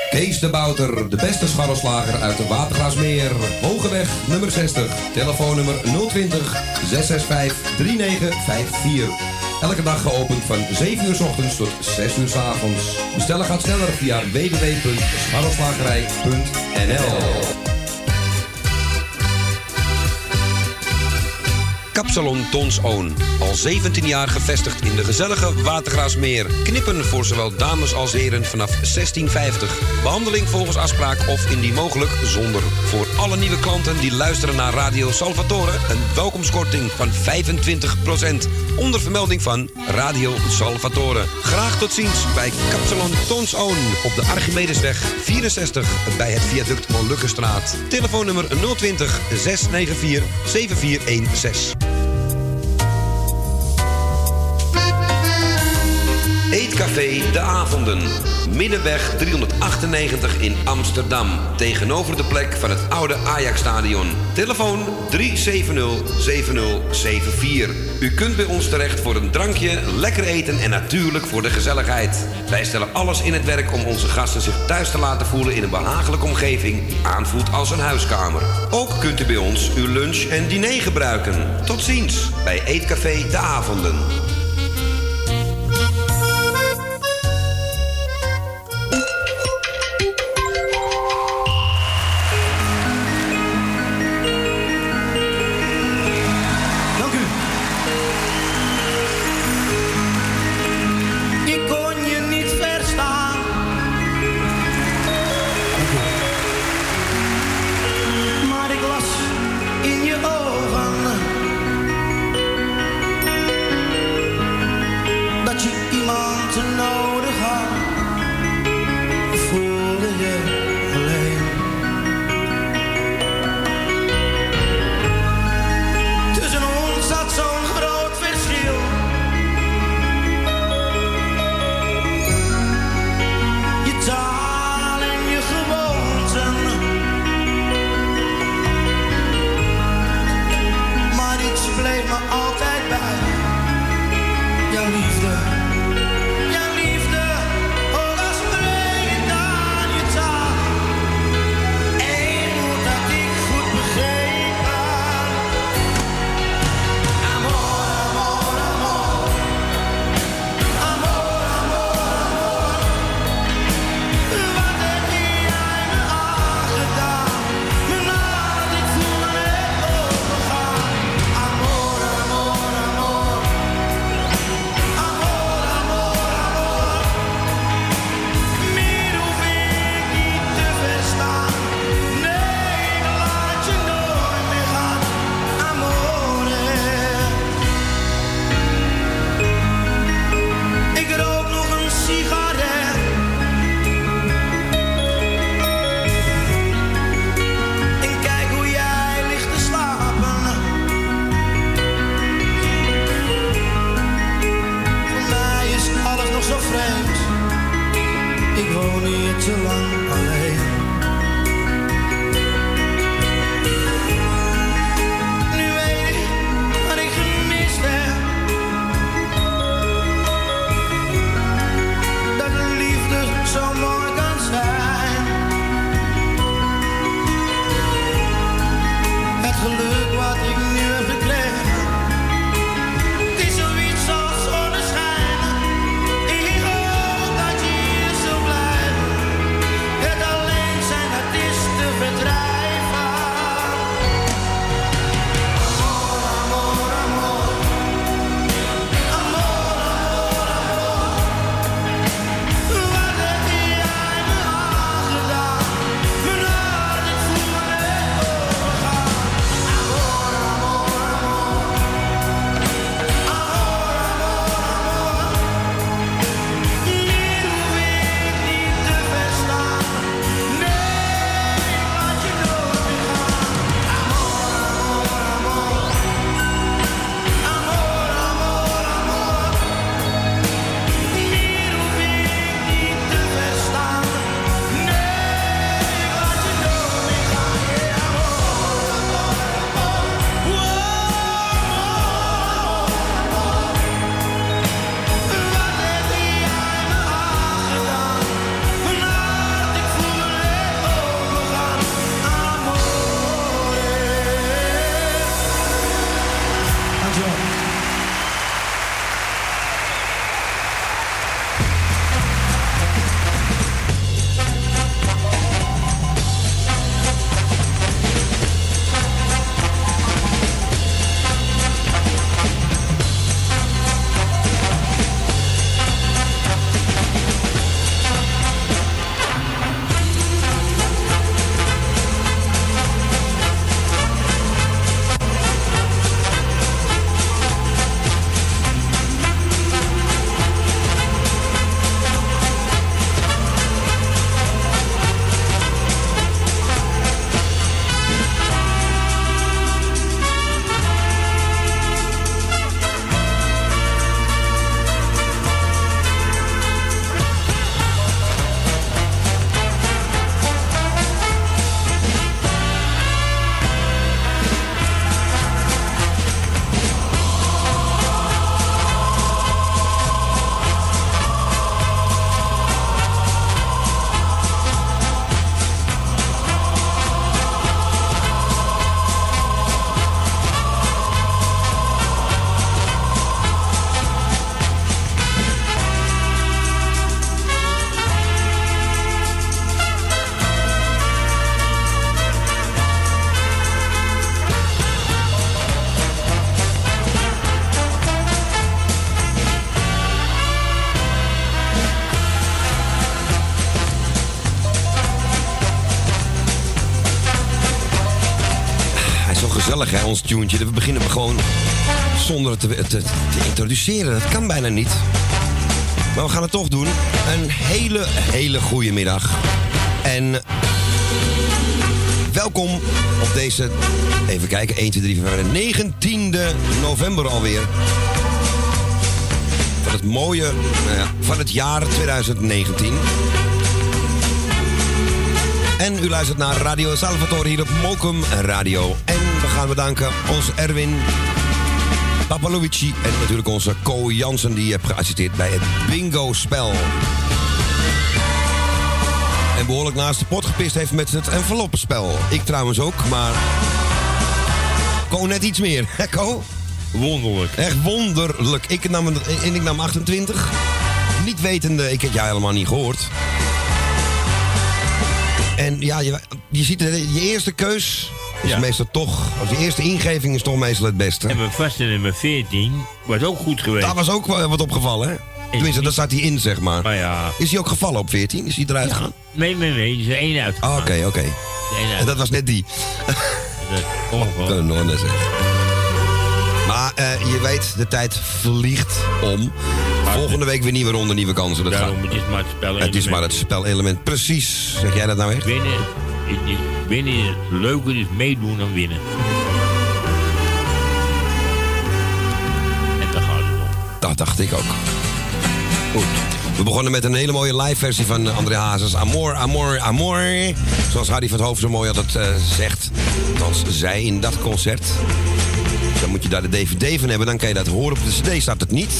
Kees de Bouter, de beste scharrelslager uit de Watergraafsmeer. Hogeweg nummer 60, telefoonnummer 020 665 3954. Elke dag geopend van 7 uur 's ochtends tot 6 uur 's avonds. Bestellen gaat sneller via www.scharrelslagerij.nl. Kapsalon Tons Oon. Al 17 jaar gevestigd in de gezellige Watergraafsmeer. Knippen voor zowel dames als heren vanaf 16,50. Behandeling volgens afspraak of indien mogelijk zonder. Voor alle nieuwe klanten die luisteren naar Radio Salvatore een welkomstkorting van 25%. Onder vermelding van Radio Salvatore. Graag tot ziens bij Kapsalon Tons Oon op de Archimedesweg 64 bij het viaduct Molukkenstraat. Telefoonnummer 020 694 7416. Eetcafé De Avonden. Middenweg 398 in Amsterdam. Tegenover de plek van het oude Ajax-stadion. Telefoon 370-7074. U kunt bij ons terecht voor een drankje, lekker eten en natuurlijk voor de gezelligheid. Wij stellen alles in het werk om onze gasten zich thuis te laten voelen in een behagelijke omgeving. Aanvoelt als een huiskamer. Ook kunt u bij ons uw lunch en diner gebruiken. Tot ziens bij Eetcafé De Avonden. Het alleen gezellig, hè, ons tuentje. We beginnen gewoon zonder het te introduceren. Dat kan bijna niet. Maar we gaan het toch doen. Een hele goede middag. En welkom op deze, even kijken, 1, 2, 3, 4, 5, 19e november alweer. Van het mooie, van het jaar 2019. En u luistert naar Radio Salvatore hier op Mokum Radio. En we gaan bedanken onze Erwin Papaluigi en natuurlijk onze Ko Jansen die heeft geassisteerd bij het bingo-spel. En behoorlijk naast de pot gepist heeft met het enveloppenspel. Ik trouwens ook, maar Ko net iets meer. Hè, Ko? Wonderlijk. Echt wonderlijk. Ik nam 28. Niet wetende, ik heb jou helemaal niet gehoord. En ja, je ziet je eerste keus is meestal toch, als je eerste ingeving is toch meestal het beste. En mijn vaste nummer 14 was ook goed geweest. Daar was ook wat opgevallen, hè? Tenminste, daar staat hij in, zeg maar. Maar ja. Is hij ook gevallen op 14? Is hij eruit gegaan? Nee, er is er één uitgegaan. Oké. En dat was net die. Ongelooflijk. Maar je weet, de tijd vliegt om. Volgende week weer nieuwe ronde, nieuwe kansen. Daarom, het is maar het spelelement. Het is maar het spelelement. Precies. Zeg jij dat nou echt? Winnen is leuker, is meedoen dan winnen. En daar gaat het om. Dat dacht ik ook. Goed. We begonnen met een hele mooie live versie van André Hazes. Amor, amor, amor. Zoals Harry van het Hoofd zo mooi altijd zegt. Althans, zij in dat concert. Dan moet je daar de DVD van hebben. Dan kan je dat horen. Op de CD staat het niet.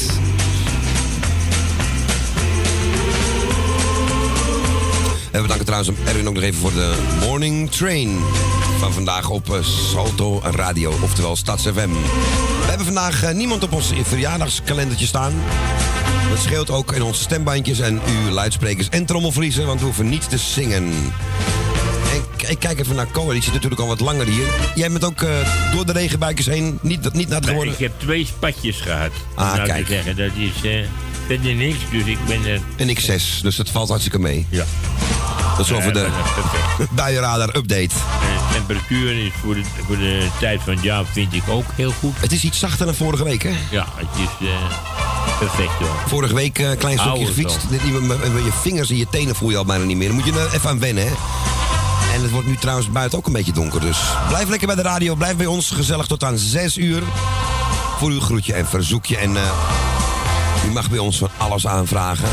En we bedanken trouwens Erwin ook nog even voor de Morning Train van vandaag op Salto Radio, oftewel Stads FM. We hebben vandaag niemand op ons verjaardagskalendertje staan. Dat scheelt ook in onze stembandjes en uw luidsprekers en trommelvliezen, want we hoeven niet te zingen. En ik kijk even naar Ko, die zit natuurlijk al wat langer hier. Jij bent ook door de regenbuikjes heen niet nat geworden? Ik heb 2 spatjes gehad. Ah, kijk. Te zeggen. Dat is verder niks, dus ik ben er... Een X6, dus dat valt hartstikke mee. Ja. Dat is over de buienradar update. De temperatuur is voor de tijd van het jaar vind ik ook heel goed. Het is iets zachter dan vorige week, hè? Ja, het is perfect hoor. Vorige week een klein stukje gefietst. Je vingers en je tenen voel je al bijna niet meer. Dan moet je er even aan wennen, hè? En het wordt nu trouwens buiten ook een beetje donker. Dus blijf lekker bij de radio. Blijf bij ons gezellig tot aan 6 uur. Voor uw groetje en verzoekje. En u mag bij ons van alles aanvragen.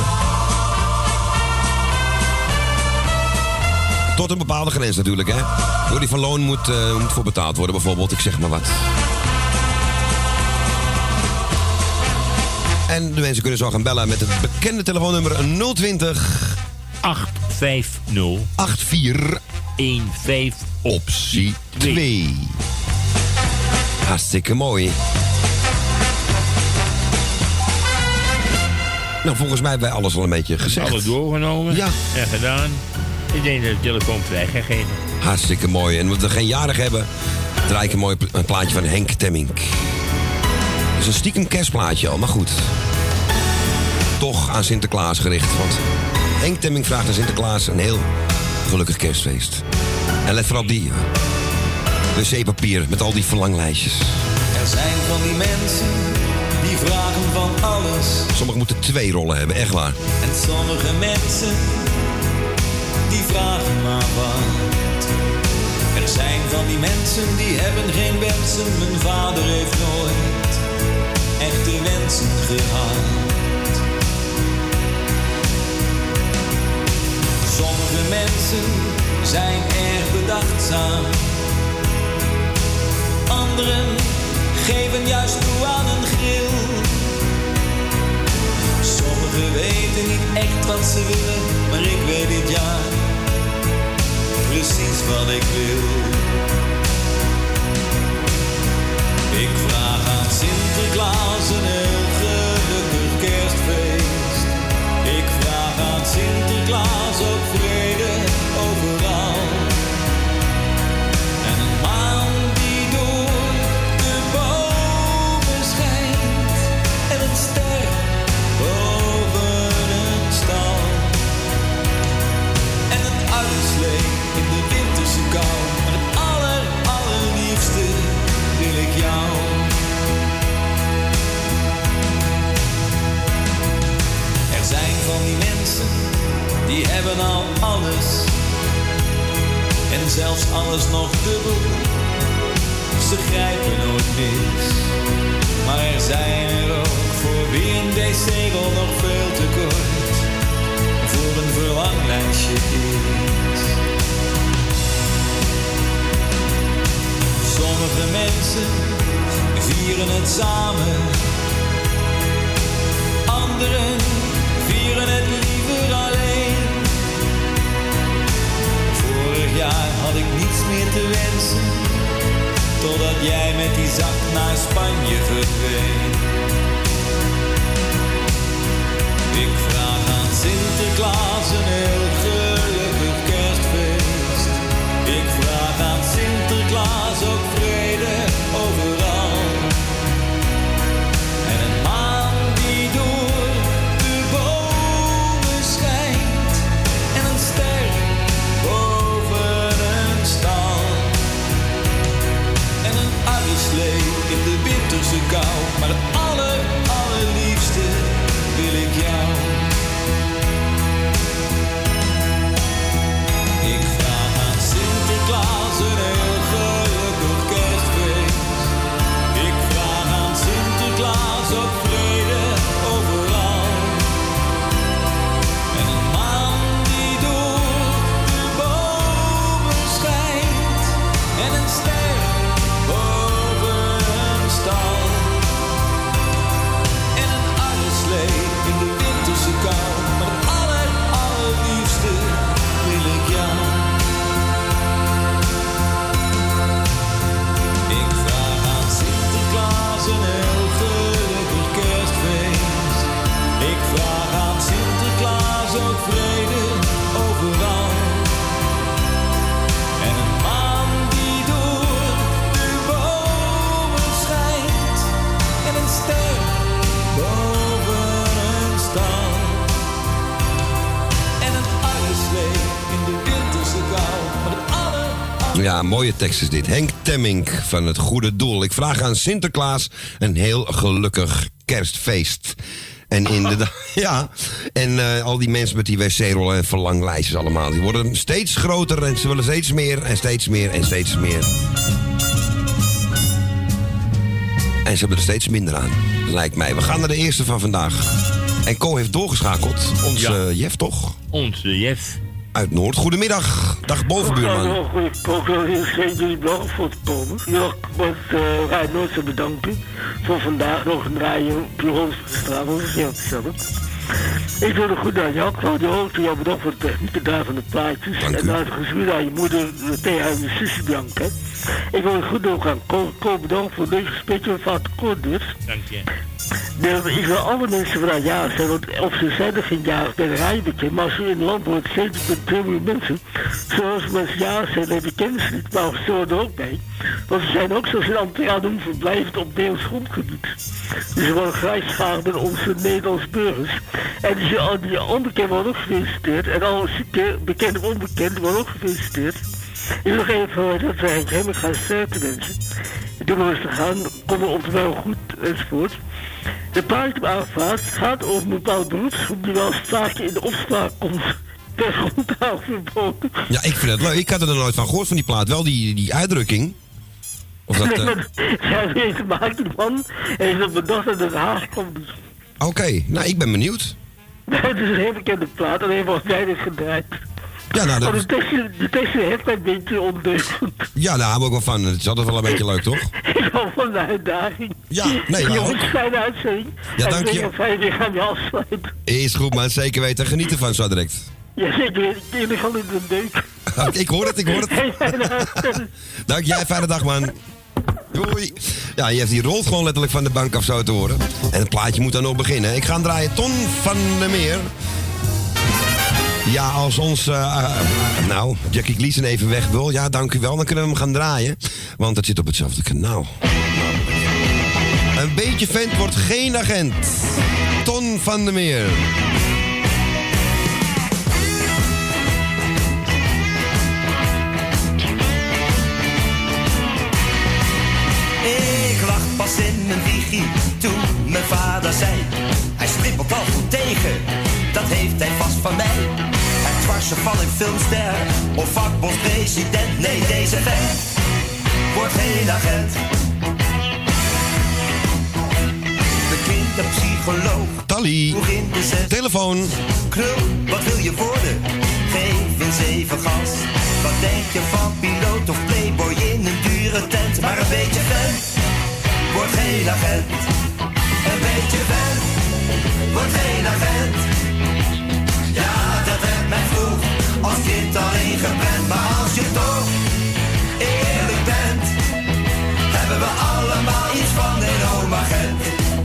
Tot een bepaalde grens natuurlijk, hè. Door die van loon moet voor betaald worden, bijvoorbeeld. Ik zeg maar wat. En de mensen kunnen zo gaan bellen met het bekende telefoonnummer 020 850 84 15 optie 2. Hartstikke mooi. Nou, volgens mij hebben wij alles al een beetje gezegd. Alles doorgenomen. Ja. En gedaan. Ik denk dat de telefoon vrijgegeven. Hartstikke mooi. En omdat we geen jarig hebben, draai ik een plaatje van Henk Temmink. Het is een stiekem kerstplaatje al, maar goed. Toch aan Sinterklaas gericht. Want Henk Temmink vraagt aan Sinterklaas een heel gelukkig kerstfeest. En let vooral op die wc-papier met al die verlanglijstjes. Er zijn van die mensen die vragen van alles. Sommigen moeten 2 rollen hebben, echt waar. En sommige mensen die vragen maar wat. Er zijn van die mensen die hebben geen wensen. Mijn vader heeft nooit echte wensen gehad. Sommige mensen zijn erg bedachtzaam. Anderen geven juist toe aan een gril. Sommigen weten niet echt wat ze willen, maar ik weet dit jaar precies wat ik wil. Ik vraag aan Sinterklaas een heel gelukkig kerstfeest. Ik vraag aan Sinterklaas ook vrede overal. En een maan die door de bomen schijnt. En een ster boven een stal. En een uilslee in de winterse kou. Maar het allerliefste mensen, die hebben al alles. En zelfs alles nog dubbel. Ze grijpen nooit mis. Maar er zijn er ook voor wie een decegel nog veel te kort voor een verlanglijstje is. Sommige mensen vieren het samen. Anderen vieren het liever alleen. Vorig jaar had ik niets meer te wensen, totdat jij met die zak naar Spanje verdween. Ik vraag aan Sinterklaas een heel gelukkig kerstfeest. Ik vraag aan Sinterklaas ook vrede overal. En een maan die door de bomen schijnt. En een ster boven een stal. En een arreslee in de winterse kou. Maar het allerliefste wil ik jou. Ik vraag aan Sinterklaas een heel gelukkig kerstfeest. Ik vraag aan Sinterklaas ook vrede overal. En een maan die door de bomen schijnt. En een ster boven een stal. En een arreslee in de winterse kou. Maar het allerliefste wil ik jou. Ik vraag aan Sinterklaas een heel gelukkig kerstfeest. Ik vraag aan Sinterklaas ook vrede overal. En een maan die door de bomen schijnt. En een ster boven een stal. En een arreslee in de winterse kou. Maar het Ja, mooie tekst is dit. Henk Temmink van Het Goede Doel. Ik vraag aan Sinterklaas een heel gelukkig kerstfeest. En inderdaad, ja. En al die mensen met die wc-rollen en verlanglijstjes allemaal. Die worden steeds groter en ze willen steeds meer en steeds meer en steeds meer. En ze hebben er steeds minder aan, lijkt mij. We gaan naar de eerste van vandaag. En Co heeft doorgeschakeld. Onze Jef, toch? Onze Jef. Uit Noord. Goedemiddag. Dag bovenbuurman. Ik wil heel geen jullie blog voor te komen. Ja, want Rij Noord te bedanken voor vandaag nog een rijden op je Holstestraat. Dat is heel gezellig. Ik wil er goed aan jou, Claudio Hoogte, jou bedankt voor de techniek daar van de plaatjes. Dank u. En naar de gezuur aan je moeder, Thea en je zusje Bianca. Ik wil er goed ook aan Co bedankt voor deze gesprekje van het koord dus. Dank je. Ik wil alle mensen vandaag jarig zijn, want of ze zijn er geen jarig bij de rij bekend, maar als je in het land woont, 70,2 miljoen mensen. Zoals mensen jarig zijn, heb je kennis niet, maar ze horen er ook bij. Want ze zijn ook zoals in Amsterdam verblijvend op Nederlands grondgebied. Dus ze worden gelijkschalig met onze Nederlandse burgers. En die onbekenden worden ook gefeliciteerd. En alle zieken, bekend of onbekend, worden ook gefeliciteerd. Ik wil nog even dat wij helemaal gaan sterkte mensen. Doe maar rustig gaan, kom er op de wel goed enzovoort. De plaatje aanvaart gaat over een bepaalde beroepsgroep die wel eens vaak in de opspraak komt. Per grondtaal verboden. Ja, ik vind het leuk. Ik had er nog nooit van gehoord van die plaat. Wel die uitdrukking. Of dat, Nee, maar zij heeft gemaakt die man en heeft dat bedacht dat het Haag komt. Oké, nou ik ben benieuwd. Het is een heel bekende plaat, alleen wordt weinig gedraaid. Ja, nou, Maar dat, de tekst heeft een beetje ondeugend. ja, daar hou ik ook wel van. Het is altijd wel een beetje leuk, toch? Ik hou van de uitdaging. Ja, nee, wij Jongens, ook. fijne uitzending. Ja, En dank je. ik denk dat wij weer gaan je afsluiten. Is goed, man. Zeker weten. Geniet ervan zo direct. Ja, zeker. Ik ga in de deuk. Ik hoor het. Hey, fijne uitzending. Dank jij. Fijne dag, man. Doei. Ja, Jeff die rolt gewoon letterlijk van de bank af zo te horen. En het plaatje moet dan nog beginnen. Ik ga hem draaien. Ton van der Meer. Ja, als ons, Jackie Gleason even weg wil. Ja, dank u wel. Dan kunnen we hem gaan draaien. Want het zit op hetzelfde kanaal. Een beetje vent wordt geen agent. Ton van der Meer. Ik lag pas in mijn wiegje toen mijn vader zei: hij strippelt al goed tegen, dat heeft hij van mij. Het dwarsgeval in filmster of vakbondspresident. Nee, deze vent wordt geen agent. De kinderpsycholoog. Tally, telefoon. Krul, wat wil je worden? Geef eens even gas. Wat denk je van piloot of playboy in een dure tent? Maar een beetje vent wordt geen agent. Een beetje vent wordt geen agent. Ja, dat werd mij vroeg als kind al ingeprent. Maar als je toch eerlijk bent, hebben we allemaal iets van een oom-agent.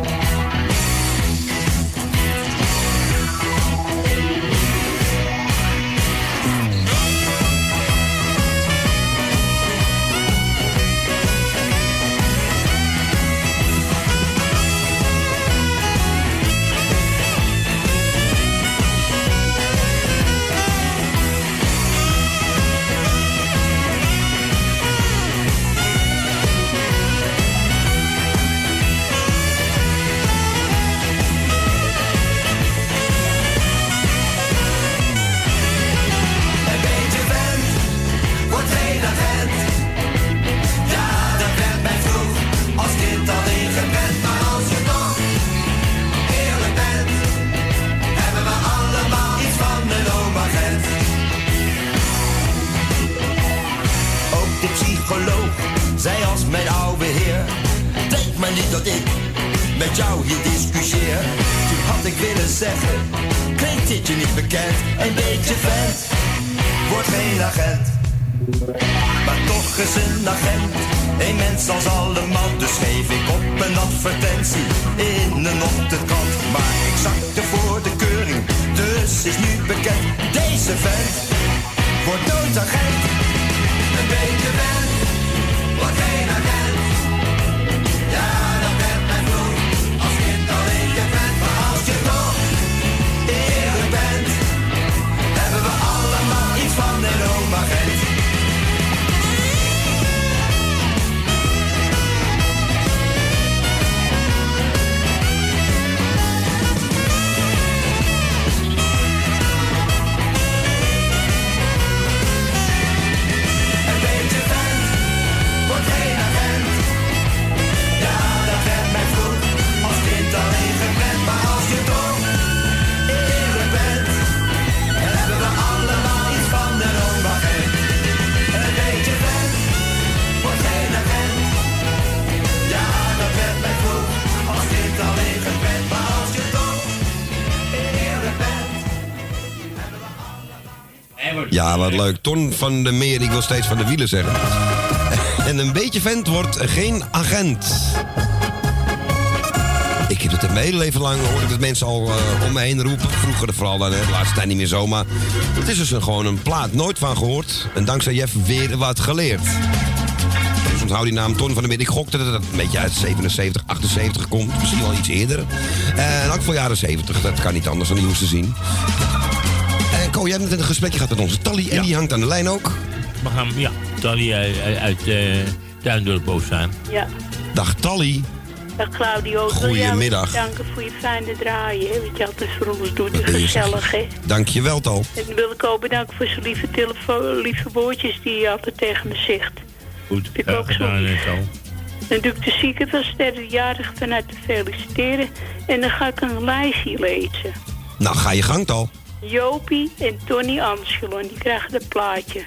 Zij als mijn oude heer, denk maar niet dat ik met jou hier discussieer. Toen had ik willen zeggen, klinkt dit je niet bekend? Een beetje vent, wordt geen agent. Maar toch is een agent, een mens als alle man. Dus geef ik op een advertentie in een ochtendkrant. Maar ik zakte voor de keuring, dus is nu bekend. Deze vent wordt nooit agent. Een beetje vent wordt geen agent. Ja, dat werd mij vroeg als kind al ingepland. Maar als je toch eerlijk bent, hebben we allemaal iets van een oom-agent. Ja, wat leuk. Ton van der Meer, ik wil steeds van de wielen zeggen. En een beetje vent wordt geen agent. Ik heb het mijn hele leven lang, hoor ik dat mensen al om me heen roepen. Vroeger vooral dan, de laatste tijd niet meer zo. Maar het is dus gewoon een plaat, nooit van gehoord. En dankzij Jeff weer wat geleerd. Dus onthoud die naam Ton van der Meer. Ik gokte dat het een beetje uit 77, 78 komt. Misschien wel iets eerder. En ook voor jaren 70, dat kan niet anders dan die moesten zien. Ko, jij hebt net een gesprekje gehad met onze Tally en die hangt aan de lijn ook. We gaan, ja, Tally uit Duindorp Boostaan. Ja. Dag Tally. Dag Claudio. Goedemiddag. Ik wil jou danken voor je fijne draaien, hè, wat je altijd voor ons doet. Het is gezellig, hè. Dank je wel, Tal. En dan wil ik ook bedanken voor zijn lieve woordjes die je altijd tegen me zegt. Goed, ik ook zo. Dan doe ik de zieke van sterrenjarig vanuit te feliciteren. En dan ga ik een lijstje lezen. Nou, ga je gang, Tal. Jopie en Tony Anschelon, die krijgen het plaatje.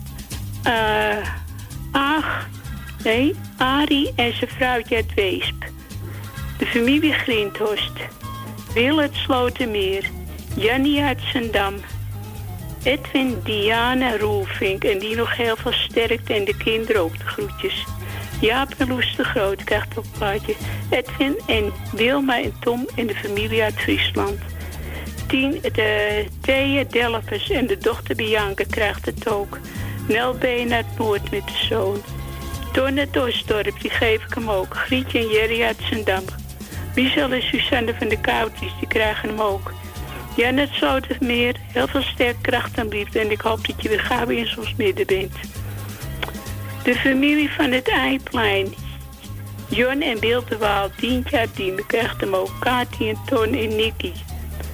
Arie en zijn vrouwtje uit Weesp. De familie Grinthorst. Wil uit Slotermeer. Jannie uit Zendam. Edwin, Diana, Roelvink. En die nog heel veel sterkte en de kinderen ook de groetjes. Jaap en Loes de Groot krijgt het plaatje. Edwin en Wilma en Tom en de familie uit Friesland. De Thea Delphus en de dochter Bianca krijgt het ook. Nel Been uit Noord met de zoon. Ton uit Osdorp, die geef ik hem ook. Grietje en Jerry uit Zendam. Michel en Suzanne van de Koudjes, die krijgen hem ook. Jan uit Slotermeer, heel veel sterk, kracht en liefde. En ik hoop dat je weer gauw in ons midden bent. De familie van het Eiplein. Jon en Bill de Waal, Dientje uit Diemen, krijgt hem ook. Kati en Ton en Nicky.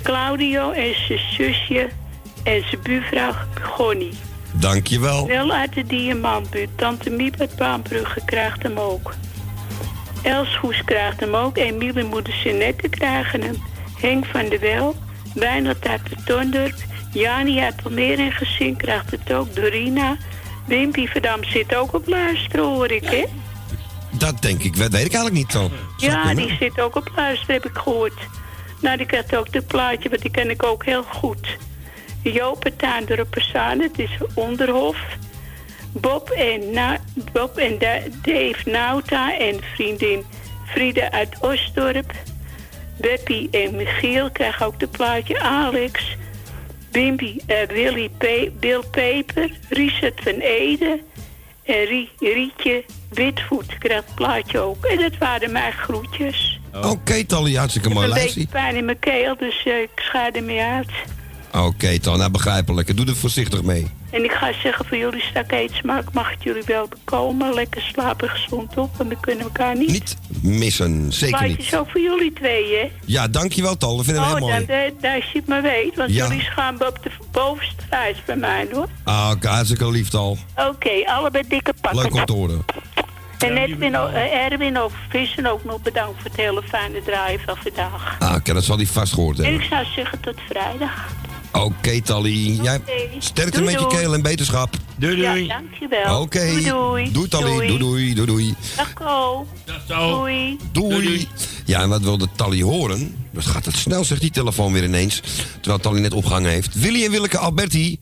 Claudio en zijn zusje en zijn buurvrouw Gonnie. Dankjewel. Wel uit de Diamantbuurt. Tante Miep uit Baanbrugge krijgt hem ook. Els Goes krijgt hem ook. Emiel en moeder Jeannette krijgen hem. Henk van der Wel. Wijnald uit de Tondorp. Jani uit Almere en gezin krijgt het ook. Dorina. Wimpy Verdam zit ook op luisteren, hoor ik, hè? Dat denk ik, weet ik eigenlijk niet zo. Ja, die zit ook op luisteren, heb ik gehoord. Nou, die krijgt ook het plaatje, want die ken ik ook heel goed. Joop het Tuindorp Persaan, het is Onderhof. Bob en Dave Nauta en vriendin Frieda uit Osdorp. Beppie en Michiel krijgen ook het plaatje. Alex, Bimpy, Bill Peper, Richard van Ede en Rietje Witvoet krijgt het plaatje ook. En dat waren mijn groetjes. Oké, Tally, hartstikke mooi lijstje. Ik heb een beetje pijn in mijn keel, dus ik schaar ermee uit. Oké, Tally, nou begrijpelijk. Doe er voorzichtig mee. En ik ga zeggen voor jullie straks eetsmaak, mag het jullie wel bekomen. Lekker slapen, gezond op, want we kunnen elkaar niet missen, zeker niet. Plaatjes ook voor jullie twee, hè? Ja, dankjewel, Tal. Dat vinden we heel mooi. Dan als je het maar weet, want jullie gaan op de bovenste reis bij mij, hoor. Ah, oké, hartstikke lief, Tal. Oké, allebei dikke pakken. Leuk om te horen. En Erwin over Vissen ook nog bedankt voor het hele fijne draaien van vandaag. Ah, oké, dat zal hij vast gehoord hebben. En ik zou zeggen tot vrijdag. Oké, Tally. Jij sterkte met je keel en beterschap. Doei, doei. Ja, dankjewel. Oké. Doei, doei. Doei, Tally. Doei. Dag, Ko. Doei. Doei. Ja, en wat wilde Tally horen? Dat gaat het snel, zegt die telefoon weer ineens. Terwijl Tally net opgehangen heeft. Willy en Willeke Alberti.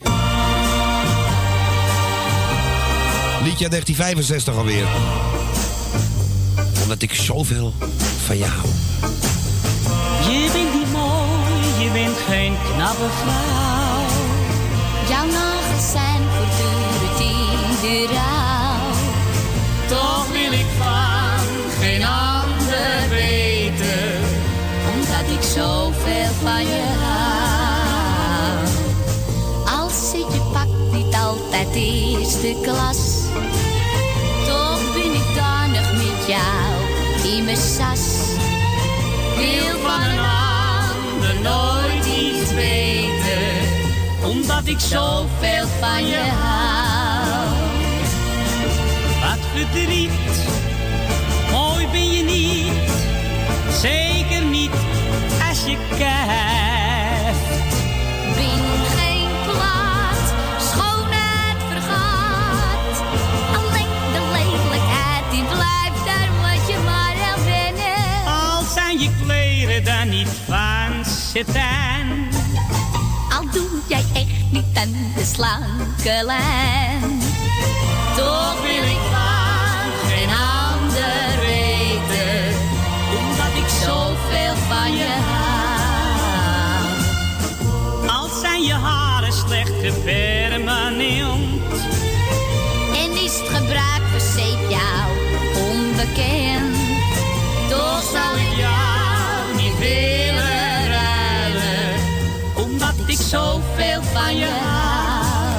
Liedje 1965 alweer. Omdat ik zoveel van jou hou. Je bent niet mooi, je bent geen knappe vrouw. Jouw nagels zijn voortdurend in de rouw. Toch wil ik van geen ander weten, omdat ik zoveel van je hou. Al zit je pak niet altijd eerste klas, toch ben ik dan nog met jou in mijn sas. Wil van een ander nooit iets weten, omdat ik zoveel van je hou. Wat verdriet, mooi ben je niet, zeker niet als je kijkt. Ben geen plaat, schoonheid vergaat, alleen de lelijkheid die blijft, daar moet je maar aan wennen. Al zijn je kleren dan niet van satijn, al doe jij echt niet aan de slanke lijn, toch wil ik van geen ander weten, omdat ik zoveel van je hou. al zijn je haren slecht gepermanent, En is het gebruik van zeep jou onbekend, toch zal ik jou niet willen ruilen, omdat ik zoveel van je hou.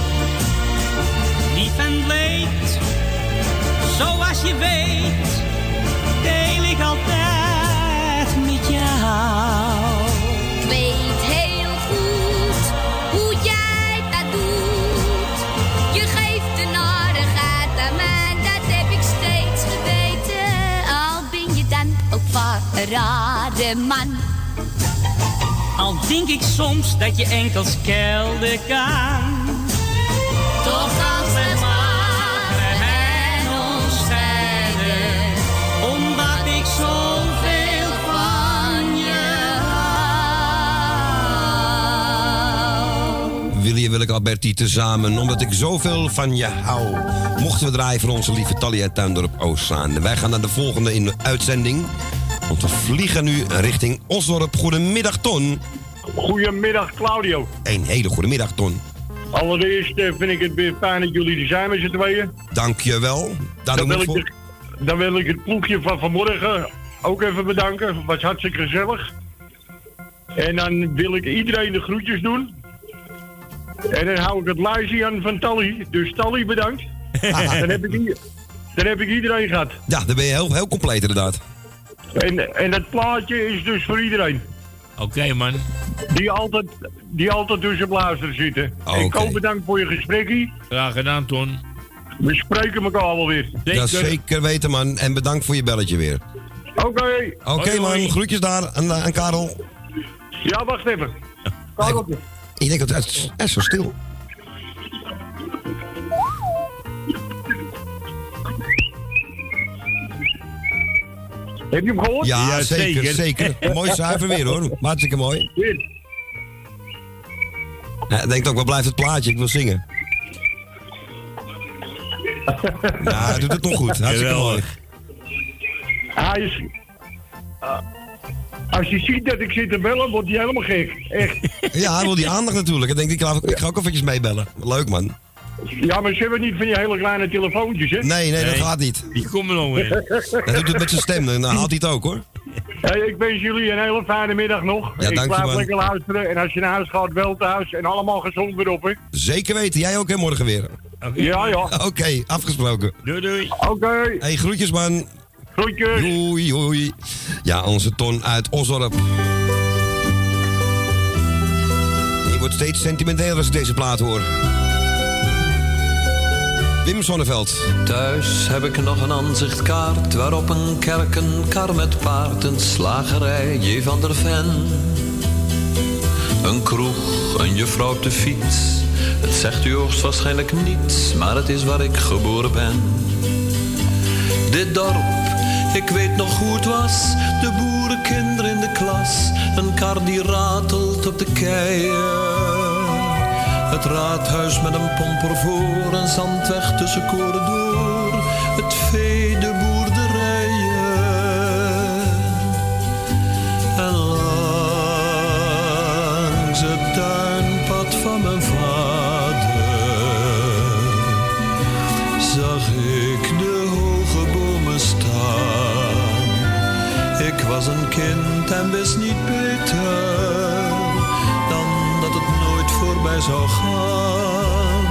lief en leed, zoals je weet, deel ik altijd met jou. Ik weet heel goed hoe jij dat doet. Je geeft de narigheid aan mij, dat heb ik steeds geweten. Al ben je dan ook vaak een rare man. Al denk ik soms dat je enkels kelder kan, toch als het magere hen ons scheiden, omdat ik zoveel van je hou. Willy en Willeke Alberti tezamen, omdat ik zoveel van je hou. Mochten we draaien voor onze lieve Tally uit Tuindorp Oostzaan. Wij gaan naar de volgende in de uitzending. Want we vliegen nu richting Osdorp. Goedemiddag, Ton. Goedemiddag, Claudio. Een hele goede middag, Ton. Allereerst vind ik het weer fijn dat jullie er zijn met z'n tweeën. Dank je wel. Dan wil ik het ploegje van vanmorgen ook even bedanken. Het was hartstikke gezellig. En dan wil ik iedereen de groetjes doen. En dan hou ik het lijstje aan van Tally. Dus Tally, bedankt. dan heb ik iedereen gehad. Ja, dan ben je heel compleet inderdaad. En dat plaatje is dus voor iedereen. Oké, man. Die altijd tussen blazen zitten. Okay. En Ko, bedankt voor je gesprekje. Graag gedaan, Ton. We spreken elkaar wel weer. Zeker. Ja, zeker weten, man. En bedankt voor je belletje weer. Oké. Oké, man. Groetjes daar aan Karel. Ja, wacht even. Kareltje. Ik denk dat het is zo stil. Heb je hem gehoord? Ja, zeker. Mooi zuiver weer, hoor. Hartstikke mooi. Hij denkt ook, waar blijft het plaatje? Ik wil zingen. Ja, hij doet het nog goed. Hartstikke mooi. Hij is... als je ziet dat ik zit te bellen, wordt hij helemaal gek. Echt. Ja, hij wil die aandacht natuurlijk. Ik denk, ik ga ook eventjes meebellen. Leuk, man. Ja, maar ze hebben niet van die hele kleine telefoontjes, hè? Nee, dat gaat niet. Die komen nog weer. Hij doet het met zijn stem, dan haalt hij het ook, hoor. Hey, ik wens jullie een hele fijne middag nog. Ja, ik blijf man. lekker luisteren. En als je naar huis gaat, wel thuis. En allemaal gezond weer op, hè? Zeker weten. Jij ook, hè, morgen weer. Okay. Ja. Oké, afgesproken. Doei. Oké. Hey, groetjes, man. Groetjes. Doei. Ja, onze Ton uit Osdorp. Ik word steeds sentimenteler als ik deze plaat hoor. Wim Sonneveld. Thuis heb ik nog een aanzichtkaart waarop een kerk, een kar met paard, een slagerij, J. van der Ven. Een kroeg, een juffrouw op de fiets. Het zegt u hoogstwaarschijnlijk niets, maar het is waar ik geboren ben. Dit dorp, ik weet nog hoe het was. De boerenkinderen in de klas. Een kar die ratelt op de keien. Het raadhuis met een pomper voor, een zandweg tussen koren door. Het vee, de boerderijen. En langs het tuinpad van mijn vader zag ik de hoge bomen staan. Ik was een kind en wist niet beter voorbij zou gaan.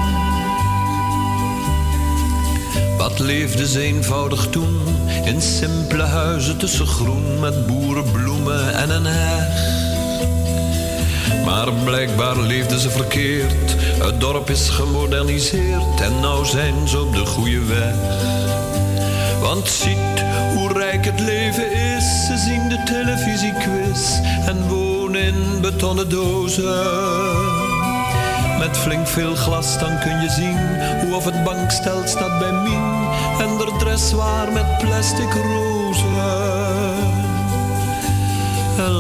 Wat leefde ze eenvoudig toen, in simpele huizen tussen groen, met boerenbloemen en een heg. Maar blijkbaar leefden ze verkeerd, het dorp is gemoderniseerd en nou zijn ze op de goede weg. Want ziet hoe rijk het leven is, ze zien de televisiequiz en wonen in betonnen dozen. Met flink veel glas, dan kun je zien hoe of het bankstel staat bij Mien en de dressoir met plastic rozen. En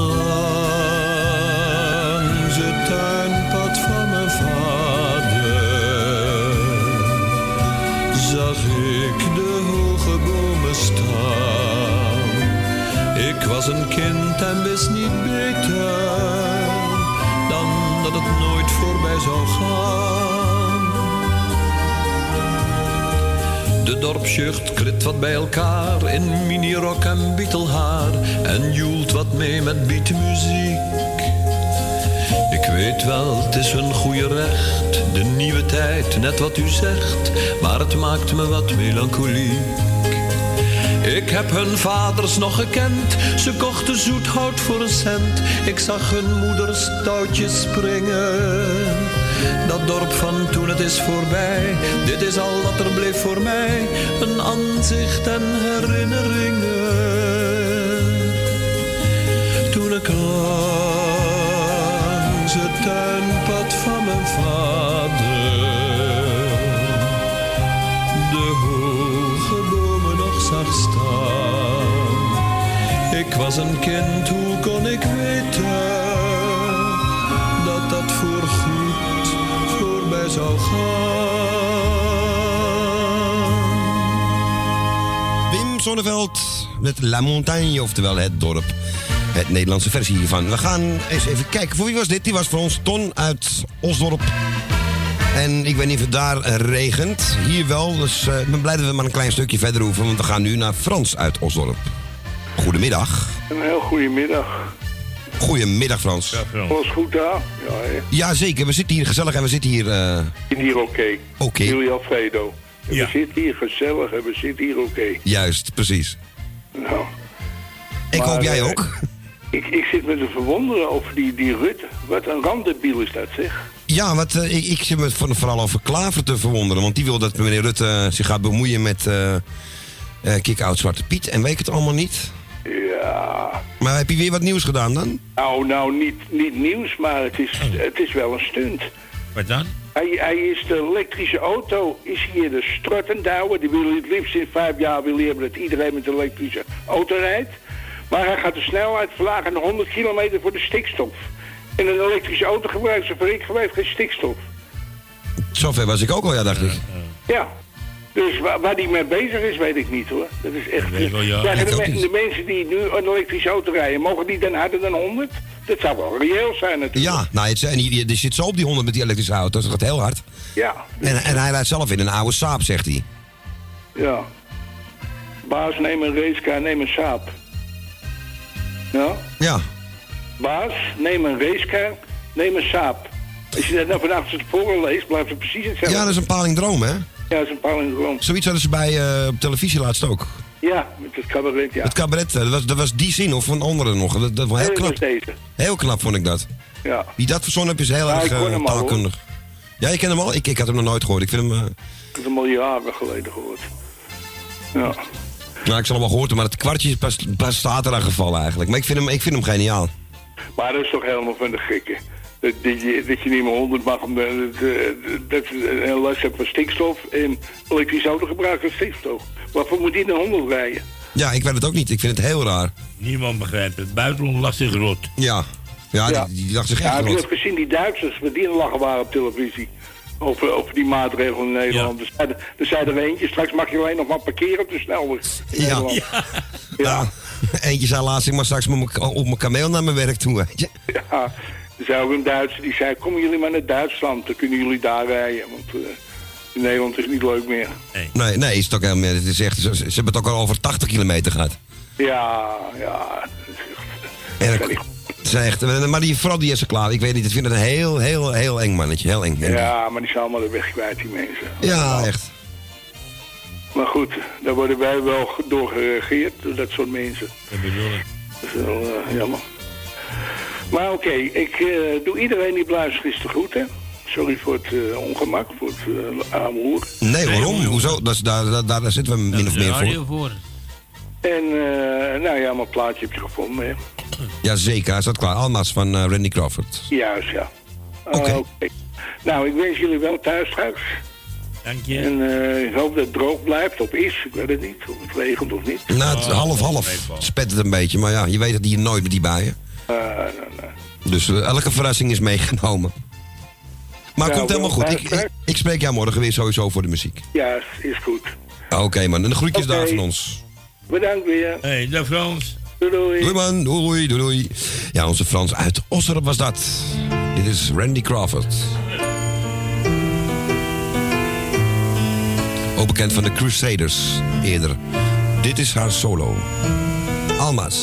langs het tuinpad van mijn vader zag ik de hoge bomen staan. Ik was een kind en wist niet beter dan dat het nooit voorbij zou gaan. De dorpsjeugd klit wat bij elkaar in minirok en bietelhaar en joelt wat mee met beatmuziek. Ik weet wel, het is hun goede recht, de nieuwe tijd, net wat u zegt, maar het maakt me wat melancholiek. Ik heb hun vaders nog gekend, ze kochten zoethout voor een cent. Ik zag hun moeders touwtjes springen. Dat dorp van toen, het is voorbij. Dit is al wat er bleef voor mij, een aanzicht en herinneringen. Toen ik langs het tuinpad van mijn vader de hoge bomen nog zag staan. Ik was een kind, hoe kon ik weten dat dat voorgoed voorbij zou gaan? Wim Sonneveld met La Montagne, oftewel het dorp. Het Nederlandse versie hiervan. We gaan eens even kijken. Voor wie was dit? Die was voor ons Ton uit Osdorp. En ik weet niet of het daar regent. Hier wel, dus ik ben blij dat we maar een klein stukje verder hoeven. Want we gaan nu naar Frans uit Osdorp. Goedemiddag. Een heel goedemiddag. Goedemiddag, Frans. Ja, Frans. Alles goed daar? Ja, hè? Ja, zeker. We zitten hier gezellig en we zitten hier... Hier oké. Oké. Jullie Alfredo. Ja. We zitten hier gezellig en we zitten hier oké. Juist, precies. Nou. Ik Maar, hoop jij ook. Ik zit me te verwonderen over die Rutte. Wat een randebiel is dat, zeg. Ja, ik zit me vooral over Klaver te verwonderen. Want die wil dat meneer Rutte zich gaat bemoeien met kick-out Zwarte Piet. En weet ik het allemaal niet. Ja. Maar heb je weer wat nieuws gedaan dan? Nou niet nieuws, maar het is wel een stunt. Wat dan? Hij is de elektrische auto, is hier de strot aan het douwen. Die wil het liefst in 5 jaar willen hebben dat iedereen met een elektrische auto rijdt. Maar hij gaat de snelheid verlagen naar 100 kilometer voor de stikstof. En een elektrische auto gebruikt ze voor ik geweest geen stikstof. Zover was ik ook al, ja, dacht ik. Ja. Dus waar die mee bezig is, weet ik niet hoor. Dat is echt... De mensen die nu een elektrische auto rijden, mogen die dan harder dan 100? Dat zou wel reëel zijn natuurlijk. Ja, nou, je zit zo op die 100 met die elektrische auto, dat gaat heel hard. Ja. En hij rijdt zelf in een oude Saab, zegt hij. Ja. Baas, neem een racecar, neem een Saab. Ja? Ja. Baas, neem een racecar, neem een Saab. Als je dat nou van achter tevoren leest, blijft het precies hetzelfde. Ja, dat is een palindroom, hè? Ja, dat is een palindroom. Zoiets hadden ze bij op televisie laatst ook. Ja, met het cabaret, ja. Het cabaret, dat was die zin of een andere nog. Dat was heel knap. Deze. Heel knap vond ik dat. Ja. Wie dat verzonnen heeft is heel erg taalkundig. Ja, je kent hem al? Ik had hem nog nooit gehoord. Ik vind hem... Ik heb hem al jaren geleden gehoord. Ja. Nou, ik zal hem wel gehoord, maar het kwartje is pas staat eraan gevallen eigenlijk. Maar ik vind hem geniaal. Maar dat is toch helemaal van de gekke. Dat je niet meer 100 mag omdat dat een les hebt van stikstof en elektrische auto gebruiken van stikstof. Waarvoor moet die naar 100 rijden? Ja, ik weet het ook niet. Ik vind het heel raar. Niemand begrijpt het. Buitenland lacht zich rot. Ja, die lacht zich echt rot. Heb je ook gezien die Duitsers, met die lachen waren op televisie? Over die maatregelen in Nederland. Ja. Er zei er eentje, straks mag je alleen nog maar parkeren op de snelweg in Nederland. Ja. Eentje zei laatst, ik mag straks op mijn kameel naar mijn werk toe, weet je. Ja, er zei ook een Duitser, die zei, komen jullie maar naar Duitsland, dan kunnen jullie daar rijden. Want in Nederland is het niet leuk meer. Nee, is het ook helemaal niet. Het is echt, ze hebben het ook al over 80 kilometer gehad. Ja. Maar vooral die is er klaar. Ik weet niet, ik vind het een heel eng mannetje. Heel eng. Ja, maar die zijn allemaal de weg kwijt, die mensen. Ja, echt. Maar goed, daar worden wij wel door geregeerd, door dat soort mensen. Dat bedoel ik. Dat is wel jammer. Maar oké, ik doe iedereen die luistert is te goed, hè. Sorry voor het ongemak, voor het aanhoor. Nee, waarom? Hoezo? Daar zitten we min of meer voor. En, mijn plaatje heb je gevonden, hè. Jazeker, hij staat klaar. Alma's van Randy Crawford. Juist, ja. Oké. Nou, ik wens jullie wel thuis straks. Dank je. En ik hoop dat het droog blijft, of is, ik weet het niet, of het regent of niet. Nou, het half. Spet het een beetje, maar ja, je weet het hier nooit met die buien. Nee. Dus elke verrassing is meegenomen. Maar komt helemaal goed. Ik spreek jou morgen weer sowieso voor de muziek. Ja, is goed. Oké man, en de groetjes daar van ons. Bedankt weer. Hey, dag Frans. Doei. Doei man, doei. Ja, onze Frans uit Osserop was dat. Dit is Randy Crawford. Ook bekend van de Crusaders eerder. Dit is haar solo. Alma's.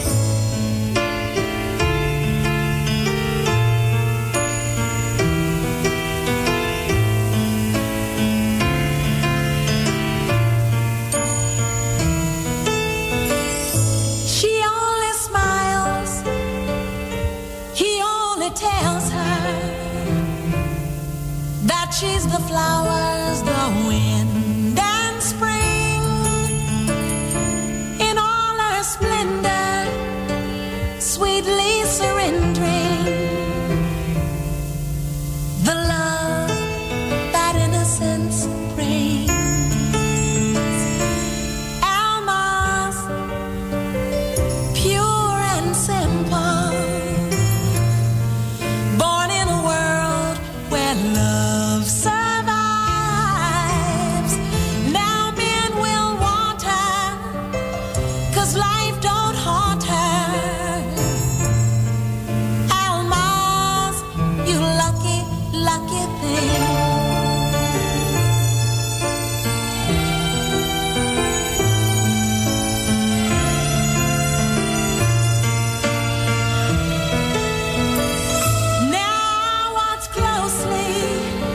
She's the flowers, the wind and spring in all her splendor, sweetly surrendering the love that innocence brings. Alma's pure and simple, born in a world where love survives. Now men will want her, 'cause life don't haunt her. Alma's, you lucky, lucky thing. Now watch closely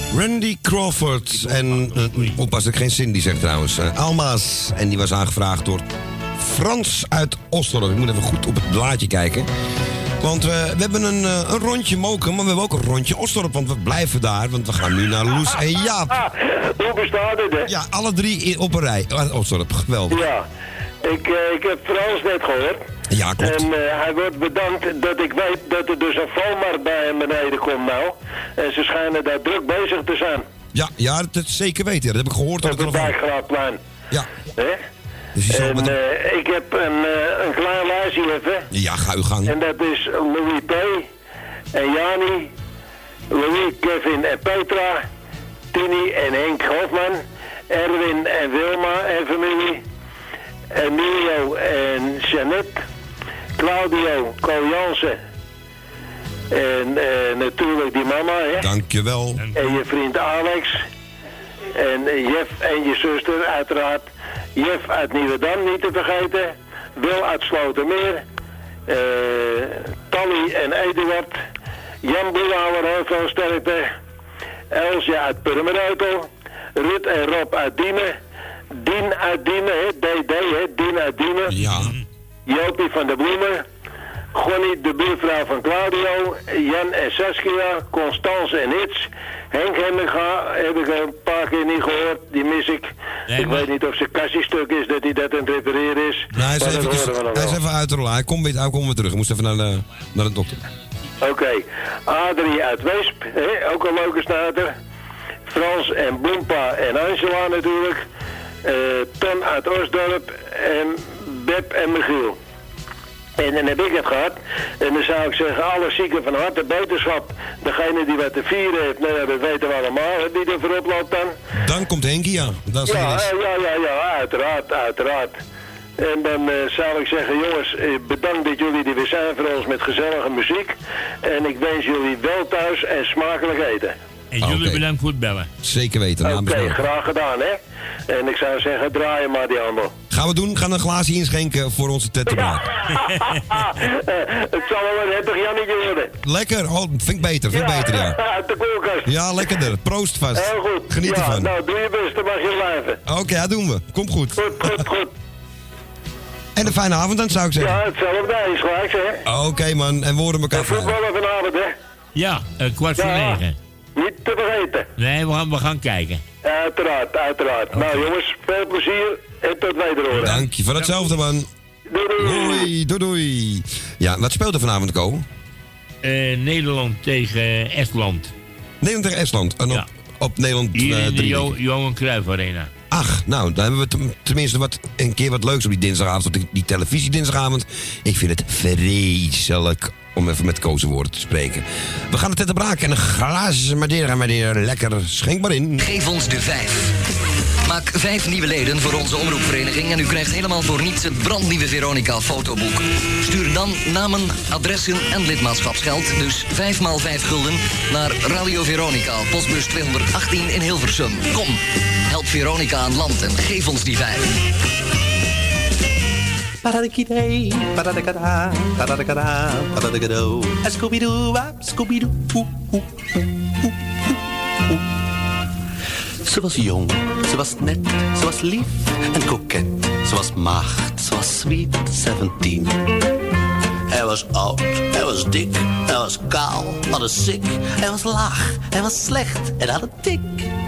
Randy Crawford. En oppas dat ik geen Cindy zeg trouwens. Alma's. En die was aangevraagd door Frans uit Osdorp. Ik moet even goed op het blaadje kijken. Want we hebben een rondje Mokum, maar we hebben ook een rondje Osdorp. Want we blijven daar, want we gaan nu naar Loes en Jaap. Hoe bestaat het, hè? Ja, alle drie op een rij. Osdorp, geweldig. Ja, ik heb Frans net gehoord. Ja, klopt. En hij wordt bedankt dat ik weet dat er dus een valmarkt bij hem beneden komt nou. En ze schijnen daar druk bezig te zijn. Ja, dat zeker weten. Ja. Dat heb ik gehoord op het Dijkgraafplein. Ja. Hè? Dus en ik heb een klein lijstje even. Ja, ga uw gang. En dat is Louis P. en Jani, Louis, Kevin en Petra, Tini en Henk Hofman, Erwin en Wilma en familie, Emilio en Jeannette, Claudio, Co Jansen en natuurlijk die mama, hè. Dankjewel. En je vriend Alex en Jeff en je zuster uiteraard. Jeff uit Nieuwedam niet te vergeten. Wil uit Slotermeer. Tally en Eduard. Jan Boelhouwer, heel veel sterkte. Elsje uit Purmereutel. Ruud en Rob uit Diemen. Dien uit Diemen, hè? DD, hè? Dien uit Diemen. Ja. Jopie van de Bloemen. Gonnie, de buurvrouw van Claudio. Jan en Saskia. Constance en Hits. Henk Hemminga heb ik een paar keer niet gehoord. Die mis ik. Nee, ik weet niet of zijn kassie stuk is, dat hij dat aan het repareren is. Nou, hij is even uit de rol. Hij komt weer terug. Hij moest even naar de dokter. Oké. Adrie uit Weesp. Hè? Ook een leuke snater. Frans en Boempa en Angela natuurlijk. Ton uit Osdorp. En Beb en Michiel. En dan heb ik het gehad. En dan zou ik zeggen, alle zieken van harte beterschap. Degene die wat te vieren heeft, nou, dat weten we allemaal. Die er voorop loopt dan. Dan komt Henkie, ja. Dat is ja, uiteraard. En dan zou ik zeggen, jongens, bedankt dat jullie er weer zijn voor ons met gezellige muziek. En ik wens jullie wel thuis en smakelijk eten. En jullie bedankt voor het bellen. Zeker weten. Oké, graag gedaan, hè. En ik zou zeggen, draai je maar die handel. Gaan we doen. Gaan een glaasje inschenken voor onze tettenbraak. Het zal wel een heftig Jannetje worden. Lekker. Oh, vind ik beter, ja. Uit de koelkast. Ja, lekkerder. Proost vast. Heel goed. Geniet ervan. Nou, doe je best, dan mag je blijven. Oké, dat doen we. Komt goed. Goed. En een fijne avond dan, zou ik zeggen. Ja, hetzelfde is gelijk, hè. Oké, man. En we horen elkaar vragen. Voetballen vanavond, hè. Ja, 8:45. Niet te vergeten. Nee, we gaan kijken. Uiteraard. Okay. Nou jongens, veel plezier en tot wederhoren. Dank je, voor hetzelfde man. Doei. Ja, wat speelt er vanavond, Ko? Nederland tegen Estland. Nederland tegen Estland. En op Nederland hier in 3. de Johan Cruijff Arena. Ach, nou, dan hebben we tenminste een keer wat leuks op die dinsdagavond, op die televisie dinsdagavond. Ik vind het vreselijk om even met koze woorden te spreken. We gaan het te braken en een glaasje Madeira, lekker, schenk maar in. Geef ons de 5. Maak 5 nieuwe leden voor onze omroepvereniging en u krijgt helemaal voor niets het brandnieuwe Veronica fotoboek. Stuur dan namen, adressen en lidmaatschapsgeld, dus 5 x 5 gulden, naar Radio Veronica, postbus 218 in Hilversum. Kom, help Veronica aan land en geef ons die 5. Paradikidee, paradikada, paradikada, paradikado. Scooby-doo, Scooby-doo. Ze was jong, ze was net, ze was lief en koket. Ze was maagd, ze was sweet 17. Hij was oud, hij was dik, hij was kaal, had een sik. Hij was laag, hij was slecht en had een tik.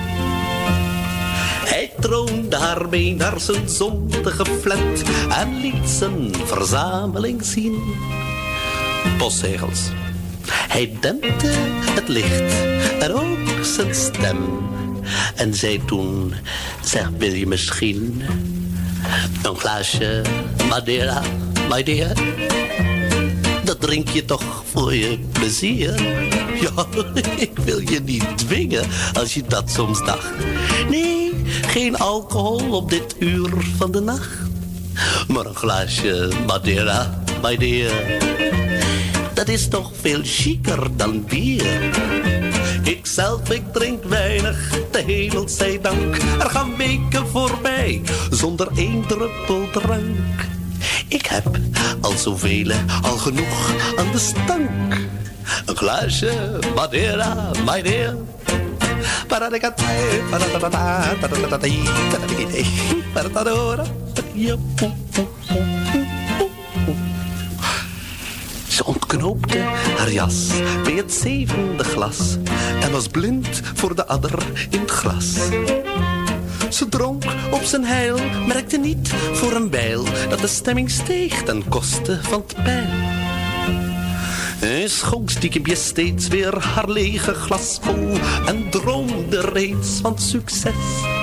Hij troonde haar mee naar zijn zondige flat en liet zijn verzameling zien. Postzegels. Hij dempte het licht en ook zijn stem. En zei toen, zeg, wil je misschien een glaasje Madeira, my dear? Dat drink je toch voor je plezier? Ja, ik wil je niet dwingen als je dat soms dacht. Nee, geen alcohol op dit uur van de nacht. Maar een glaasje Madeira, my dear. Dat is toch veel chiquer dan bier. Ikzelf, ik drink weinig, de hemel zij dank. Er gaan weken voorbij, zonder 1 druppel drank. Ik heb al zoveel, al genoeg aan de stank. Een glaasje Madeira, my dear. Ze ontknoopte haar jas bij het 7e glas en was blind voor de adder in het glas. Ze dronk op zijn heil, merkte niet voor een bijl dat de stemming steeg ten koste van het pijl. Hij schonk stiekempjes steeds weer haar lege glas vol en droomde reeds van succes.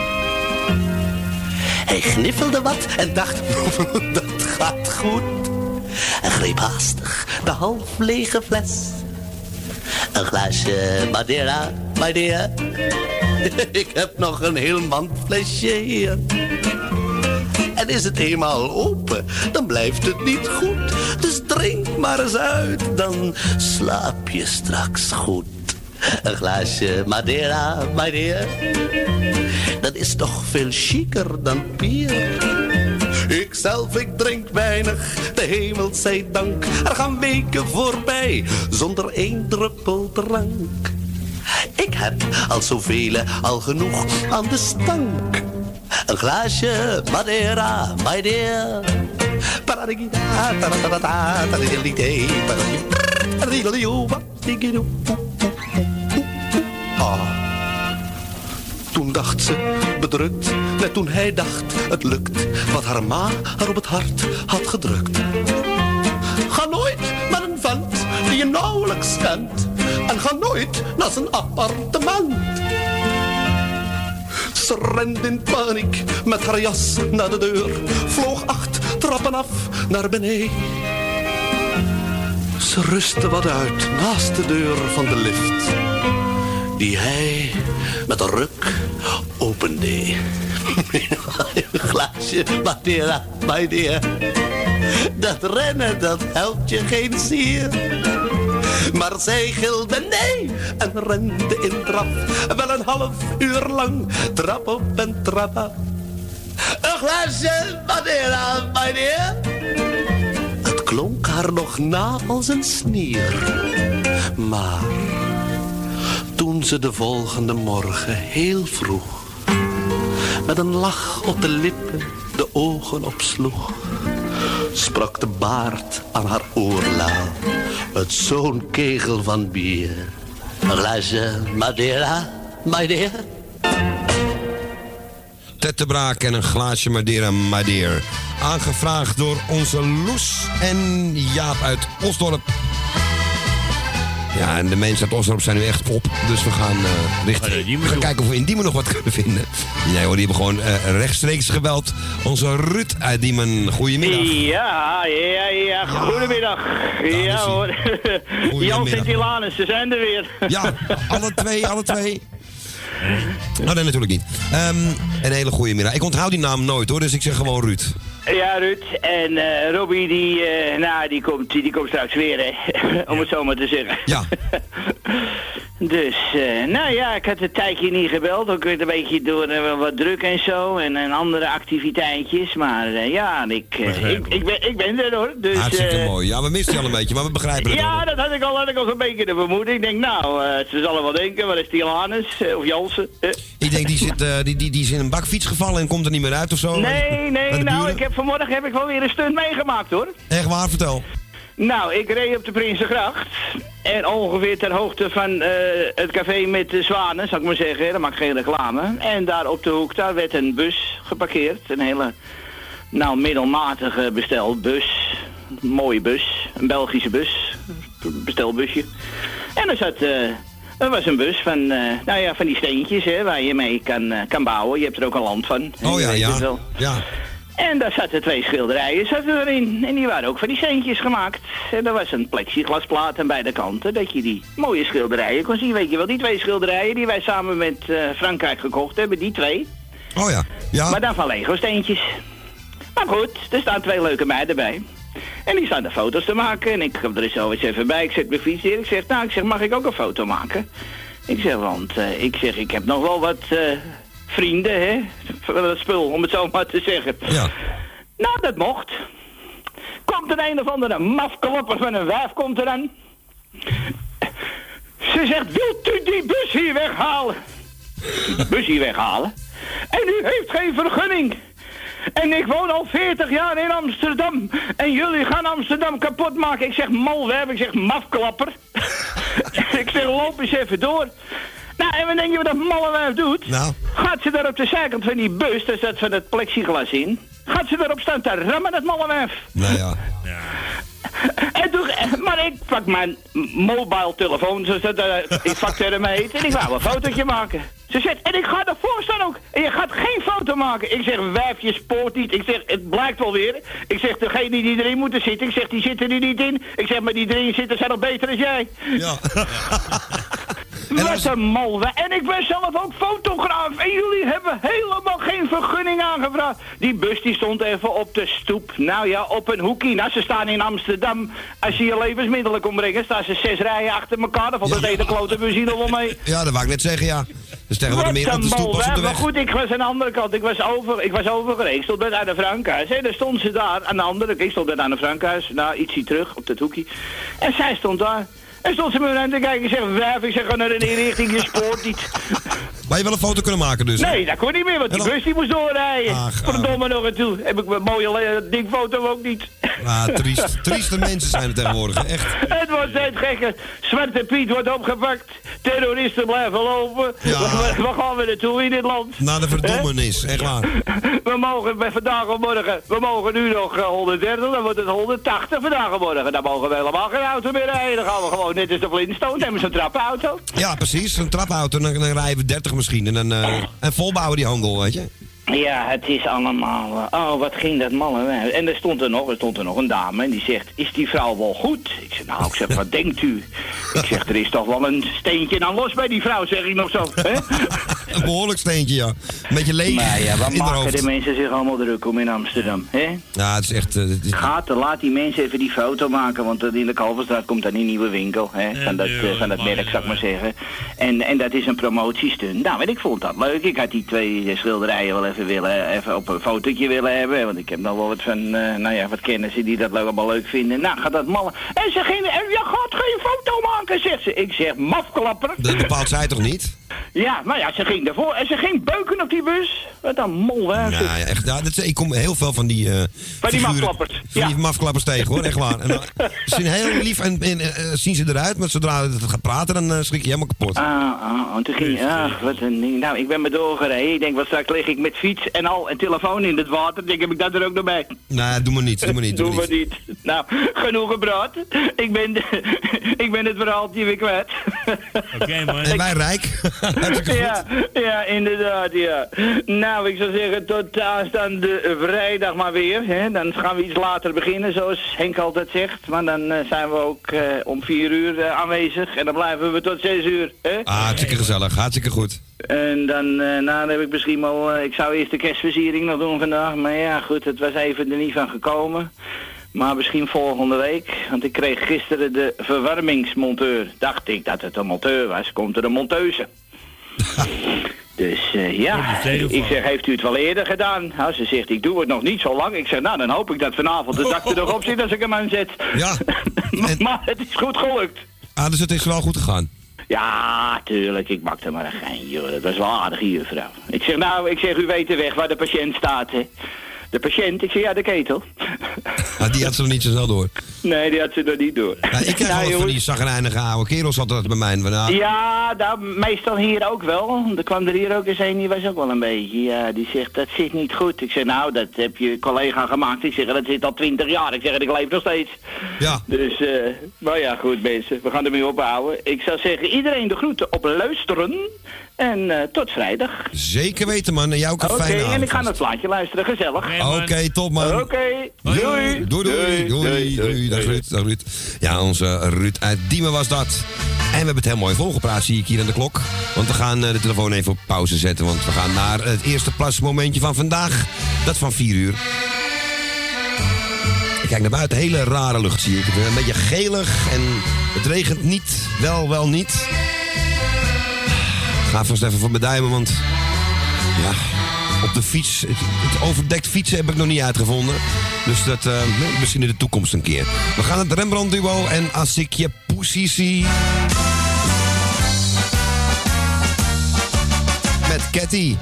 Hij gniffelde wat en dacht, dat gaat goed. En greep haastig de half lege fles. Een glaasje Madeira, my dear. Ik heb nog een heel mandflesje hier. En is het eenmaal open, dan blijft het niet goed. Dus drink maar eens uit, dan slaap je straks goed. Een glaasje Madeira, my dear. Dat is toch veel chiquer dan bier. Ik drink weinig, de hemel zij dank. Er gaan weken voorbij, zonder 1 druppel drank. Ik heb al zoveel, al genoeg aan de stank. Een glaasje Madeira, my dear. Toen dacht ze, bedrukt, net toen hij dacht, het lukt, wat haar ma haar op het hart had gedrukt. Ga nooit naar een vent die je nauwelijks kent. En ga nooit naar zijn appartement. Ze rende in paniek met haar jas naar de deur. Vloog 8 trappen af naar beneden. Ze rustte wat uit naast de deur van de lift, die hij met een ruk opende. Een glaasje Madeira, my dear. Dat rennen, dat helpt je geen zier. Maar zij gilde nee en rende in draf. Wel een half uur lang, trap op en trap af. Een glaasje Madeira, my dear. Het klonk haar nog na als een snier. Maar toen ze de volgende morgen heel vroeg, met een lach op de lippen de ogen opsloeg, sprak de baard aan haar oorlaal uit zo'n kegel van bier. Een glaasje Madeira, my dear. Ted de Braak en een glaasje Madeira, my dear. Aangevraagd door onze Loes en Jaap uit Osdorp. Ja, en de mensen uit Osdorp zijn nu echt op. Dus we gaan we gaan kijken of we in Diemen nog wat kunnen vinden. Nee hoor, die hebben gewoon rechtstreeks gebeld. Onze Ruud uit Diemen. Goedemiddag. Ja. Goedemiddag. Ja hoor. Jan Sint-Hilanus, ze zijn er weer. Ja, alle twee. Nou, nee, natuurlijk niet. Een hele goede middag. Ik onthoud die naam nooit hoor, dus ik zeg gewoon Ruud. Ja, Ruud. En Robbie, die komt straks weer, hè. Om het zo maar te zeggen. Ja. Dus, ik had een tijdje niet gebeld. Ook een beetje door wat druk en zo. En andere activiteitjes. Maar ik ben er hoor. Dus, hartstikke mooi. Ja, we misten je al een beetje, maar we begrijpen het. Ja, dat had ik al een beetje de vermoeden. Ik denk, ze zullen wel denken, wat is die Hannes of Jansen? Ik denk, die is in een bakfiets gevallen en komt er niet meer uit of zo. Nee, vanmorgen heb ik wel weer een stunt meegemaakt hoor. Echt waar, vertel. Nou, ik reed op de Prinsengracht. En ongeveer ter hoogte van het café met de zwanen, zou ik maar zeggen. Dat maakt geen reclame. En daar op de hoek, daar werd een bus geparkeerd. Een hele, middelmatige bestelbus. Een mooie bus. Een Belgische bus. Bestelbusje. En er was een bus van, van die steentjes, hè, waar je mee kan bouwen. Je hebt er ook een land van. Oh ja. En daar zaten 2 schilderijen erin. En die waren ook van die steentjes gemaakt. En er was een plexiglasplaat aan beide kanten. Dat je die mooie schilderijen kon zien. Weet je wel, die 2 schilderijen die wij samen met Frankrijk gekocht hebben. Die 2. Oh ja. Maar dan van Lego steentjes. Maar goed, er staan 2 leuke meiden bij. En die staan de foto's te maken. En ik kom er zo eens even bij. Ik zet mijn fiets hier. Ik zeg, mag ik ook een foto maken? Ik zeg, ik heb nog wel wat vrienden, hè? Dat spul, om het zo maar te zeggen. Ja. Nou, dat mocht. Komt een of andere mafklopper van een wijf komt er aan. Ze zegt, wilt u die bus hier weghalen? die bus hier weghalen. En u heeft geen vergunning. En ik woon al 40 jaar in Amsterdam. En jullie gaan Amsterdam kapot maken. Ik zeg malwerf, ik zeg mafklapper. Ik zeg loop eens even door. Nou, en wat denk je wat dat malwerf doet? Nou. Gaat ze daar op de zijkant van die bus, daar staat van het plexiglas in. Gaat ze daarop staan te rammen, dat malwerf. Nou ja. En toen, maar ik pak mijn mobile telefoon, zoals dat in vaktermen heet, en ik wou een fotootje maken. Ze zegt, en ik ga ervoor staan ook. En je gaat geen foto maken. Ik zeg, wijf, je spoort niet. Ik zeg, het blijkt wel weer. Ik zeg, degene die erin moeten zitten. Ik zeg, die zitten er niet in. Ik zeg, maar die erin zitten zijn nog beter dan jij. Ja. Wat een malwerf. En ik ben zelf ook fotograaf. En jullie hebben helemaal geen vergunning aangevraagd. Die bus die stond even op de stoep. Nou ja, op een hoekie. Nou, ze staan in Amsterdam. Als je je levensmiddelen komt brengen, staan ze 6 rijen achter elkaar. Dan valt het hele klote bus hier nog wel mee. Ja, dat wou ik net zeggen, ja. Dus tegenwoordig meer op de stoep als op de weg. Maar goed, ik was aan de andere kant. Ik was overgereisd. Ik stond bij Anne Frankhuis. En daar stond ze daar aan de andere kant. Ik stond bij Anne Frankhuis. Nou, ietsje terug op dat hoekje. En zij stond daar. En stond ze me aan te kijken. Ik zeg, wijf, ik zeg, ga naar een richting, je spoort niet. Maar je wel een foto kunnen maken dus? Nee, dat kon niet meer, want die bus die moest doorrijden. Verdomme nog en toe. Heb ik mijn mooie dingfoto ook niet. Ah, triest. Trieste mensen zijn er tegenwoordig, echt. Het wordt steeds gekker. Zwarte Piet wordt opgepakt. Terroristen blijven lopen. Ja. Waar gaan we naartoe in dit land? Naar de verdommenis, echt waar. We mogen bij vandaag of morgen, we mogen nu nog 130, dan wordt het 180 vandaag of morgen. Dan mogen we helemaal geen auto meer rijden. Dan gaan we gewoon net als de Flintstones, hebben zo'n trappenauto. Ja, precies, zo'n trappenauto. Dan rijden we 30 misschien. En volbouwen die handel, weet je. Ja, het is allemaal... oh, wat ging dat malle. En er stond er nog een dame en die zegt, is die vrouw wel goed? Ik zeg, nou, wat denkt u? Ik zeg, er is toch wel een steentje aan los bij die vrouw, zeg ik nog zo. Hè? Een behoorlijk steentje, ja. Een beetje leeg. Maar ja, wat maken de mensen zich allemaal druk om in Amsterdam, hè? Ja, het is echt... Laat die mensen even die foto maken, want in de Kalverstraat komt dan een nieuwe winkel, hè? Van dat merk, zou ik maar zeggen. En dat is een promotiestunt. Nou, en ik vond dat leuk. Ik had die 2 schilderijen wel even op een fotootje willen hebben, want ik heb nog wel wat van, wat kennissen die dat allemaal leuk vinden. Nou, gaat dat mallen. En je gaat geen foto maken, zegt ze. Ik zeg, mafklapper. Dat bepaalt zij toch niet? Ja, maar ja, ze ging ervoor en ze ging beuken op die bus. Wat een molwerk. Ja, echt. Ja, ik kom heel veel van die van die mafklappers. Van die mafklappers tegen, hoor. Echt waar. En, ze zijn heel lief en zien ze eruit, maar zodra het gaat praten, dan schrik je helemaal kapot. En toen ging wat een ding. Nou, ik ben me doorgereden. Ik denk, wat straks lig ik met fiets en al en telefoon in het water. Denk, heb ik dat er ook nog bij? Nee, doe maar niet. Doe maar niet. Nou, genoeg gepraat. Ik ben het verhaaltje weer kwijt. Oké, man. En wij rijk. Ja, inderdaad, ja. Nou, ik zou zeggen, tot aanstaande vrijdag maar weer. Hè. Dan gaan we iets later beginnen, zoals Henk altijd zegt. Maar dan zijn we ook om 4 uur aanwezig. En dan blijven we tot 6 uur. Hè. Hartstikke gezellig, hartstikke goed. En dan heb ik misschien wel... ik zou eerst de kerstversiering nog doen vandaag. Maar ja, goed, het was even er niet van gekomen. Maar misschien volgende week. Want ik kreeg gisteren de verwarmingsmonteur. Dacht ik dat het een monteur was. Komt er een monteuse. Dus ik zeg, heeft u het wel eerder gedaan? Nou, ze zegt, ik doe het nog niet zo lang. Ik zeg, nou, dan hoop ik dat vanavond de dak er nog op zit als ik hem aanzet. Ja. Maar het is goed gelukt. Ah, dus het is wel goed gegaan? Ja, tuurlijk. Ik maakte maar een geintje, joh. Dat was wel aardig, juffrouw. Ik zeg, u weet de weg waar de patiënt staat, hè. De patiënt, ik zeg, ja, de ketel. Ah, die had ze nog niet zo snel door. Nee, die had ze nog niet door. Ja, ik krijg wel van die zagrijnige oude kerels altijd bij mij. Ja, meestal hier ook wel. Er kwam er hier ook eens een, die was ook wel een beetje. Ja, die zegt, dat zit niet goed. Ik zeg, nou, dat heb je collega gemaakt. Ik zeg, dat zit al 20 jaar. Ik zeg, ik leef nog steeds. Ja. Dus, maar ja, goed mensen, we gaan ermee ophouden. Ik zou zeggen, iedereen de groeten op luisteren. En tot vrijdag. Zeker weten, man. En jou ook een fijne avond. Oké, en ik ga naar het plaatje luisteren. Gezellig. Oké, top, man. Oké. Doei. Dag Ruud. Ja, onze Ruud uit Diemen was dat. En we hebben het heel mooi volgepraat, zie ik hier aan de klok. Want we gaan de telefoon even op pauze zetten. Want we gaan naar het eerste plasmomentje van vandaag. Dat van 4 uur. Ik kijk naar buiten. Hele rare lucht zie ik. Het is een beetje gelig. En het regent niet. Wel niet. Ik ga vast even voor beduimen, want ja, op de fiets, het overdekt fietsen heb ik nog niet uitgevonden. Dus dat misschien in de toekomst een keer. We gaan het Rembrandt duo en Als ik je poesie zie. Cathy.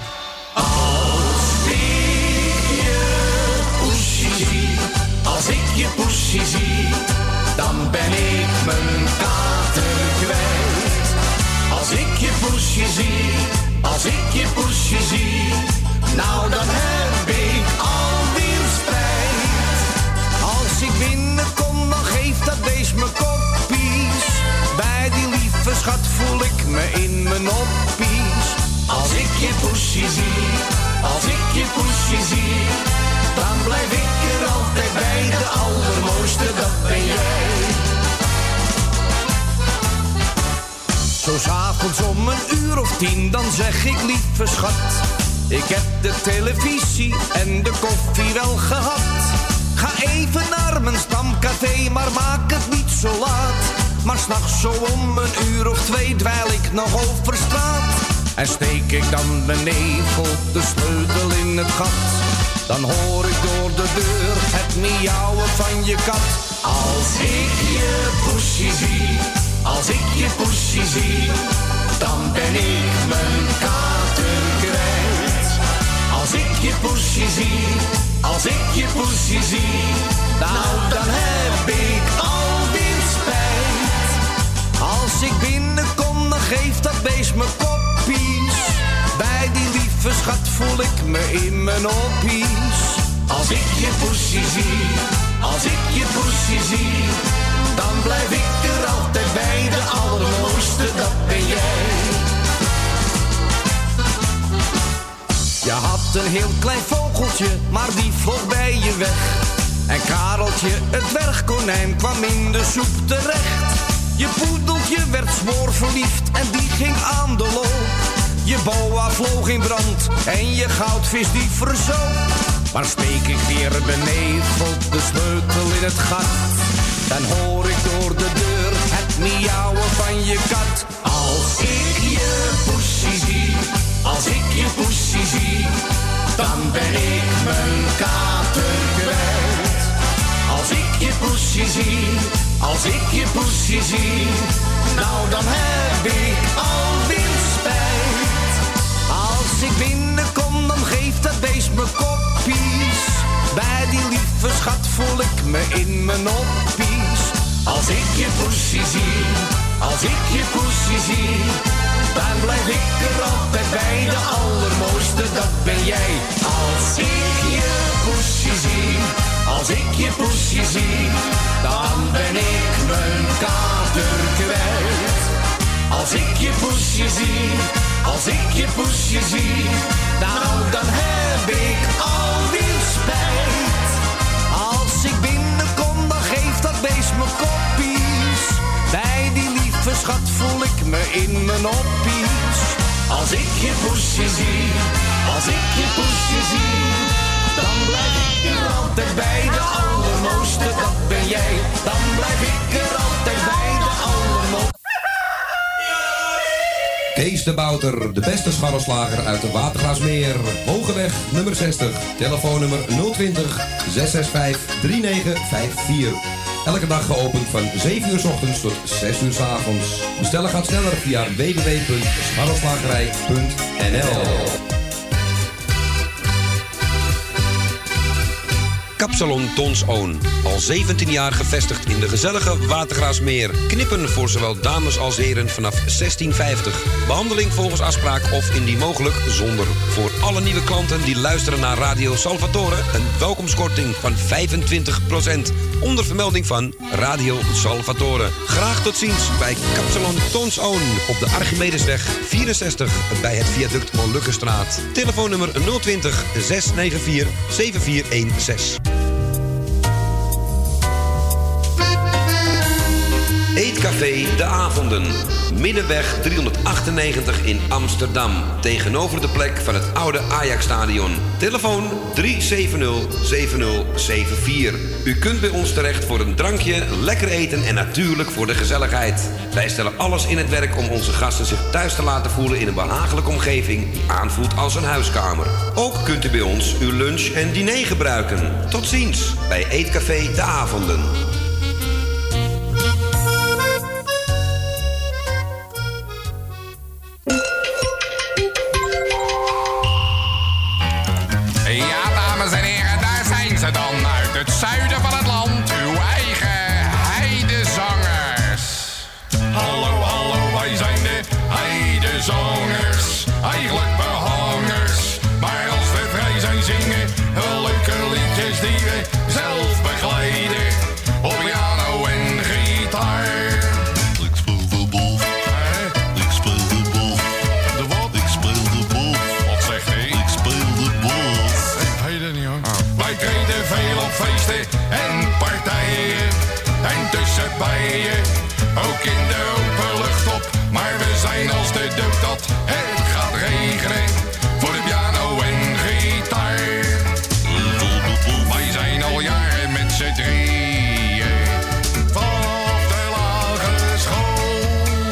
Als ik je poesje zie, dan ben ik mijn kater kwijt. Als ik je poesje zie, als ik je poesje zie, nou dan heb ik alweer spijt. Als ik binnenkom, dan geeft dat beest me koppies. Bij die lieve schat voel ik me in mijn oppies. Als ik je poesje zie, als ik je poesje zie, dan blijf ik er altijd bij, de allermooiste, dat ben jij. Zo 's avonds om 1:10, dan zeg ik lieve schat, ik heb de televisie en de koffie wel gehad. Ga even naar mijn stamcafé, maar maak het niet zo laat. Maar 's nachts zo om 1:02 dweil ik nog over straat. En steek ik dan beneden de sleutel in het gat, dan hoor ik door de deur het miauwen van je kat. Als ik je poesje zie, als ik je poesje zie, dan ben ik mijn kater kwijt. Als ik je poesje zie, als ik je poesje zie, nou dan heb ik alweer spijt. Als ik binnenkom, dan geeft dat beest me koppies. Bij die lieve schat voel ik me in mijn oppies. Als ik je poesje zie, als ik je poesje zie, dan blijf ik er altijd bij, de allermooiste, dat ben jij. Je had een heel klein vogeltje, maar die vloog bij je weg. En Kareltje, het dwergkonijn, kwam in de soep terecht. Je poedeltje werd smoorverliefd en die ging aan de loop. Je boa vloog in brand en je goudvis die verzoop. Maar steek ik weer beneveld de sleutel in het gat, dan hoor ik door de deur het miauwen van je kat. Als ik je poesje zie, als ik je poesje zie, dan ben ik mijn kater kwijt. Als ik je poesje zie, als ik je poesje zie, nou dan heb ik alweer spijt. Als ik binnenkom, dan geeft dat beest me koppies. Bij die lieve schat voel ik me in mijn oppies. Als ik je poesje zie, als ik je poesje zie, dan blijf ik er altijd bij, de allermooiste, dat ben jij. Als ik je poesje zie, als ik je poesje zie, dan ben ik mijn kater kwijt. Als ik je poesje zie, als ik je poesje zie, nou dan heb ik alweer spijt. Als ik binnenkom, dan geeft dat beest me koppies. Bij die lieve schat voel ik me in mijn oppies. Als ik je poesje zie, als ik je poesje zie, dan blijf ik er altijd bij, de allermooiste, dat ben jij. Dan blijf ik er altijd bij, de allermooiste. Kees de Bouter, de beste scharrelslager uit de Watergraasmeer. Hogeweg nummer 60, telefoonnummer 020 665 3954. Elke dag geopend van 7 uur 's ochtends tot 6 uur 's avonds. Bestellen gaat sneller via www.scharrelslagerij.nl. Kapsalon Tons Oon. Al 17 jaar gevestigd in de gezellige Watergraasmeer. Knippen voor zowel dames als heren vanaf 16,50. Behandeling volgens afspraak of indien mogelijk zonder. Voor alle nieuwe klanten die luisteren naar Radio Salvatore een welkomstkorting van 25%. Onder vermelding van Radio Salvatore. Graag tot ziens bij Kapsalon Tons Oon op de Archimedesweg 64 bij het viaduct Molukkenstraat. Telefoonnummer 020 694 7416. Eetcafé De Avonden. Middenweg 398 in Amsterdam. Tegenover de plek van het oude Ajax-stadion. Telefoon 370-7074. U kunt bij ons terecht voor een drankje, lekker eten en natuurlijk voor de gezelligheid. Wij stellen alles in het werk om onze gasten zich thuis te laten voelen in een behagelijke omgeving die aanvoelt als een huiskamer. Ook kunt u bij ons uw lunch en diner gebruiken. Tot ziens bij Eetcafé De Avonden. ze dan uit het zuiden van het land, uw eigen heidezangers. Hallo, hallo, wij zijn de heidezangers, eigenlijk behangers. Maar als we vrij zijn zingen, leuke liedjes die we zelf begeleiden. Op piano en gitaar. Ik speel de bof. Ik speel de bof. De wat? Ik speel de bof. Wat zegt hij? Ik speel de bof. Ik weet het niet hoor. Wij treden veel op feesten en partijen. En tussen bijen, ook in de open lucht op. Maar we zijn als de dood dat het gaat regenen. Voor de piano en gitaar. Wij zijn al jaren met z'n drieën. Vanaf de lagere school.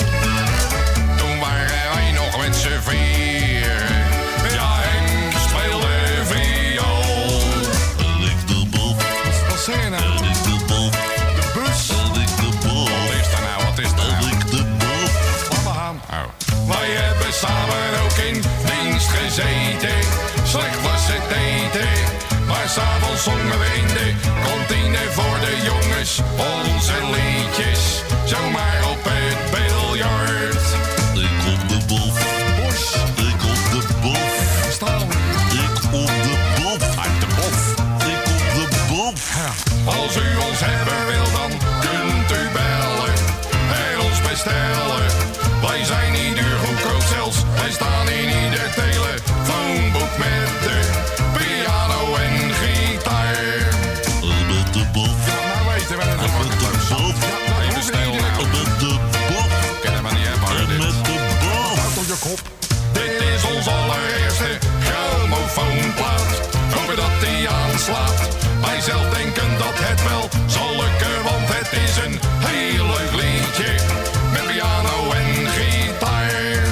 Toen waren wij nog met z'n vieren. Ja, Henk speelde viool. Ik de bof. Wat zeg je nou? Ik de bof. De bus? Ik de bof. Wat is dat nou? Wat is dat nou? Ik de bof. Laat maar gaan. Wij hebben samen ook in dienst gezeten. Slecht was het eten. Maar s'avonds zongen we in de kantine voor de jongens onze liedjes. Zomaar op het biljart. Ik op de bof. Bos. Ik op de bof. Staan. Ik op de bof. Uit de bof. Ik op de bof. Als u ons hebben wil, dan kunt u bellen en ons bestellen. Wij zijn niet duur, goedkoop zelfs. Wij staan in ieder telefoonboek met de piano en gitaar. Met de bof. Ja, nou weten we het nog. Met de bof. Even stil nou. Met de bof. Kennen we niet hebben, dit. Met de bof. Houd op je kop. Dit is ons allereerste grammofoonplaat. Hopen dat die aanslaat. Wij zelf denken dat het wel zal lukken, want het is een heel leuk liedje. Met piano en gitaar.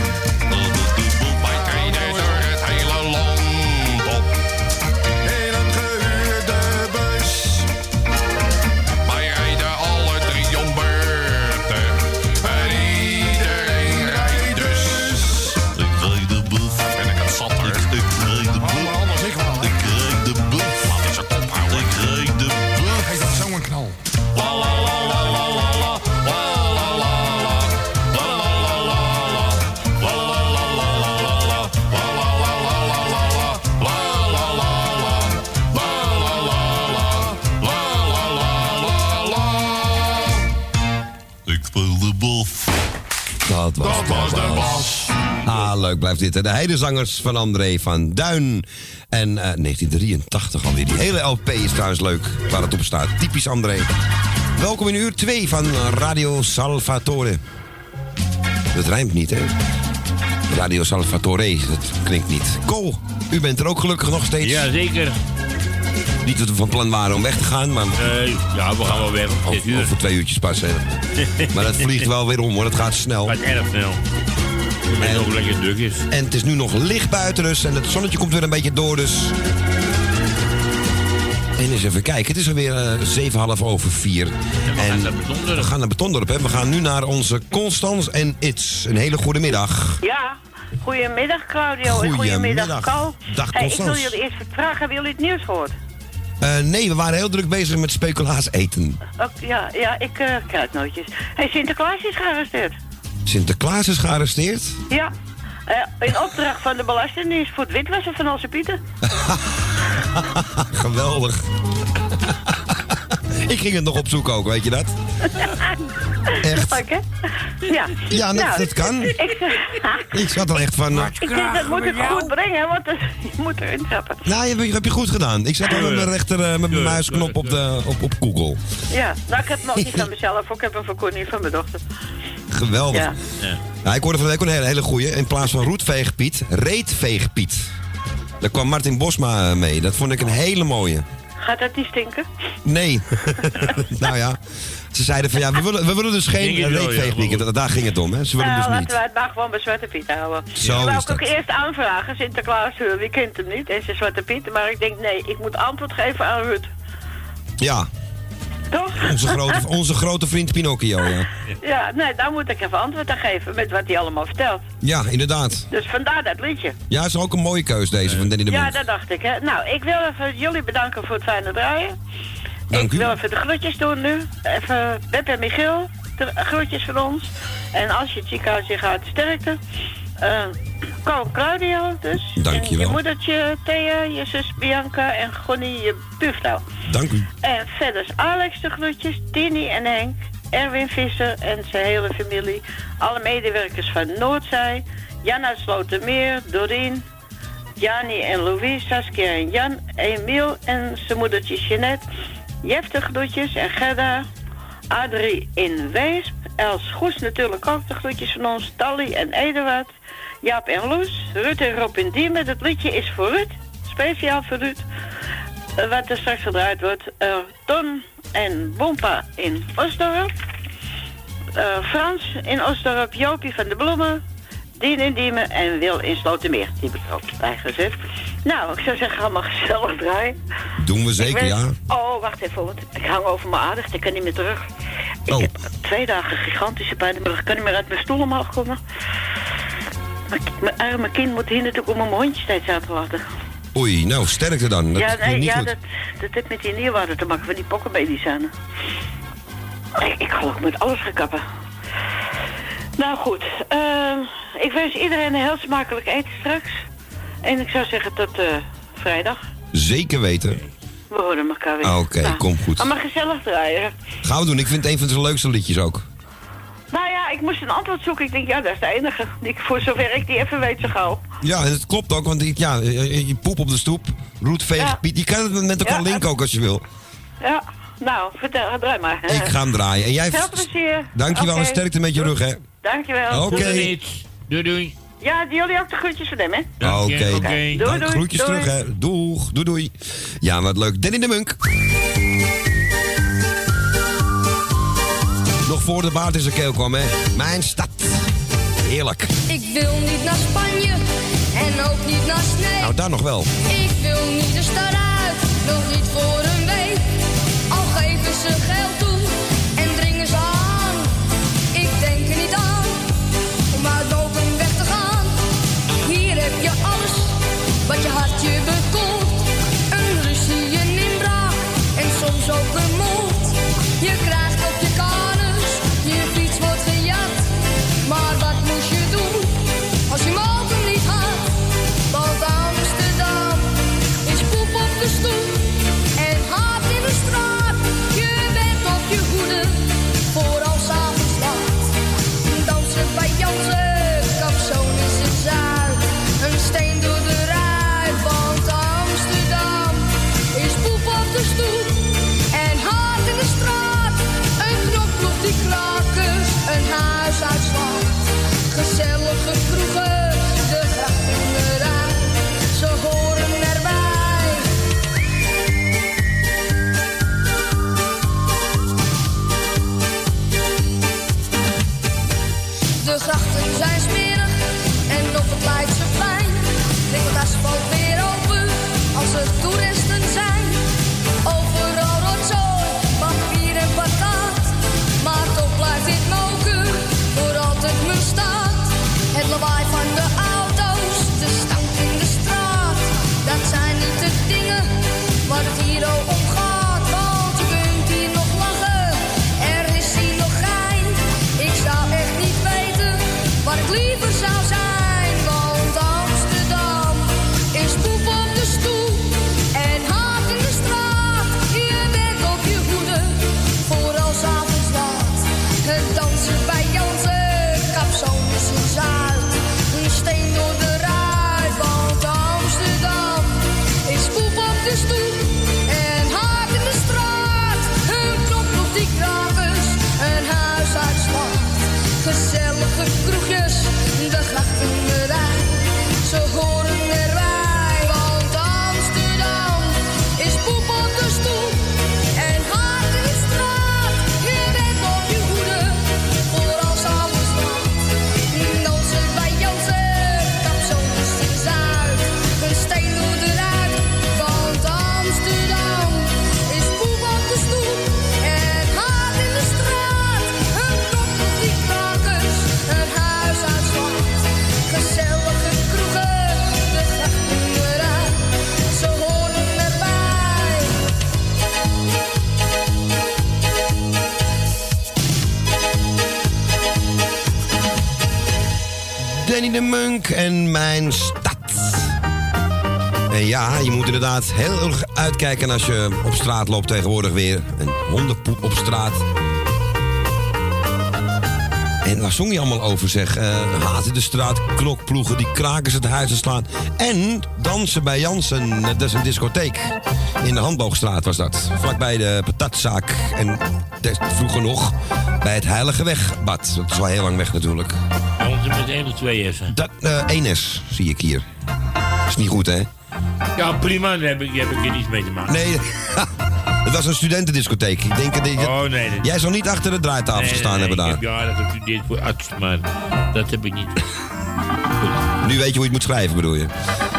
Wij treden door het hele land op. In een gehuurde bus. Wij rijden alle drie om beurten. En iedereen rijdt dus. Ik rijd de bof. Ben ik het zat hoor. Ik rijd de bof. Anders ik wel. Ik rijd de bof. Laat eens een kop houden. Ik rijd de bof. Geef dat zo'n knal. La la la la la la la. La la la la. La la la la la. La la la la la la la. La la la la la la la. La la la la. La la la la. La la la la la. Ik speel de bof. Dat was de bas. Ah, leuk blijft dit. Hè? De heidezangers van André van Duin. En 1983 alweer. Die hele LP is trouwens leuk waar het op staat. Typisch André. Welkom in uur 2 van Radio Salvatore. Dat rijmt niet, hè? Radio Salvatore, dat klinkt niet. Cole, u bent er ook gelukkig nog steeds. Jazeker. Niet dat we van plan waren om weg te gaan, maar... Ja, we gaan wel weg. Over 2 uurtjes pas, hè. Maar dat vliegt wel weer om, hoor. Het gaat snel. Het gaat erg snel. Omdat het ook lekker druk is. En het is nu nog licht buiten dus. En het zonnetje komt weer een beetje door, dus... En eens even kijken. Het is alweer 3:07. En we gaan naar Betondorp, hè. We gaan nu naar onze Constance en It's. Een hele goede middag. Ja, goedemiddag Claudio en goedemiddag Carl. Dag Ik wil Constance. jullie eerst vragen, hebben jullie het nieuws gehoord? Nee, we waren heel druk bezig met speculaas eten. Ja, ik kruidnootjes. Hey, Sinterklaas is gearresteerd. Sinterklaas is gearresteerd? Ja, in opdracht van de Belastingdienst voor het witwassen van onze pieten. Geweldig. Ik ging het nog opzoeken ook, weet je dat? Echt? Oké. Ja. Ja, dat kan. Ik zat er echt van... Ik denk, dat moet het goed brengen, want je moet erin trappen. Nou, heb je goed gedaan. Ik zat al met mijn rechter met mijn muisknop op Google. Ja, nou ik heb hem ook niet van mezelf, ik heb hem van Connie van mijn dochter. Geweldig. Ja. Nou, ik hoorde van de week een hele goeie. In plaats van roetveegpiet, reetveegpiet. Daar kwam Martin Bosma mee. Dat vond ik een hele mooie. Gaat dat niet stinken? Nee. Nou ja. Ze zeiden van ja, we willen dus geen reetveegpiet. Daar ging het om, hè. Ze willen dus niet. Laten we het maar gewoon bij Zwarte Piet houden. Zo ik wou is dat. ook eerst aanvragen, Sinterklaas, wie kent hem niet? En ze Zwarte Piet, maar ik denk nee, ik moet antwoord geven aan Ruud. Ja. Toch? Onze grote vriend Pinocchio, ja. Ja, nee, daar moet ik even antwoord aan geven met wat hij allemaal vertelt. Ja, inderdaad. Dus vandaar dat liedje. Ja, is ook een mooie keus deze van Danny de Munk. Ja, dat dacht ik, hè. Nou, ik wil even jullie bedanken voor het fijne draaien. Dank u. Ik wil even de groetjes doen nu. Even Beb en Michiel, de groetjes van ons. En als je het ziekenhuis in gaat, sterkte. Claudio dus. Dank je wel. En je moedertje Thea, je zus Bianca en Gonnie, je buurvrouw. Dank u. En verder Alex de groetjes, Tini en Henk, Erwin Visser en zijn hele familie. Alle medewerkers van Noordzij, Jan uit Slotermeer, Doreen, Jani en Louise, Saskia en Jan, Emiel en zijn moedertje Jeanette, Jef de groetjes en Gerda, Adrie in Weesp, Els Goes natuurlijk ook de groetjes van ons, Tally en Eduard, Jaap en Loes, Ruud en Rob in Diemen. Het liedje is voor Ruud, speciaal voor Ruud. Wat er straks gedraaid wordt. Ton en Bompa in Osdorp. Frans in Osdorp, Jopie van de Bloemen, Dien in Diemen en Wil in Slotermeer. Die heb ik ook bijgezet. Nou, ik zou zeggen, allemaal gezellig draaien. Doen we zeker, ja. Oh, wacht even, want ik hang over mijn aardig. Ik kan niet meer terug. Ik heb 2 dagen gigantische pijn. Ik kan niet meer uit mijn stoel omhoog komen. Mijn arme kind moet hier natuurlijk om mijn hondje steeds uit te laten. Oei, nou, sterkte dan. Dat is niet goed. Dat heeft met die nierwaarde te maken van die pokkenmedicijnen. Ik ga ook met alles gekappen. Nou goed, ik wens iedereen een heel smakelijk eten straks. En ik zou zeggen tot vrijdag. Zeker weten. We horen elkaar weer. Oké, kom goed. Maar gezellig draaien. Gaan we doen. Ik vind het een van zijn leukste liedjes ook. Nou ja, ik moest een antwoord zoeken. Ik denk, ja, dat is de enige. Die, voor zover ik die even weet zo gauw. Ja, en het klopt ook, want je poep op de stoep, roetveeg, Piet. Je kan het met elkaar linken ook als je wil. Ja, nou, vertel, draai maar. Ik ga hem draaien. En jij... Veel plezier. Dankjewel en sterkte met je rug, hè. Dankjewel. Oké. Doei, doei. Ja, jullie ook de groetjes van hem, hè? Oké. Doei, doei. Groetjes terug, hè. Doeg, doei, doei. Ja, wat leuk. Danny de Munk. Nog voor de baard in zijn keel kwam, hè. Mijn stad. Heerlijk. Ik wil niet naar Spanje en ook niet naar Snee. Nou, daar nog wel. Ik wil niet de stad uit, nog niet voor een week. Al geven ze geld toe en dringen ze aan. Ik denk er niet aan om uit boven weg te gaan. Hier heb je alles wat je hart je bekoelt. Een ruzie, een inbraak en soms ook een moord. Je krijgt op je kanus, je fiets wordt gejat. Maar wat moest je doen als je mogen niet had? Want Amsterdam is poep op de stoep en haat in de straat. Je bent op je hoede voor als avonds laat. Dansen bij Jansen, kapzoon is in Zuid. Een steen door de ruit, want Funk en Mijn Stad. En ja, je moet inderdaad heel erg uitkijken als je op straat loopt tegenwoordig weer. Een hondenpoep op straat. En waar zong je allemaal over, zeg? Haat de straat, klokploegen, die krakers het huis slaan. En dansen bij Jansen, dat is een discotheek. In de Handboogstraat was dat. Vlakbij de patatzaak. En vroeger nog bij het Heilige Wegbad. Dat is wel heel lang weg natuurlijk. Dansen met 1 of 2 S'en? 1 S zie ik hier. Is niet goed, hè? Ja, prima, daar heb ik hier niets mee te maken. Nee, het was een studentendiscotheek. Ik denk dat nee. Jij zal niet achter de draaitafel gestaan hebben daar. Ik heb jaren gestudeerd voor arts, maar dat heb ik niet. Nu weet je hoe je het moet schrijven, bedoel je?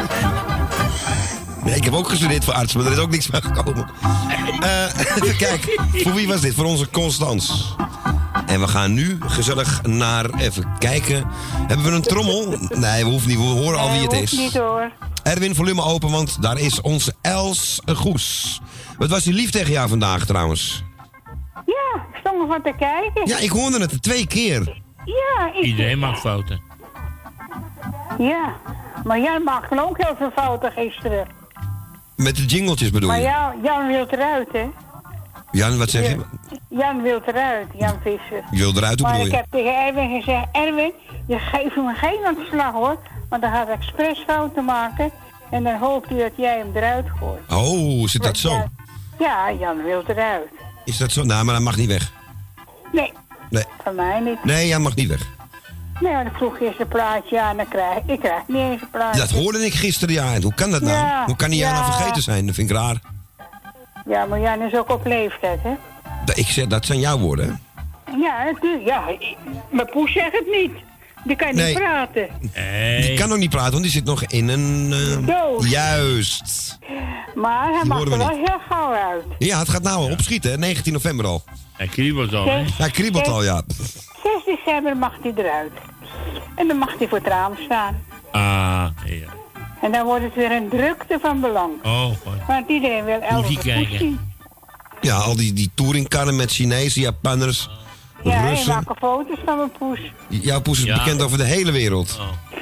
Nee, ik heb ook gestudeerd voor arts, maar er is ook niks van gekomen. Even kijken, voor wie was dit? Voor onze Constans. En we gaan nu gezellig naar, even kijken. Hebben we een trommel? Nee, we hoeven niet, we horen al wie het is. Niet hoor. Erwin, volume open, want daar is onze Els Goes. Wat was hij lief tegen jou vandaag trouwens? Ja, ik stond er van te kijken. Ja, ik hoorde het 2 keer. Ja, Iedereen maakt fouten. Ja, maar Jan maakte ook heel veel fouten gisteren. Met de jingletjes bedoel Maar je? Jan wil eruit, hè? Jan, wat zeg je? Jan wil eruit, Jan Visser. Je wil eruit, hoe Maar bedoel ik je? heb tegen Erwin gezegd, Erwin, je geeft hem geen ontslag hoor. Want dan gaat hij expres fouten maken. En dan hoopt hij dat jij hem eruit gooit. Oh, zit dat zo? Ja, Jan wil eruit. Is dat zo? Nou, maar hij mag niet weg. Nee, Nee, van mij niet. nee, Jan mag niet weg. Nee, dan vroeg je eens een plaatje aan, dan krijg ik niet eens een plaatje. Dat hoorde ik gisteren, ja. En hoe kan dat nou? Ja, Hoe kan hij Jan nou ja. vergeten zijn? Dat vind ik raar. Ja, maar Jan is ook op leeftijd, hè? Ik zeg, dat zijn jouw woorden, hè? Ja, natuurlijk. Ja, mijn poes zegt het niet. Die kan Nee. niet praten. Die kan nog niet praten, want die zit nog in een... Doos. Juist. Maar hij Die mag horen er we wel heel gauw uit. Ja, het gaat nou opschieten, hè? 19 november al. Hij kriebelt al, hè? Hij kriebelt al, ja. 6 december mag hij eruit. En dan mag hij voor het raam staan. Ah, ja. En dan wordt het weer een drukte van belang. Oh, God. Want iedereen wil elke Muziek poes kijken. zien. Ja, al die touringkarren met Chinezen, Japanners, Ja, en Russen. maken foto's van mijn poes. Jouw poes is Ja. bekend over de hele wereld.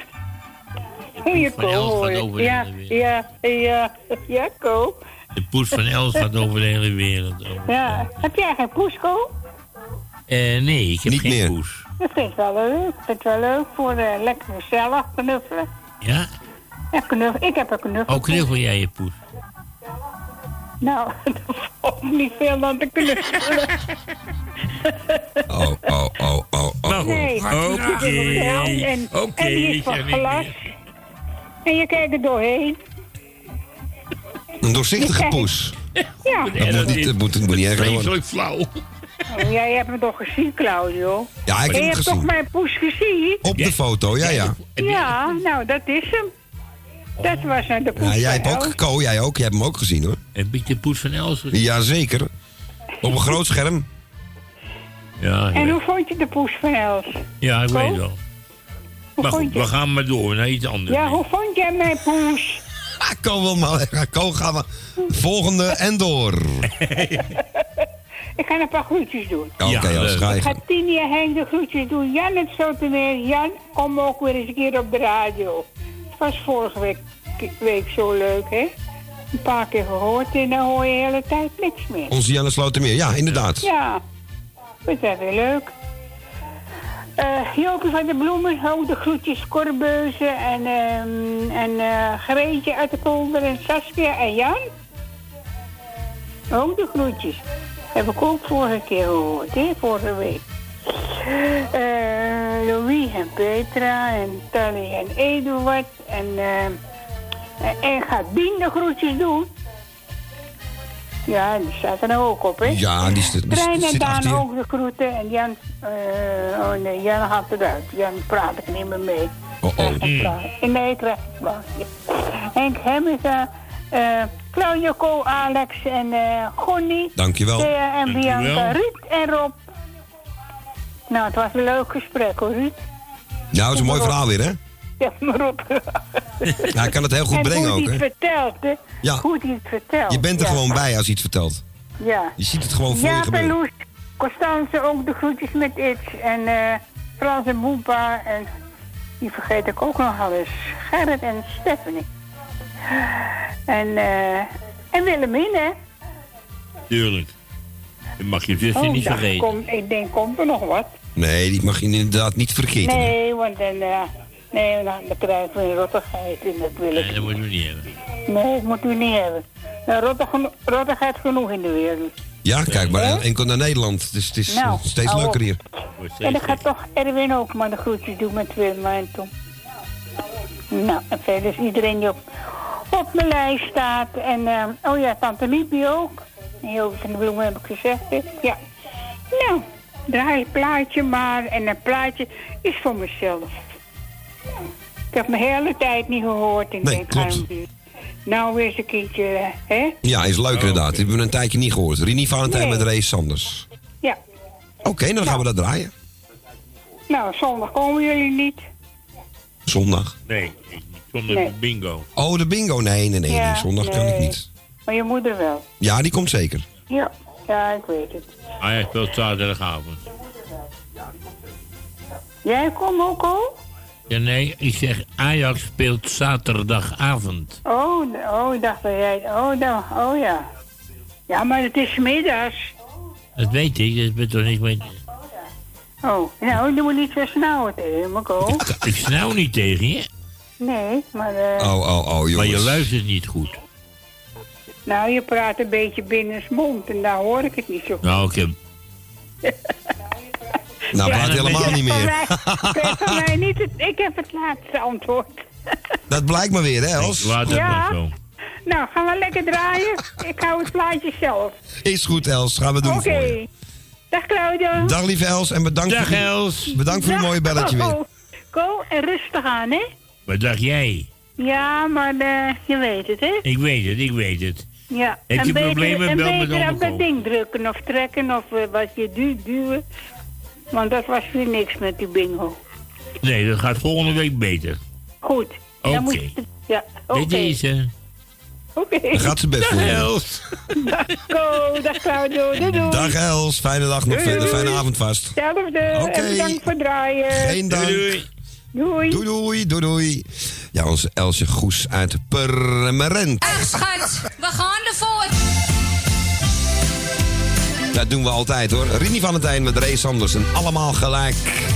Je van Els Ko, gaat hoor. over de Ja, hele ja, Ko. De poes van Els gaat over de hele wereld. Ja. Heb jij geen poes, Ko? Nee, ik heb Niet geen meer. poes. Dat vind ik wel leuk. Ik vind het wel leuk voor lekker gezellig knuffelen. Ja? Ja, ik heb een knuffel. Oh, knuffel jij je poes? Nou, dat valt niet veel aan te knuffelen. Oh. Nou, Nee, oké. En die is van glas. En je kijkt er doorheen. Een doorzichtige poes. Ja. Dat moet niet erger worden. Vreselijk flauw. Oh, jij hebt me toch gezien, Claudio? Ja, ik heb En hem je hebt gezien. toch mijn poes gezien? Op de foto, ja. Ja, nou, dat is hem. Dat was aan de poes Ja, jij van hebt ook, Els. Ko, jij ook. Jij hebt hem ook gezien, hoor. Heb ik de poes van Els gezien? Jazeker. Op een groot scherm. Ja, En hoe vond je de poes van Els? ja, ik Ko? weet wel. Hoe Maar vond goed, je? we gaan maar door naar iets anders. Ja, hoe vond jij mijn poes? Ko wil maar. Ko, gaan we volgende en door. Ik ga een paar groetjes doen. Oké, als ga je Ik ga gang. Tini en Henk de groetjes doen. Jan het Zoetermeer. Jan, kom ook weer eens een keer op de radio. Het was vorige week zo leuk, hè? Een paar keer gehoord en dan hoor je de hele tijd niks meer. Onze Janne Slotermeer, ja, inderdaad. Ja, dat is weer leuk. Jopie van de Bloemen, ook de groetjes Corbeuze en Greetje uit de polder en Saskia en Jan. Ook de groetjes. Heb ik ook vorige keer gehoord, hè, vorige week. Louis en Petra en Tally en Eduard en gaat Dien de groetjes doen. Ja, die staat er nou ook op, hè? Ja, die Trein en zit Daan achter je. ook de groeten en Jan... oh nee, Jan gaat eruit. Jan praat ik niet meer mee. Nee, ik krijg het plaatje. Henk Hemmega, Claudio Co, Alex en Gonnie. Dankjewel. Thea en Bianca, Dankjewel. Ruud en Rob. Nou, het was een leuk gesprek hoor, Ruud. Nou, dat is een mooi verhaal weer, hè? Ja, maar op. Ja, hij kan het heel goed en brengen hoe ook, hij hè? het vertelt, hè? Ja. Hoe hij het vertelt. Je bent er Ja. gewoon bij als hij iets vertelt. Ja. Je ziet het gewoon voor je Ja, gebeuren. Peloes, Constance ook de groetjes met Itch. En Frans en Boempa. En Die vergeet ik ook nog wel eens. Gerrit en Stephanie. En Willemien, hè? Tuurlijk. Dat mag je zusje niet vergeten. Ik denk, komt er nog wat? Nee, die mag je inderdaad niet vergeten. Nee, want dan krijgen we een rottigheid en dat wil ik. Nee, dat moeten we niet hebben. Nee, dat moeten we niet hebben. Rottigheid genoeg in de wereld. Ja, kijk maar, enkel naar Nederland. Het is steeds leuker hier. En dan gaat toch Erwin ook maar de groetjes doen met Wilma en Tom. Nou, en verder is iedereen die op mijn lijst staat. En, Tante Liepie ook. Heel van de bloemen heb ik gezegd. Hè? Ja. Nou, draai het plaatje maar. En een plaatje is voor mezelf. Ik heb mijn hele tijd niet gehoord. En nee, klopt. Nou, weer eens een keertje, hè? Ja, is leuk inderdaad. Die hebben we een tijdje niet gehoord. Rini Valentijn met Ray Sanders. Ja. Oké, dan gaan we dat draaien. Nou, zondag komen jullie niet. Zondag? Nee, zondag de bingo. Oh, de bingo? Nee, ja, zondag kan ik niet. Maar je moeder wel? Ja, die komt zeker. Ja, ik weet het. Hij speelt zaterdagavond. Jij komt ook al? Ja, nee, ik zeg Ajax speelt zaterdagavond. Oh, ik dacht dat jij... Oh ja. Ja, maar het is middags. Dat weet ik, dat ben toch niet mee... Oh, nou, je moet niet zo snauwen tegen me, Ko. Ik snauw niet tegen je. Nee, maar... jongens. Maar je luistert niet goed. Nou, je praat een beetje binnensmond en daar hoor ik het niet zo goed. Nou, ik heb... Nou, praat helemaal niet meer. Ik heb het laatste antwoord. Dat blijkt maar weer, hè, Els? Laat het maar zo. Nou, gaan we lekker draaien. Ik hou het plaatje zelf. Is goed, Els. Gaan we doen voor je. Dag, Claudio. Dag, lieve Els. En bedankt voor uw mooie belletje weer. Ko, en rustig aan, hè? Wat dacht jij? Ja, maar je weet het, hè? Ik weet het. Ja. Heb je problemen, bel me dan op dat ding drukken of trekken of wat je duwen. Want dat was weer niks met die bingo. Nee, dat gaat volgende week beter. Goed. Oké. Ja, oké. Dit is ze. Oké. Dan gaat ze best voor je. Els. Dag Ko, dag Claudio, doei. Dag Els, fijne dag nog verder, fijne avond vast. Hetzelfde, en bedankt voor het draaien. Geen dank. Doei. Ja, onze Elsje Goes uit Purmerend. Schat, we gaan ervoor. Dat doen we altijd hoor. Rini Valentijn met Ray Sanders en allemaal gelijk.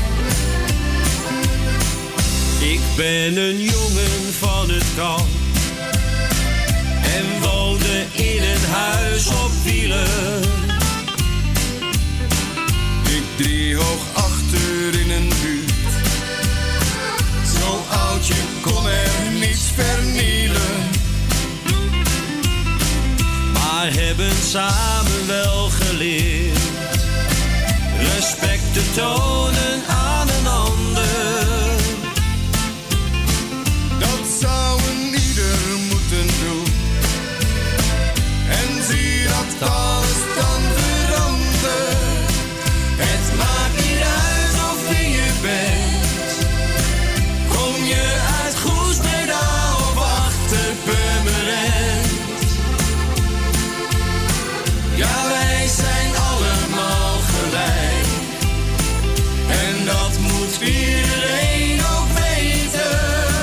Ik ben een jongen van het kamp en woonde in een huis op wielen. Ik driehoog achter in een buurt. Zo oud, je kon er niets vernielen. Maar hebben samen wel geleerd respect te tonen aan een ander. Dat zou een ieder moeten doen. En zie dat alles dan verandert. Het maakt niet uit of wie je bent. Kom je uit Goesbreda of achter Purmerend. Ja, wij zijn allemaal gelijk. En dat moet iedereen ook weten.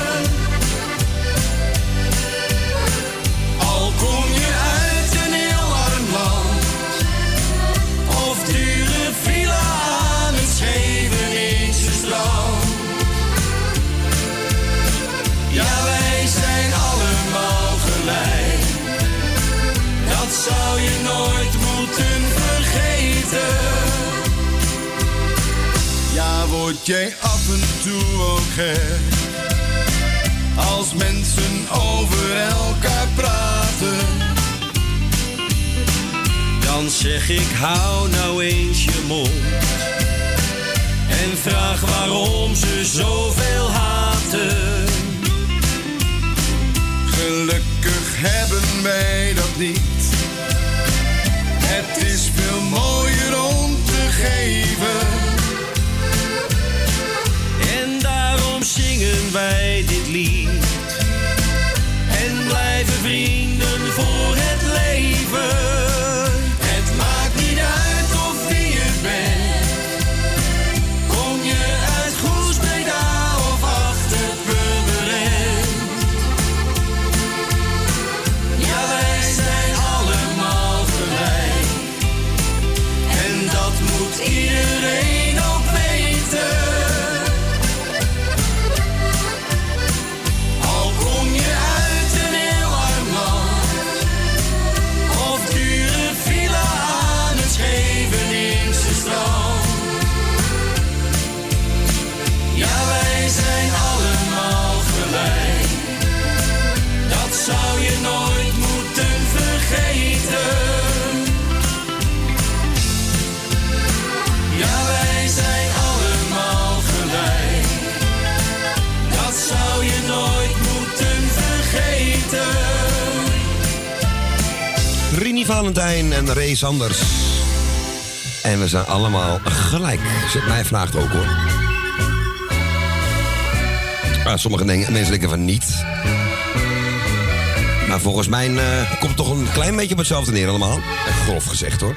Al kom je uit een heel arm land. Of dure villa aan het Scheveningse strand. Ja, wij zijn allemaal gelijk. Dat zou je nooit moeten vergeten. Ja, word jij af en toe ook gek als mensen over elkaar praten. Dan zeg ik hou nou eens je mond. En vraag waarom ze zoveel haten. Gelukkig hebben wij dat niet. Het is veel mooier om te geven. En daarom zingen wij dit lied. En blijven vrienden voor het leven. Het maakt niet uit of wie je bent. Kom je uit Goesbreda of achter Valentijn en Ray Sanders. En we zijn allemaal gelijk. Zit mij vraagt ook hoor. Sommige mensen denken van niet. Maar volgens mij komt het toch een klein beetje op hetzelfde neer allemaal. Grof gezegd hoor.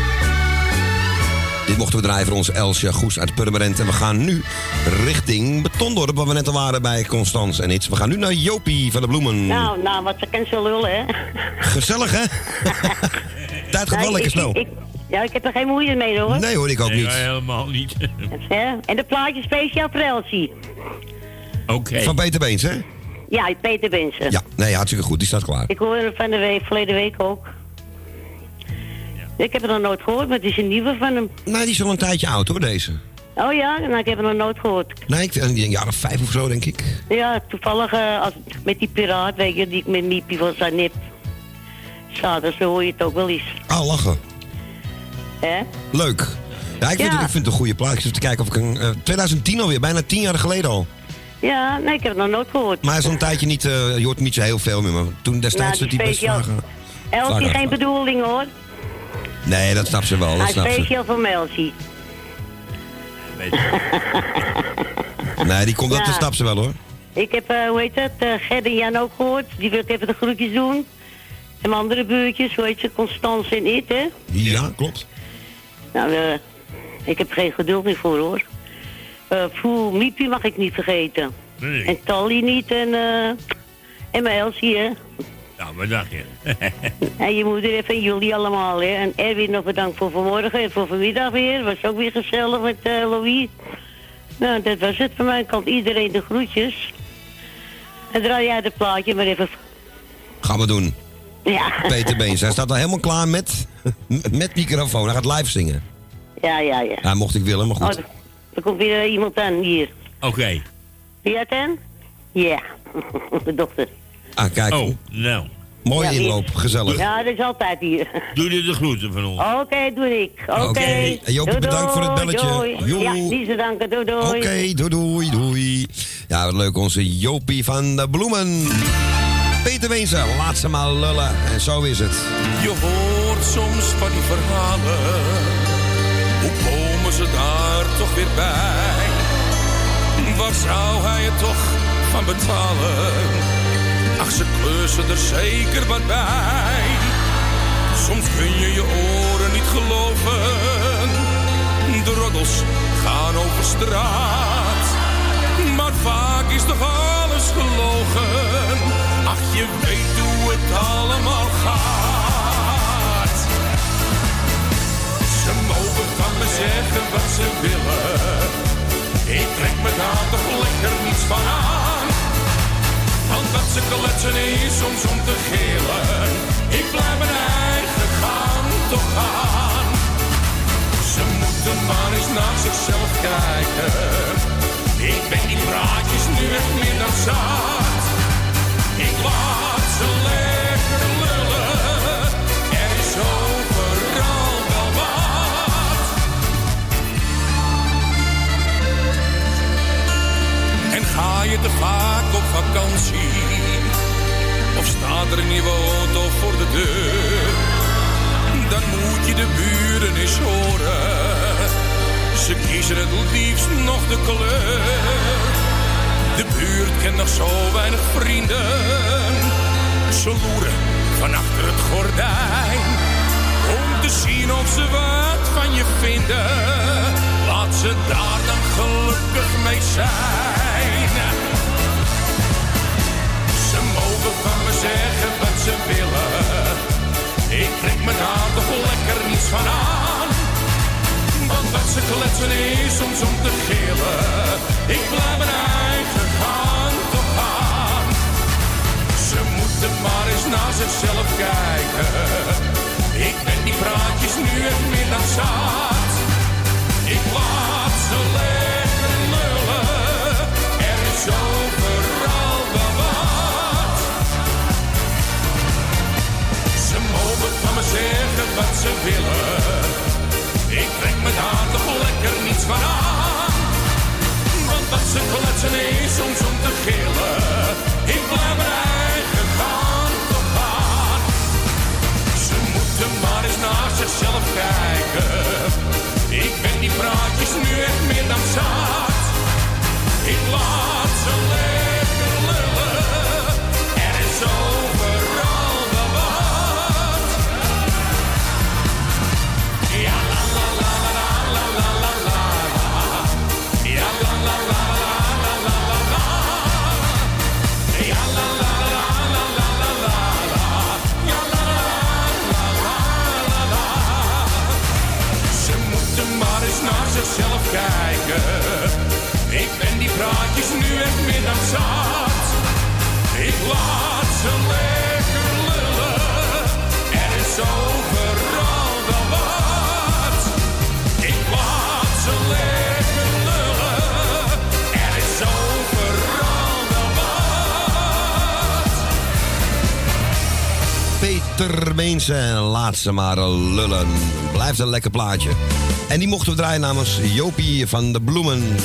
Dit mochten we draaien voor onze Elsje Goes uit Purmerend. En we gaan nu richting Betondorp, waar we net al waren bij Constance en iets. We gaan nu naar Jopie van de Bloemen. Nou, wat ze kan zo lullen, hè? Gezellig, hè? Tijd gaat wel lekker snel. Ik heb er geen moeite mee, hoor. Nee hoor, ik ook niet. Nee, helemaal niet. En de plaatje speciaal voor Elsie. Oké. Van Peter Beens, hè? Ja, Peter Beens. Ja, nee, hartstikke goed. Die staat klaar. Ik hoorde hem van verleden week ook. Ja. Ik heb het nog nooit gehoord, maar het is een nieuwe van hem. Nee, die is al een tijdje oud, hoor, deze. Oh ja? Nou, ik heb het nog nooit gehoord. Nee, een jaar of 5 of zo, denk ik. Ja, toevallig met die piraat, weet je, die ik met Miepie van Zanip. Zaterdag, zo hoor je het ook wel eens. Ah, lachen. Hè? Leuk. Ja, ik vind het een goede plaat. Ik zit te kijken of ik 2010 alweer, bijna 10 jaar geleden al. Ja, nee, ik heb het nog nooit gehoord. Maar hij is al een tijdje niet, je hoort niet zo heel veel meer. Maar toen destijds werd hij best vragen. Elsie, geen bedoeling hoor. Nee, dat snapt ze wel. Dat hij is speciaal voor Elsie. Nee, die komt dat snapt ze wel hoor. Ik heb, hoe heet dat, Gert en Jan ook gehoord. Die wil ik even de groetjes doen. En mijn andere buurtjes, hoe heet ze, Constance en It, hè? Ja, klopt. Nou, ik heb geen geduld meer voor, hoor. Miepie mag ik niet vergeten. Nee. En Tally niet en mijn Elsie, hè? Nou, wat dacht je? En je moeder even en jullie allemaal, hè? En Erwin nog bedankt voor vanmorgen en voor vanmiddag weer. Was ook weer gezellig met Louis. Nou, dat was het van mijn kant. Iedereen de groetjes. En draai jij het plaatje maar even. Gaan we doen. Ja. Peter Beens, hij staat al helemaal klaar met microfoon. Hij gaat live zingen. Ja. Ja, mocht ik willen, maar goed. Oh, er komt weer iemand aan, hier. Oké. Wie het dan? Ja, de dochter. Ah, kijk. Oh, nou. Mooie inloop, gezellig. Ja, dat is altijd hier. Doe je de groeten van ons. Oké, doe ik. Oké. En Jopie, bedankt voor het belletje. Doei. Ja, niet te danken. Doei. Oké, doei. Ja, wat leuk, onze Jopie van de Bloemen. Peter Weense, laat ze maar lullen. En zo is het. Je hoort soms van die verhalen. Hoe komen ze daar toch weer bij? Waar zou hij het toch van betalen? Ach, ze kleusen er zeker wat bij. Soms kun je je oren niet geloven. De roddels gaan over straat. Maar vaak is toch alles gelogen. Ach, je weet hoe het allemaal gaat. Ze mogen van me zeggen wat ze willen. Ik trek me daar toch lekker niets van aan. Want dat ze kletsen is soms om te gillen. Ik blijf mijn eigen gang toch gaan. Ze moeten maar eens naar zichzelf kijken. Ik ben die praatjes nu echt meer dan zat. Ik laat ze lekker lullen. Er is overal wel wat. En ga je te vaak op vakantie? Of staat er een nieuwe auto voor de deur? Dan moet je de buren eens horen. Ze kiezen het liefst nog de kleur. De buurt kent nog zo weinig vrienden. Ze loeren van achter het gordijn. Om te zien of ze wat van je vinden. Laat ze daar dan gelukkig mee zijn. Ze mogen van me zeggen wat ze willen. Ik trek me daar toch lekker niets van aan. Want wat ze kletsen is soms om te gillen. Ik blijf mijn eigen gang toch gaan. Ze moeten maar eens naar zichzelf kijken. Ik ben die praatjes nu echt meer dan zat. Ik laat ze lekker lullen. Er is overal wel wat. Ze mogen van me zeggen wat ze willen. Ik trek me daar toch lekker niets van aan. Want wat ze kletsen is soms om te gillen. Ik blijf mijn eigen gang toch gaan. Ze moeten Peter Beense. Laat ze maar lullen. Blijft een lekker plaatje. En die mochten we draaien namens Jopie van de Bloemen.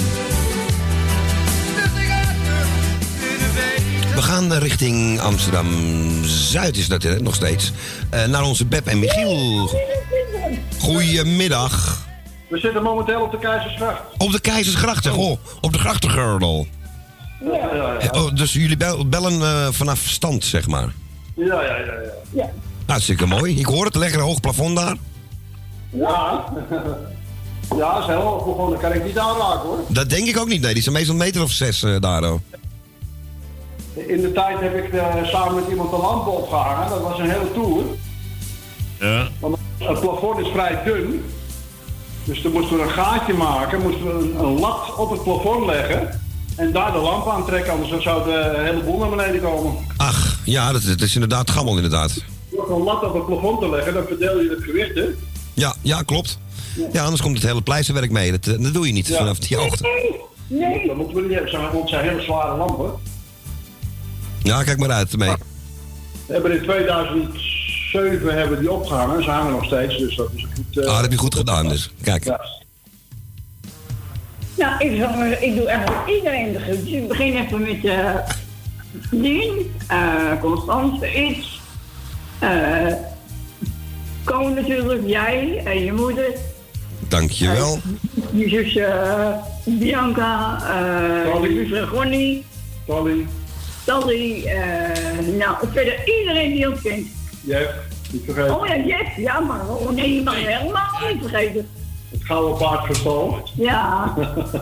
We gaan richting Amsterdam-Zuid, is dat nog steeds. Naar onze Beb en Michiel. Goedemiddag. We zitten momenteel op de Keizersgracht. Op de Keizersgracht, zeg. Oh, op de grachtengordel. Ja. Oh, dus jullie bellen vanaf stand, zeg maar. Ja. Hartstikke mooi. Ik hoor het, lekker hoog plafond daar. Ja. Ja, dat is heel hoog plafond. Dat kan ik niet aanraken, hoor. Dat denk ik ook niet, nee. Die zijn meestal een meter of 6 daar, oh. In de tijd heb ik samen met iemand de lampen opgehangen. Dat was een hele tour. Ja. Want het plafond is vrij dun. Dus dan moesten we een gaatje maken. Moesten we een lat op het plafond leggen. En daar de lamp aantrekken. Anders zou de hele boel naar beneden komen. Ach, ja, dat is inderdaad gammel, inderdaad. Door een lat op het plafond te leggen, dan verdeel je het gewicht, hè? Ja, klopt. Ja, anders komt het hele pleisterwerk mee. Dat doe je niet vanaf die hoogte. Nee. Dat moeten we niet hebben. Het zijn hele zware lampen. Ja, kijk maar uit ermee. We hebben in 2007 hebben die opgehangen. Ze hangen nog steeds, dus dat is goed. Dat heb je goed gedaan, dus. Kijk. Ja. Nou, ik doe eigenlijk iedereen de groetjes. Ik begin even met Dien, Constance, Iets. Koon natuurlijk, jij en je moeder. Dankjewel. Je zus Bianca, je zus Ronnie. Tally, nou, verder iedereen die ons kent. Jeff, niet vergeten. Oh ja, Jeff, ja, maar nee, je mag je helemaal niet vergeten. Het gouden paard verstal. Ja.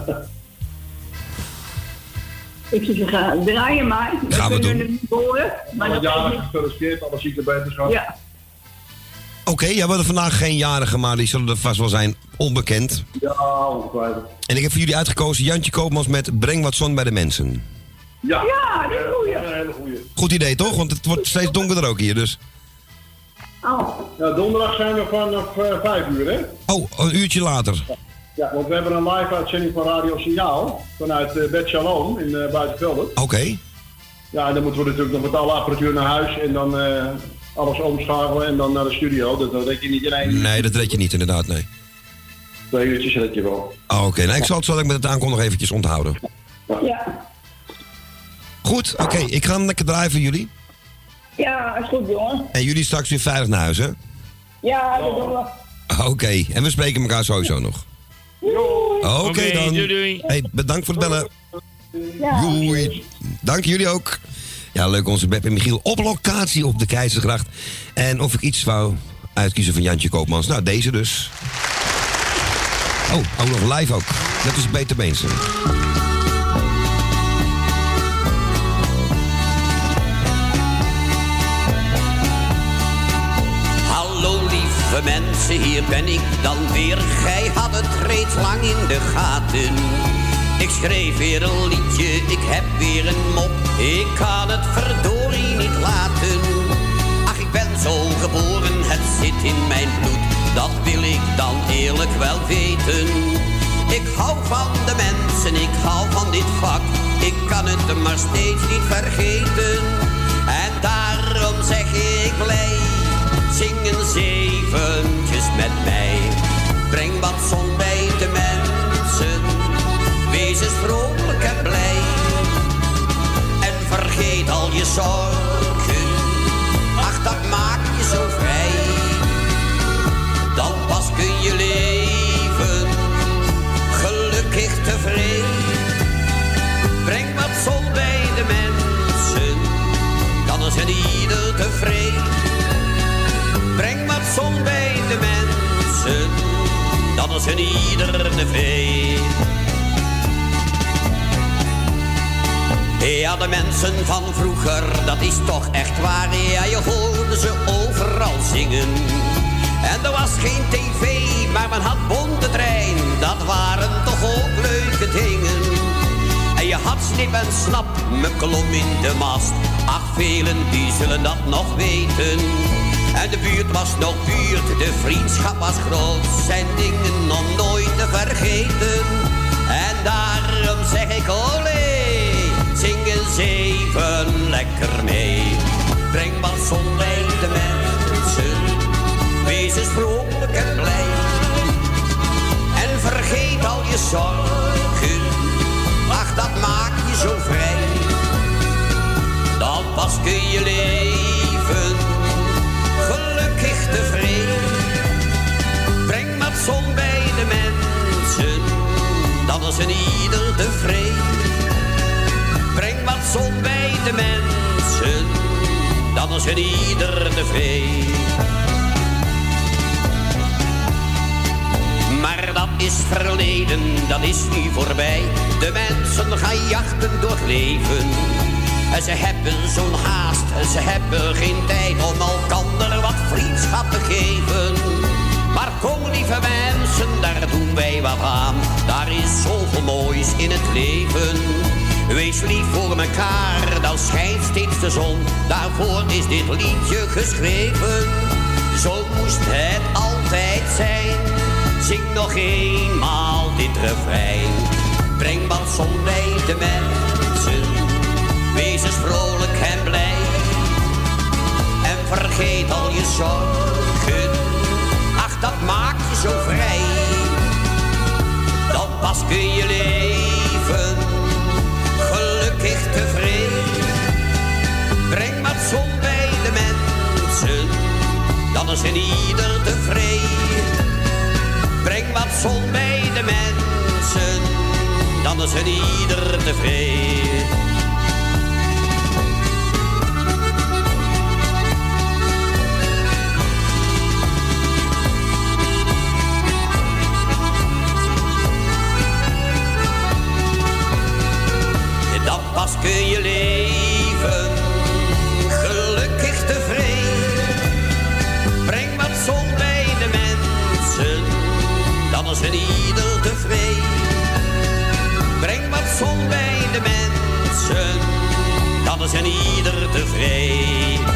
Ik zou zeggen, draaien maar. Gaan we doen. Het niet horen, maar dat ja, is gefeliciteerd, alle ziekenbeterschap. Ja. Oké, ja, we hadden vandaag geen jarigen, maar die zullen er vast wel zijn, onbekend. Ja, ongetwijfeld. En ik heb voor jullie uitgekozen Jantje Koopmans met Breng wat zon bij de mensen. Ja, dat is goed. Een hele goeie. Goed idee, toch? Want het wordt steeds donkerder ook hier, dus. Oh. Ja, donderdag zijn we vanaf 5 uur, hè? Oh, een uurtje later. Ja, want we hebben een live uitzending van Radio Signaal vanuit Bed Shalom in Buitenvelden. Oké. Ja, en dan moeten we natuurlijk nog met alle apparatuur naar huis en dan alles omschakelen en dan naar de studio. Dat red je niet in één. Nee, dat red je niet inderdaad, nee. 2 uurtjes red je wel. Oké. Nou, ik zal het zo met het aankondigen eventjes onthouden. Ja. Goed, oké. Ik ga hem lekker draaien voor jullie. Ja, is goed, jongen. En jullie straks weer veilig naar huis, hè? Ja, dat doen we. Oké. En we spreken elkaar sowieso nog. Oké, dan. Doei. Hey, bedankt voor het bellen. Ja. Doei. Dank jullie ook. Ja, leuk, onze Beb en Michiel op locatie op de Keizersgracht. En of ik iets wou uitkiezen van Jantje Koopmans. Nou, deze dus. Oh, ook nog live ook. Dat is Peter Beense. Hallo lieve mensen, hier ben ik dan weer. Gij had het reeds lang in de gaten. Ik schreef weer een liedje, ik heb weer een mop. Ik kan het verdorie niet laten. Ach, ik ben zo geboren, het zit in mijn bloed. Dat wil ik dan eerlijk wel weten. Ik hou van de mensen, ik hou van dit vak. Ik kan het maar steeds niet vergeten. En daarom zeg ik blij, zing eens eventjes met mij. Breng wat zon bij de mensen, wees eens vrolijk en blij. En vergeet al je zorgen, ach dat maakt je zo vrij. Dan pas kun je leven, gelukkig tevreden. Breng wat zon bij de mensen, dan is er ieder tevreden. Breng wat zon bij de mensen, dan is er ieder tevreden. Ja, de mensen van vroeger, dat is toch echt waar. Ja, je hoorde ze overal zingen. En er was geen tv, maar men had bonte trein. Dat waren toch ook leuke dingen. En je had snip en snap, me klom in de mast. Ach, velen die zullen dat nog weten. En de buurt was nog buurt, de vriendschap was groot. Zijn dingen om nooit te vergeten. En daarom zeg ik olé, zing eens even lekker mee. Breng wat zon bij de mensen. Wees eens vrolijk en blij. En vergeet al je zorgen. Ach, dat maakt je zo vrij. Dan pas kun je leven. Gelukkig tevreden. Breng wat zon bij de mensen. Dan is een ieder tevreden. Breng wat zon bij de mensen. Dan is een ieder tevreden. Maar dat is verleden, dat is nu voorbij. De mensen gaan jachten door het leven. En ze hebben zo'n haast, en ze hebben geen tijd om elkander wat vriendschap te geven. Maar kom lieve mensen, daar doen wij wat aan. Daar is zoveel moois in het leven. Wees lief voor mekaar, dan schijnt steeds de zon. Daarvoor is dit liedje geschreven. Zo moest het altijd zijn. Zing nog eenmaal dit refrein. Breng wat zon bij de mensen. Wees eens vrolijk en blij. En vergeet al je zorgen. Ach, dat maakt je zo vrij. Dan pas kun je leven. Gelukkig tevreden. Breng wat zon bij de mensen. Dan is een ieder tevreden. Breng wat zon bij de mensen. Dan is een ieder tevreden. Dan pas kun je leven, gelukkig tevreden. Breng wat zon bij de mensen, dan is een ieder tevreden. Breng wat zon bij de mensen, dan is een ieder tevreden.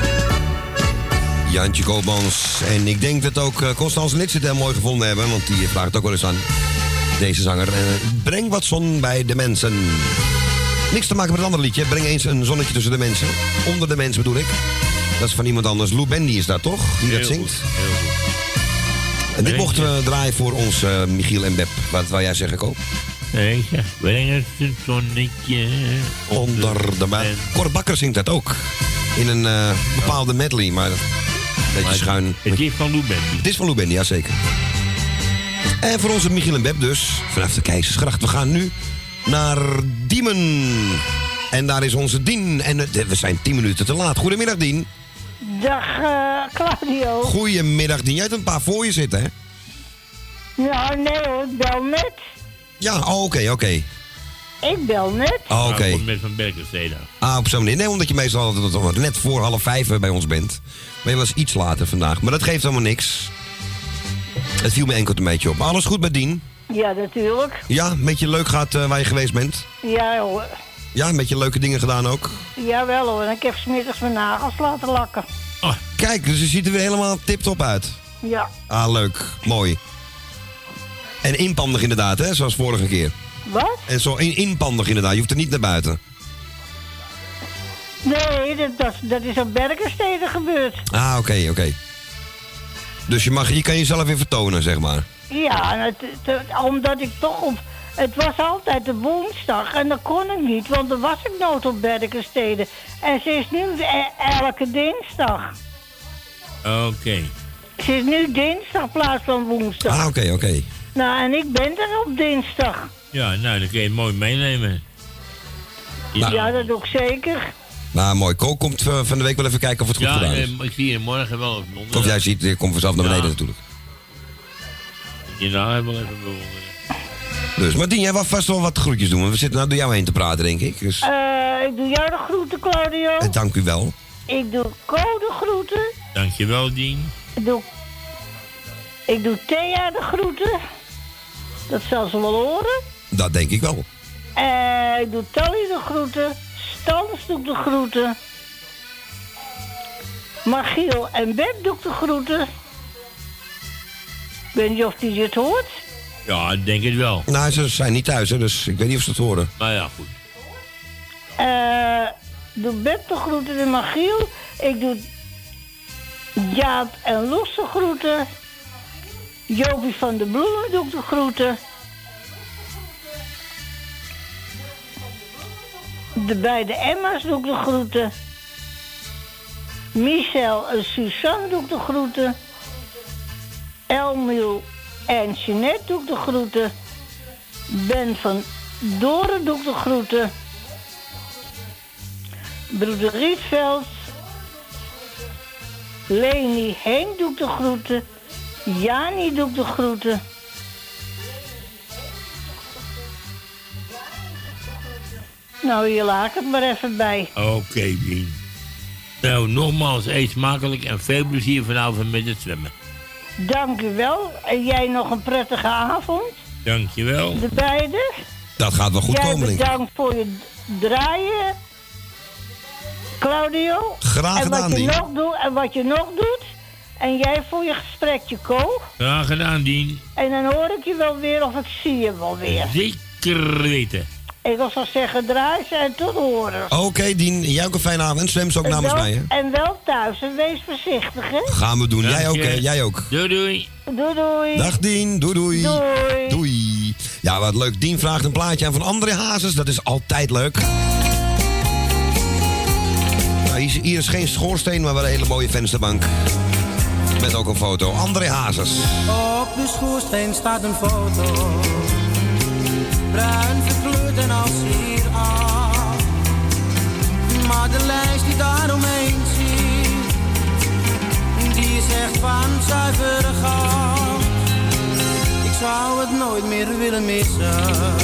Jantje Koopmans. En ik denk dat ook Constance Lits het heel mooi gevonden hebben, want die vraagt ook wel eens aan deze zanger. Breng wat zon bij de mensen. Niks te maken met een ander liedje. Breng eens een zonnetje tussen de mensen. Onder de mensen bedoel ik. Dat is van iemand anders. Lou Bendy is dat toch? Die dat zingt. Goed, heel goed. En dit mochten we draaien voor ons Michiel en Beb. Wat wil jij zeggen, Koop? Nee, zeg, breng eens een zonnetje onder de mensen. Cor Bakker zingt dat ook. In een bepaalde medley, maar een beetje schuin. Het is van Lou Bendy. Het is van Lou Bendy, jazeker. En voor onze Michiel en Beb dus, vanaf de Keizersgracht. We gaan nu naar Diemen. En daar is onze Dien. En we zijn 10 minuten te laat. Goedemiddag, Dien. Dag, Claudio. Goedemiddag, Dien. Jij hebt een paar voor je zitten, hè? Nou, nee hoor, ik bel net. Ja, oké. Ik bel net. Oké. Ik kom met Van Berkenstede. Op zo'n manier. Nee, omdat je meestal altijd net voor 4:30 bij ons bent. Maar je was iets later vandaag. Maar dat geeft helemaal niks. Het viel me enkel een beetje op. Alles goed met Dien? Ja, natuurlijk. Ja, een beetje leuk gaat waar je geweest bent? Ja hoor. Ja, een beetje leuke dingen gedaan ook? Jawel hoor, en ik heb 's middags mijn nagels laten lakken. Oh, kijk, dus je ziet er weer helemaal tip-top uit. Ja. Leuk. Mooi. En inpandig inderdaad, hè, zoals vorige keer. Wat? En zo inpandig inderdaad, je hoeft er niet naar buiten. Nee, dat is op Berkenstede gebeurd. Oké. Dus je kan jezelf weer vertonen, zeg maar. Ja, omdat ik toch op... Het was altijd de woensdag en dat kon ik niet, want dan was ik nooit op Berkenstede. En ze is nu elke dinsdag. Oké. Ze is nu dinsdag in plaats van woensdag. Oké. Nou, en ik ben er op dinsdag. Ja, nou, dan kun je het mooi meenemen. Ja, dat doe ik zeker. Nou, mooi. Ko komt van de week wel even kijken of het goed gedaan is. Ja, ik zie je morgen wel op donderdag. Of jij ziet, je komt vanzelf naar beneden natuurlijk. Je nou wel even bewonderen. Dus, maar Dien, jij wil vast wel wat groetjes doen. Want we zitten nou door jou heen te praten, denk ik. Dus... Ik doe jou de groeten, Claudio. Dank u wel. Ik doe Ko de groeten. Dankjewel, Dien. Ik doe Thea de groeten. Dat zal ze wel horen. Dat denk ik wel. Ik doe Tally de groeten. Stans doe ik de groeten. Magiel en Beb doe ik de groeten. Ik weet niet of die het hoort. Ja, ik denk het wel. Nou, ze zijn niet thuis, hè, dus ik weet niet of ze het horen. Nou ja, goed. doe Beb de groeten en Magiel. Ik doe Jaap en Los de groeten. Jopie van de Bloemen doe ik de groeten. De beide Emma's doe ik de groeten. Michel en Suzanne doe ik de groeten. Elmiel en Jeanette doe ik de groeten. Ben van Doren doe ik de groeten. Broeder Rietveld. Leni Henk doe ik de groeten. Jani doe ik de groeten. Nou, hier laat ik het maar even bij. Oké, Bien. Nou, nogmaals, eet smakelijk en veel plezier vanavond met het zwemmen. Dank u wel. En jij nog een prettige avond. Dank je wel. De beide. Dat gaat wel goed komen, denk ik. Bedankt voor je draaien, Claudio. Graag gedaan, Dien. En wat je nog doet. En jij voor je gesprekje, Ko. Graag gedaan, Dien. En dan hoor ik je wel weer of ik zie je wel weer. Zeker weten. Ik wil zo zeggen, draai en tot horen. Oké, Dien. Jij ook een fijne avond. En zwem ze ook namens mij, hè? En wel thuis. En wees voorzichtig, hè? Gaan we doen. Jij ook, hè? Jij ook. Doei, doei. Doei, doei. Dag, Dien. Doei, doei. Doei. Doei. Ja, wat leuk. Dien vraagt een plaatje aan van André Hazes. Dat is altijd leuk. Nou, hier is geen schoorsteen, maar wel een hele mooie vensterbank. Met ook een foto. André Hazes. Op de schoorsteen staat een foto. Bruin verkleurd en als hier af. Maar de lijst die daaromheen ziet, die is echt van zuivere goud. Ik zou het nooit meer willen missen.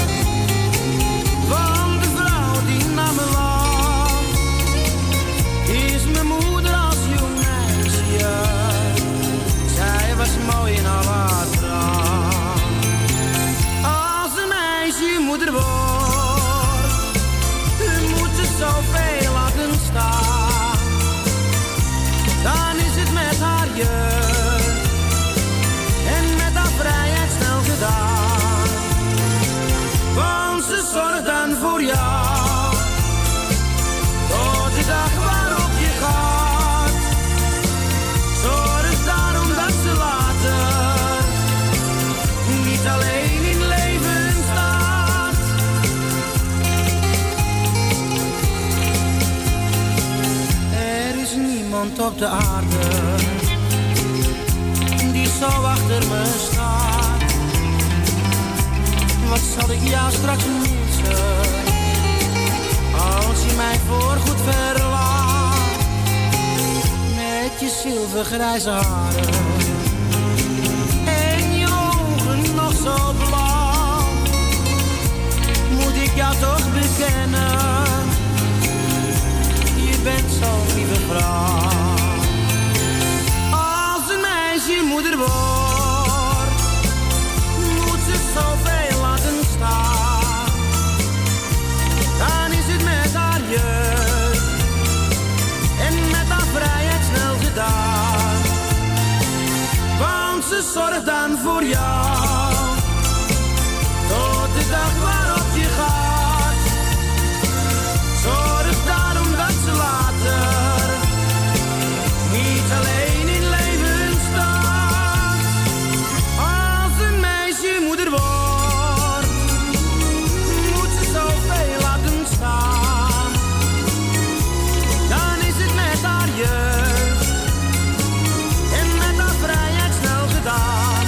Want de vrouw die naar me lacht, is mijn moeder als jong meisje. Zij was mooi in al haar pracht. Als een meisje moeder wordt, moet ze zoveel laten staan. Dan is het met haar jeugd en met haar vrijheid snel gedaan. Want ze zorgt dan voor jou, tot de dag waarop je gaat. Zorg daarom dat ze later niet alleen in leven staat. Er is niemand op de aarde die zo achter me staat. Wat zal ik jou straks missen, als je mij voorgoed verlaat. Met je zilvergrijze haren en je ogen nog zo blauw, moet ik jou toch bekennen, je bent zo'n lieve vrouw. Als een meisje moeder wordt, moet ze zoveel laten staan. Dan is het met haar jeugd en met haar vrijheid snel gedaan. Want ze zorgt dan voor jou, tot de dag waarop je gaat. Zorg daarom dat ze later niet alleen in leven staat. Als een meisje moeder wordt, moet ze zoveel laten staan. Dan is het met haar jeugd en met haar vrijheid snel gedaan.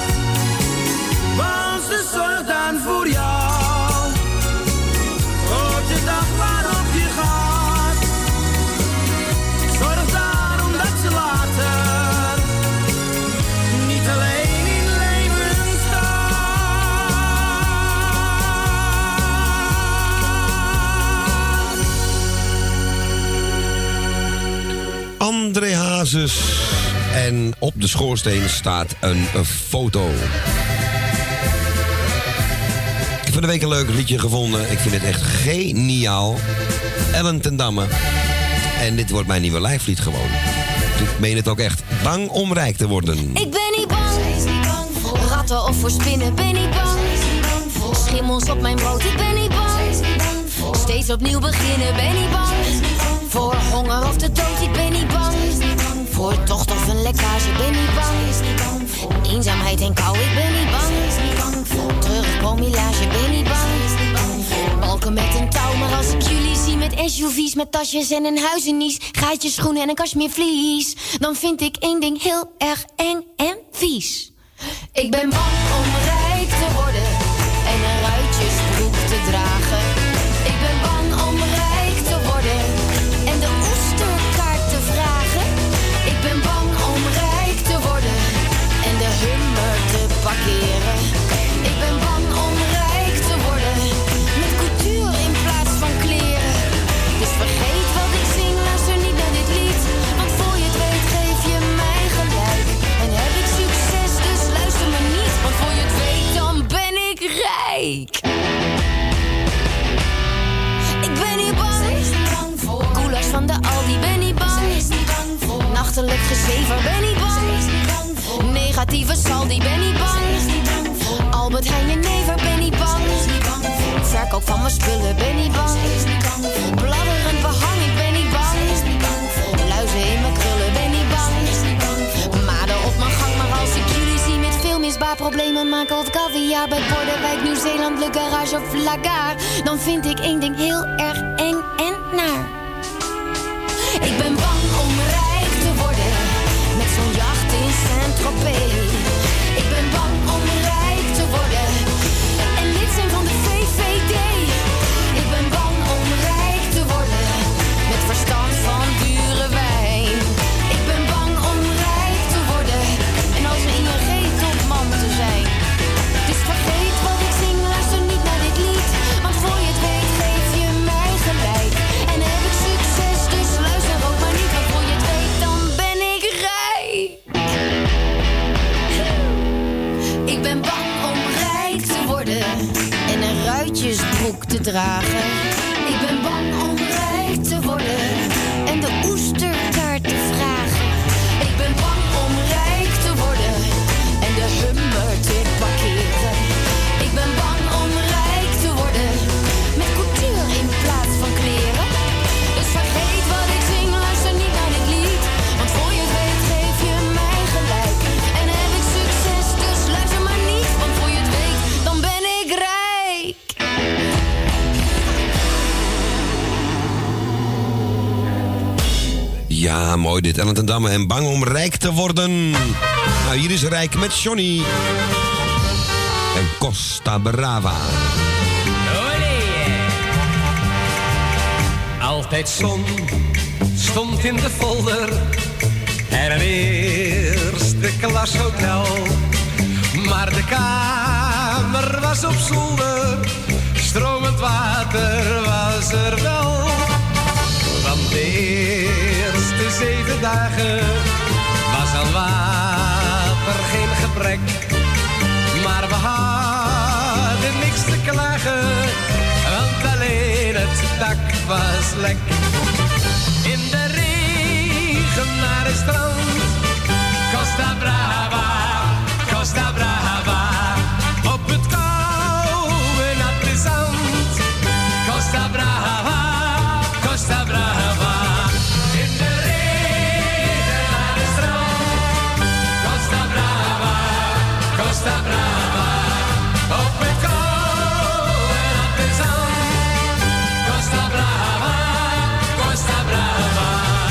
Want ze zorgt dan voor jou, tot de dag waarop je gaat. Zorg daarom dat ze later niet alleen in leven staat. André Hazes. En op de schoorsteen staat een foto. Ik heb van de week een leuk liedje gevonden. Ik vind het echt geniaal. Ellen ten Damme. En dit wordt mijn nieuwe lijflied gewoon. Ik meen het ook echt. Bang om rijk te worden. Ik ben niet bang voor ratten of voor spinnen. Ben niet bang voor schimmels op mijn brood. Ik ben niet bang steeds opnieuw beginnen, ben niet bang. Voor honger of de dood, ik ben niet bang. Voor tocht of een lekkage, ben niet bang. Eenzaamheid en kou, ik ben niet bang. Treurig promillage, ben niet bang. Balken met een touw, maar als ik jullie zie met SUV's, met tasjes en een huizennies, gaatjes, schoenen en een kashmirvlies, dan vind ik één ding heel erg eng en vies. Ik ben bang om rijk te worden en een ruitjesbroek te dragen. Ik ben bang om rijk te worden en de oesterkaart te vragen. Ik ben bang om rijk te worden en de Hummer te parkeren. Ik ben bang om rijk te worden met couture in plaats van kleren. Dus vergeet wat ik zing, luister niet naar dit lied, want voor je het weet geef je mij gelijk. En heb ik succes, dus luister me niet, want voor je het weet dan ben ik rijk. Ik ben niet bang voor koelers van de Aldi, ben niet bang. Nachtelijk gezever, ben niet bang. Negatieve saldi, ben niet bang. Albert Heijn en Never, ben niet bang. Verkoop van mijn spullen, ben niet bang. Bladderend behang, ik ben niet bang. Luizen in mijn krullen, ben niet bang. Maden op mijn gang, maar als ik jullie zie met veel misbaarproblemen maken of caviar bij Bordewijk, Nieuw-Zeeland, Le Garage of La Gare, dan vind ik één ding heel erg eng en naar. Ik ben bang om rijk te worden met zo'n jacht in Saint-Tropez. Ik ben bang om rijk te worden en lid zijn van de VVD. Ik ben bang om rijk te worden met verstand van dure wijn. Ik ben bang om rijk te worden en als ING-topman te zijn. Dus vergeet wat ik zing, luister niet naar dit lied, want voor je het weet geef je mij gelijk. En heb ik succes, dus luister ook maar niet, want voor je het weet dan ben ik rijk. Ik ben bang om rijk te worden en een ruitjesbroek te dragen. Ik ben bang om rijk te worden en de oesterkaart te vragen. Ik ben bang om rijk te worden en de Hummer te parkeren. Ik ben bang om rijk te worden met couture in plaats van kleren. Dus vergeet wat ik zing, luister niet naar dit lied, want voor je het weet geef je mij gelijk. En heb ik succes, dus luister maar niet, want voor je het weet dan ben ik rijk. Ja, mooi dit. Ellen ten Damme en bang om rijk te worden. Nou, hier is Rijk met Johnny. En Costa Brava. Altijd zon stond in de folder en een eerste klas hotel. Maar de kamer was op zolder, stromend water was er wel. Van de eerste 7 dagen was aan water geen gebrek. Maar we hadden niks te klagen, want alleen het dak was lek. In de regen naar het strand, Costa Brava, Costa Brava. Op het koude natte zand, Costa Brava, Costa Brava. In de regen naar het strand, Costa Brava, Costa Brava. Op het koude natte zand, Costa Brava, Costa Brava.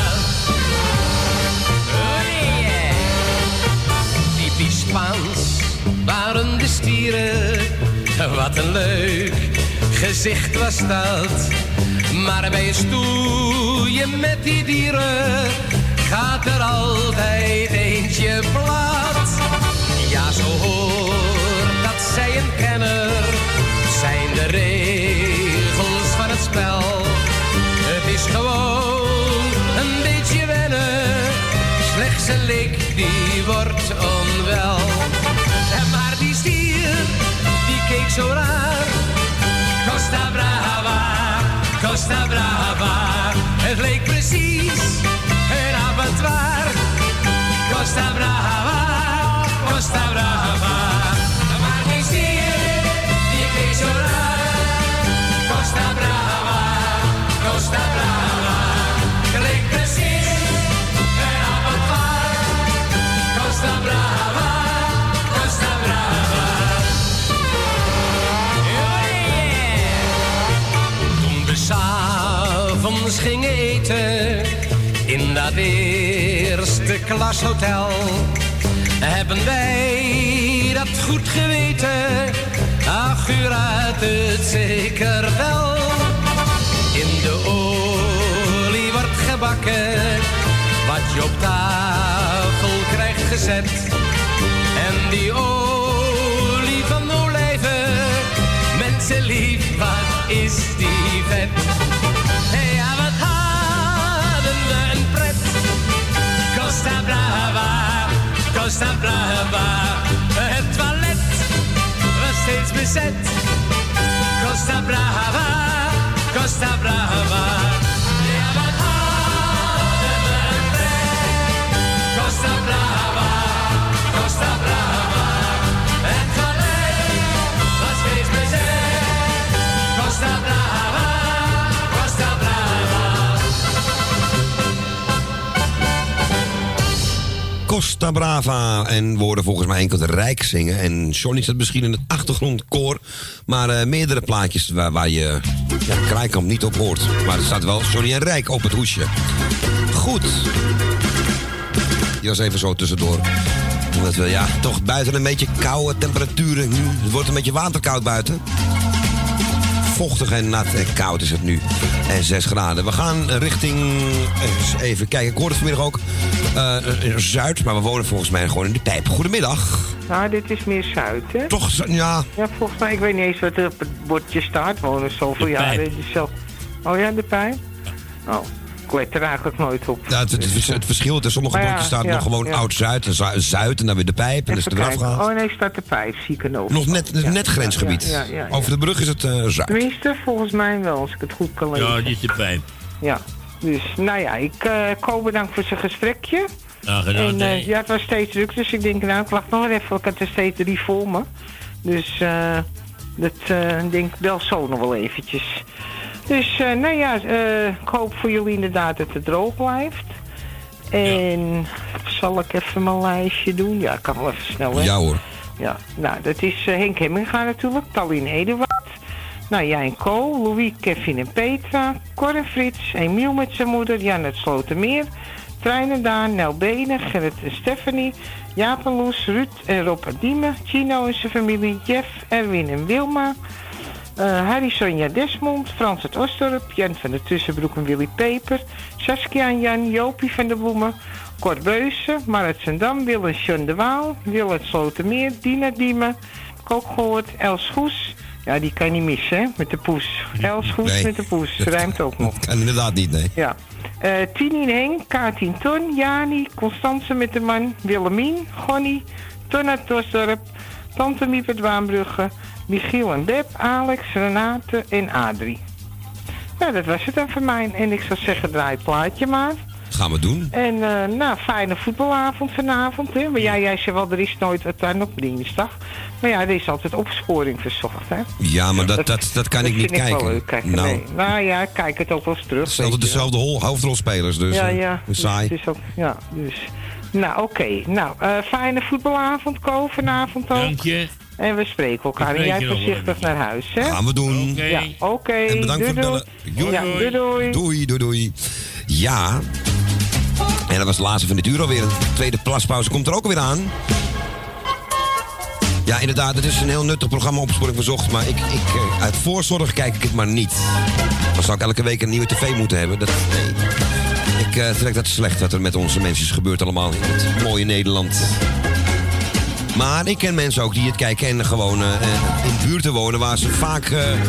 Oh yeah. Typisch Spaans waren de stieren, wat een leuk gezicht was dat. Maar bij een stoeien met die dieren gaat er altijd eentje plat. Ja, zo hoort dat zij een kenner zijn, de regels van het spel. Het is gewoon een beetje wennen, slechts een lik die wordt onwel. Maar die stier, die keek zo raar, Costa Brava, Costa Brava. Het leek precies een abattoir, Costa Brava, Costa Brava. Maar die stier, die keek zo raar, Costa Brava, In dat eerste klas hotel hebben wij dat goed geweten. 8 uur uit het zeker wel. In de olie wordt gebakken, wat je op tafel krijgt gezet. En die olie van de olijven, mensen lief, wat is die vet. Ja, wat hadden we een pret. Costa Brava, Costa Brava. Het toilet was steeds bezet. Costa Brava, Costa Brava. Ja, wat hadden we een pret. Costa Brava, Costa Brava. Het toilet was steeds bezet. Costa Brava, Costa Brava. Costa Brava. En worden volgens mij enkel de Rijk zingen. En Johnny staat misschien in het achtergrondkoor. Maar meerdere plaatjes waar je Kraaikamp niet op hoort. Maar er staat wel Johnny en Rijk op het hoesje. Goed. Die was even zo tussendoor. Omdat we toch buiten een beetje koude temperaturen. Het wordt een beetje waterkoud buiten. Vochtig en nat en koud is het nu. En 6 graden. We gaan richting... even kijken, ik hoorde het vanmiddag ook. Zuid, maar we wonen volgens mij gewoon in de Pijp. Goedemiddag. Nou, dit is meer Zuid, hè? Toch, ja. Ja, volgens mij, ik weet niet eens wat er op het bordje staat. Wonen zoveel jaren. Oh ja, de Pijp? Oh, ik let er eigenlijk nooit op. Ja, het verschil is, sommige bordjes staat nog gewoon Oud-Zuid en Zuid en dan weer de Pijp. En dus eraf gaat. Oh nee, staat de Pijp, zie ik er nog. Nog net grensgebied. Ja. Over de brug is het Zuid. Tenminste, volgens mij wel, als ik het goed kan lezen. Ja, dit is de Pijp. Ja, dus nou ja, ik bedankt voor zijn gesprekje. Ja, gedaan. En het was steeds druk, dus ik denk, nou, ik wacht nog even, ik had er steeds 3 voor me. Dus denk ik bel zo nog wel eventjes. Dus ik hoop voor jullie inderdaad dat het droog blijft. En zal ik even mijn lijstje doen? Ja, ik kan wel even snel, hè? Ja hoor. Ja, nou, dat is Henk Hemminga natuurlijk, Tallinn Eduard. Nou, jij en Co, Louis, Kevin en Petra, Cor en Frits, Emiel met zijn moeder, Jan uit Slotermeer, Trein en Daan, Nel Benen, Gerrit en Stephanie, Jaap en Loes, Ruud en Rob en Diemen, Chino en zijn familie, Jeff, Erwin en Wilma, Harry Sonja Desmond, Frans uit Osdorp, Jan van der Tussenbroek en Willy Peper, Saskia en Jan, Jopie van de Bloemen, Cor Beusen, Marit Zendam, Wil en John de Waal, Wil uit Slotermeer, Dina Diemen, heb ik ook gehoord, Els Goes. Ja, die kan je niet missen, hè, met de poes. Els Goes met de poes, rijmt ook nog. Kan inderdaad niet, nee. Ja. Tini en Henk, Kaatien Ton, Jani, Constance met de man, Willemien, Gonnie, Ton uit Osdorp, Tante Miep uit Waanbrugge, Michiel en Beb, Alex, Renate en Adrie. Nou, dat was het dan voor mij. En ik zou zeggen, draai het plaatje maar. Gaan we doen. En fijne voetbalavond vanavond. Hè? Maar jij zei wel, er is nooit wat aan op Dinsdag. Maar ja, er is altijd opsporing verzocht, hè. Ja, maar dat kan ik niet kijken. Wel leuk, kijken. Nou. Nee. Nou ja, ik kijk het ook wel eens terug. Het zijn altijd dezelfde hoofdrolspelers, dus saai. Dus ja, dus. Nou, oké. Nou, fijne voetbalavond, Ko, vanavond ook. Dank je. En we spreken elkaar. En jij voorzichtig naar huis, hè? Gaan we doen. Okay. Ja, oké. En bedankt voor het bellen. Doei. Doei. Ja. En dat was de laatste van dit uur alweer. De tweede plaspauze komt er ook alweer aan. Ja, inderdaad, het is een heel nuttig programma, Opsporing Verzocht. Maar uit voorzorg kijk ik het maar niet. Dan zou ik elke week een nieuwe tv moeten hebben. Nee. Ik trek dat slecht wat er met onze mensen gebeurt allemaal in het mooie Nederland. Maar ik ken mensen ook die het kijken en gewoon in buurten wonen waar ze vaak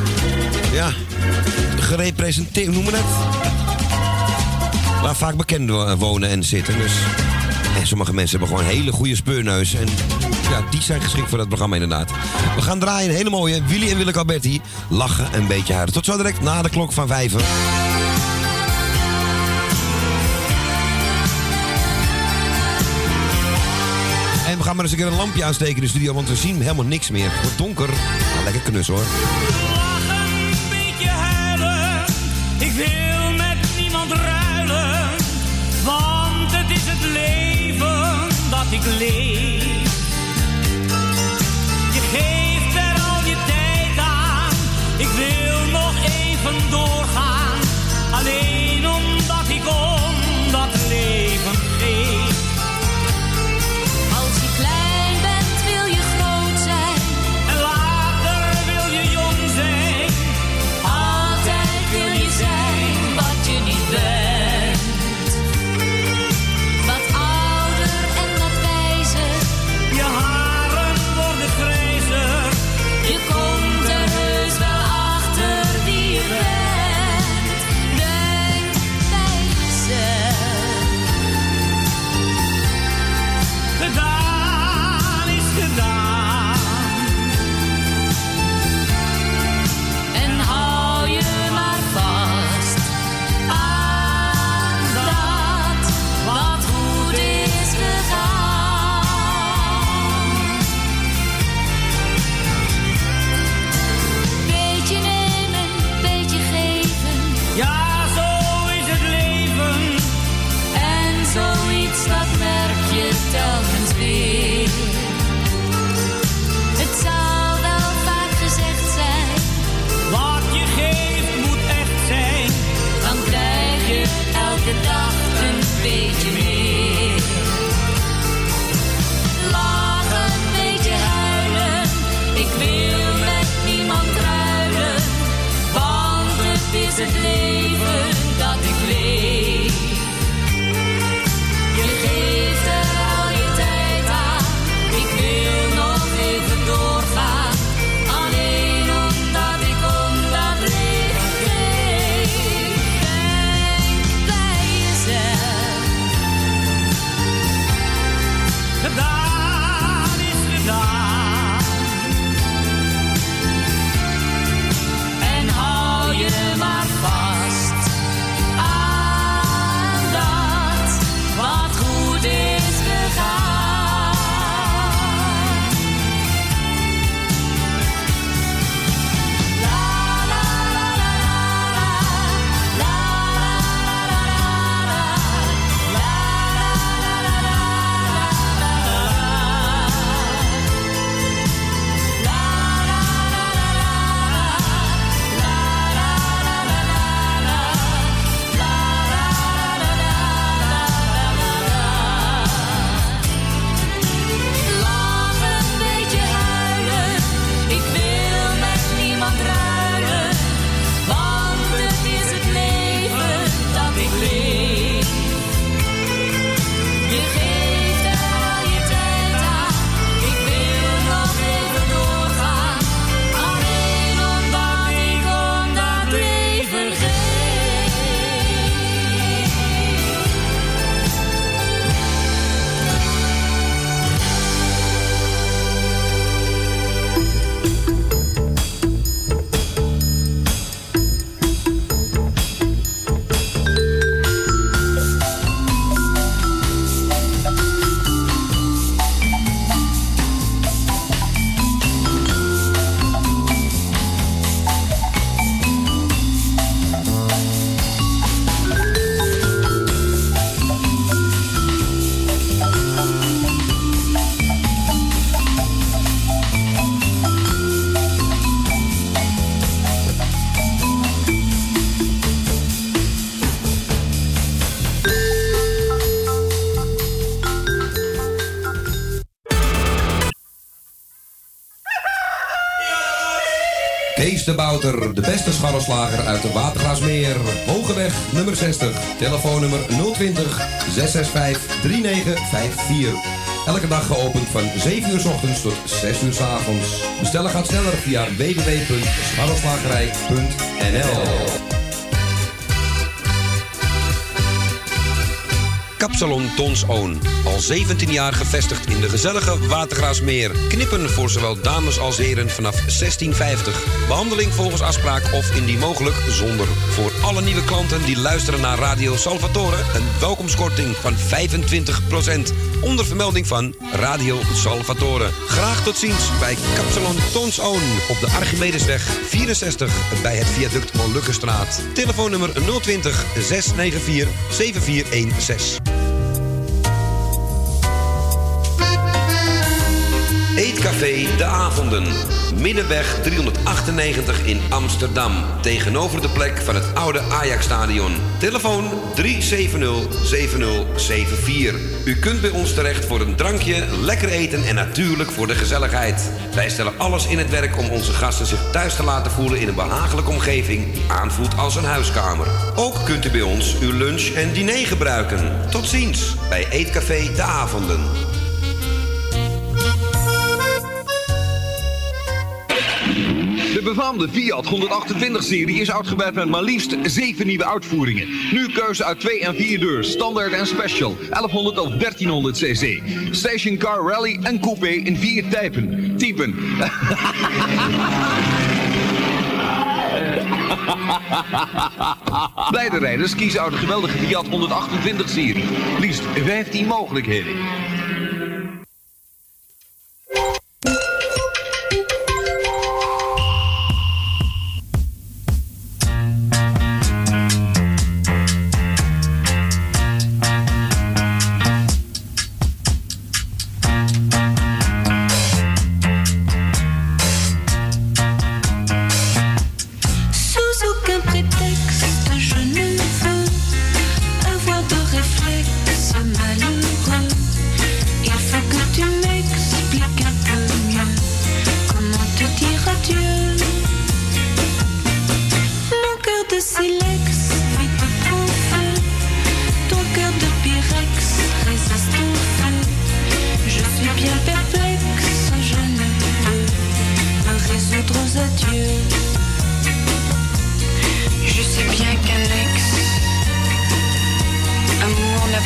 gerepresenteerd, hoe noemen we het? Waar vaak bekenden wonen en zitten. Dus. En sommige mensen hebben gewoon een hele goede speurneus. En ja, die zijn geschikt voor dat programma inderdaad. We gaan draaien, een hele mooie. Willy en Willeke Alberti. Lachen en een beetje huilen. Tot zo direct na de klok van 5. En we gaan maar eens een keer een lampje aansteken in de studio, want we zien helemaal niks meer. Het wordt donker. Nou, lekker knus hoor. Lachen, een beetje huilen. Ik wil met niemand ruilen. Want het is het leven dat ik leef. Je geeft er al je tijd aan. Ik wil nog even doorgaan. Alleen omdat ik om dat zoiets dat merk je telkens weer. Het zou wel vaak gezegd zijn, wat je geeft moet echt zijn. Dan krijg je elke dag een beetje meer. Lachen, een beetje huilen, ik wil met niemand ruilen, want het is het leven dat ik leef. Je geeft er al je tijd aan, ik wil nog even doorgaan, alleen omdat ik om dat leven geef. Denk bij jezelf, gedaan is gedaan. En hou je maar vast aan dat wat goed is gegaan. La la la la la la la la Lach een beetje huilen, ik wil met niemand ruilen, want het is het leven dat ik leef. Je geeft er al je tijd aan, ik wil nog even doorgaan, alleen omdat ik om dat leven geef. Kees de Bouter, de beste scharrelslager uit de Watergraasmeer. Hogeweg nummer 60, telefoonnummer 020 665 3954. Elke dag geopend van 7 uur 's ochtends tot 6 uur 's avonds. Bestellen gaat sneller via www.scharrelslagerij.nl. Kapsalon Tons Oon. Al 17 jaar gevestigd in de gezellige Watergraasmeer. Knippen voor zowel dames als heren vanaf 16,50. Behandeling volgens afspraak of indien mogelijk zonder. Voor alle nieuwe klanten die luisteren naar Radio Salvatore een welkomstkorting van 25%. Onder vermelding van Radio Salvatore. Graag tot ziens bij Kapsalon Tons Oon op de Archimedesweg 64 bij het viaduct Molukkenstraat. Telefoonnummer 020 694 7416. Eetcafé De Avonden. Middenweg 398 in Amsterdam. Tegenover de plek van het oude Ajax-stadion. Telefoon 370-7074. U kunt bij ons terecht voor een drankje, lekker eten en natuurlijk voor de gezelligheid. Wij stellen alles in het werk om onze gasten zich thuis te laten voelen in een behagelijke omgeving. Aanvoelt als een huiskamer. Ook kunt u bij ons uw lunch en diner gebruiken. Tot ziens bij Eetcafé De Avonden. De befaamde Fiat 128-serie is uitgebreid met maar liefst 7 nieuwe uitvoeringen. Nu keuze uit 2 en 4 deurs, standaard en special, 1100 of 1300 cc. Stationcar Rally en Coupé in 4 typen. Beide rijders kiezen uit de geweldige Fiat 128-serie. Liefst 15 mogelijkheden.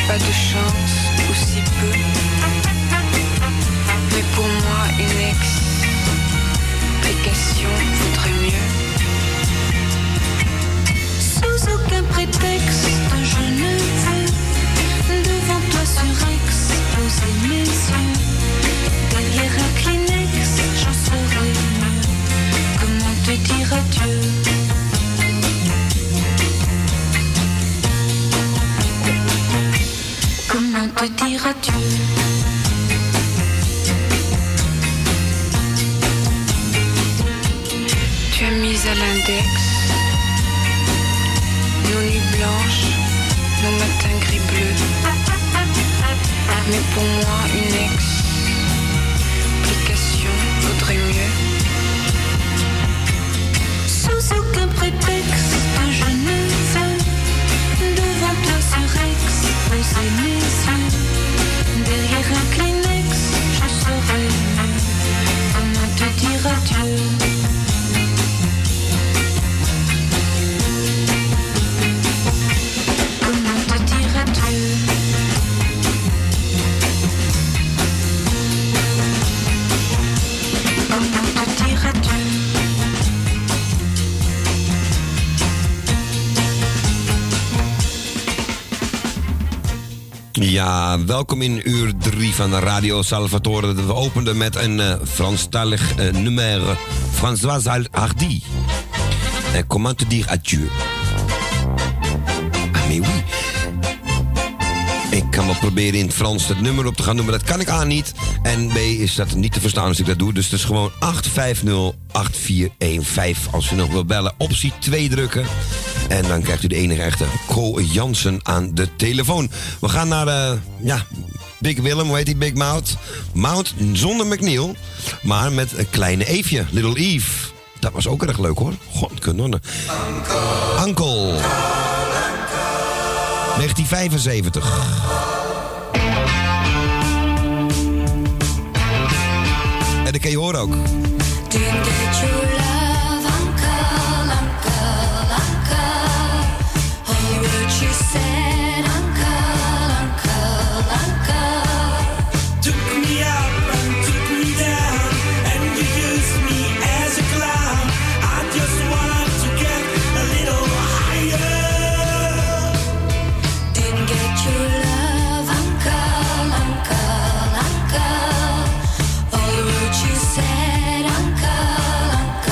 pas de chance, ou si peu. Mais pour moi, une explication vaudrait mieux. Sous aucun prétexte, je ne veux devant toi surexposer mes yeux. Derrière un Kleenex, j'en saurais mieux. Comment te dire adieu? Comment te dire adieu? Tu as mis à l'index nos nuits blanches, nos matins gris-bleus. Mais pour moi, une explication vaudrait mieux. Sous aucun prétexte, je ne veux devant toi surexposer mes yeux. Derrière un Kleenex, je saurais mieux. Comment te dire adieu? Comment te dire adieu? Comment te dire adieu? Ja, welkom in uur 3 van Radio Salvatore. We openden met een Franstalig nummer. Françoise Hardy. Comment te dire adieu? Ah, mais oui. Ik kan wel proberen in het Frans het nummer op te gaan doen, maar dat kan ik A niet. En B is dat niet te verstaan als ik dat doe. Dus het is gewoon 850-8415 als u nog wil bellen. Optie 2 drukken. En dan krijgt u de enige echte Co Jansen aan de telefoon. We gaan naar Big Willem, hoe heet die? Big Mouth. Mouth zonder McNeil, maar met een kleine Eefje, Little Eve. Dat was ook erg leuk hoor. Godkanonnen. Uncle. 1975. En dat kan je horen ook. Uncle,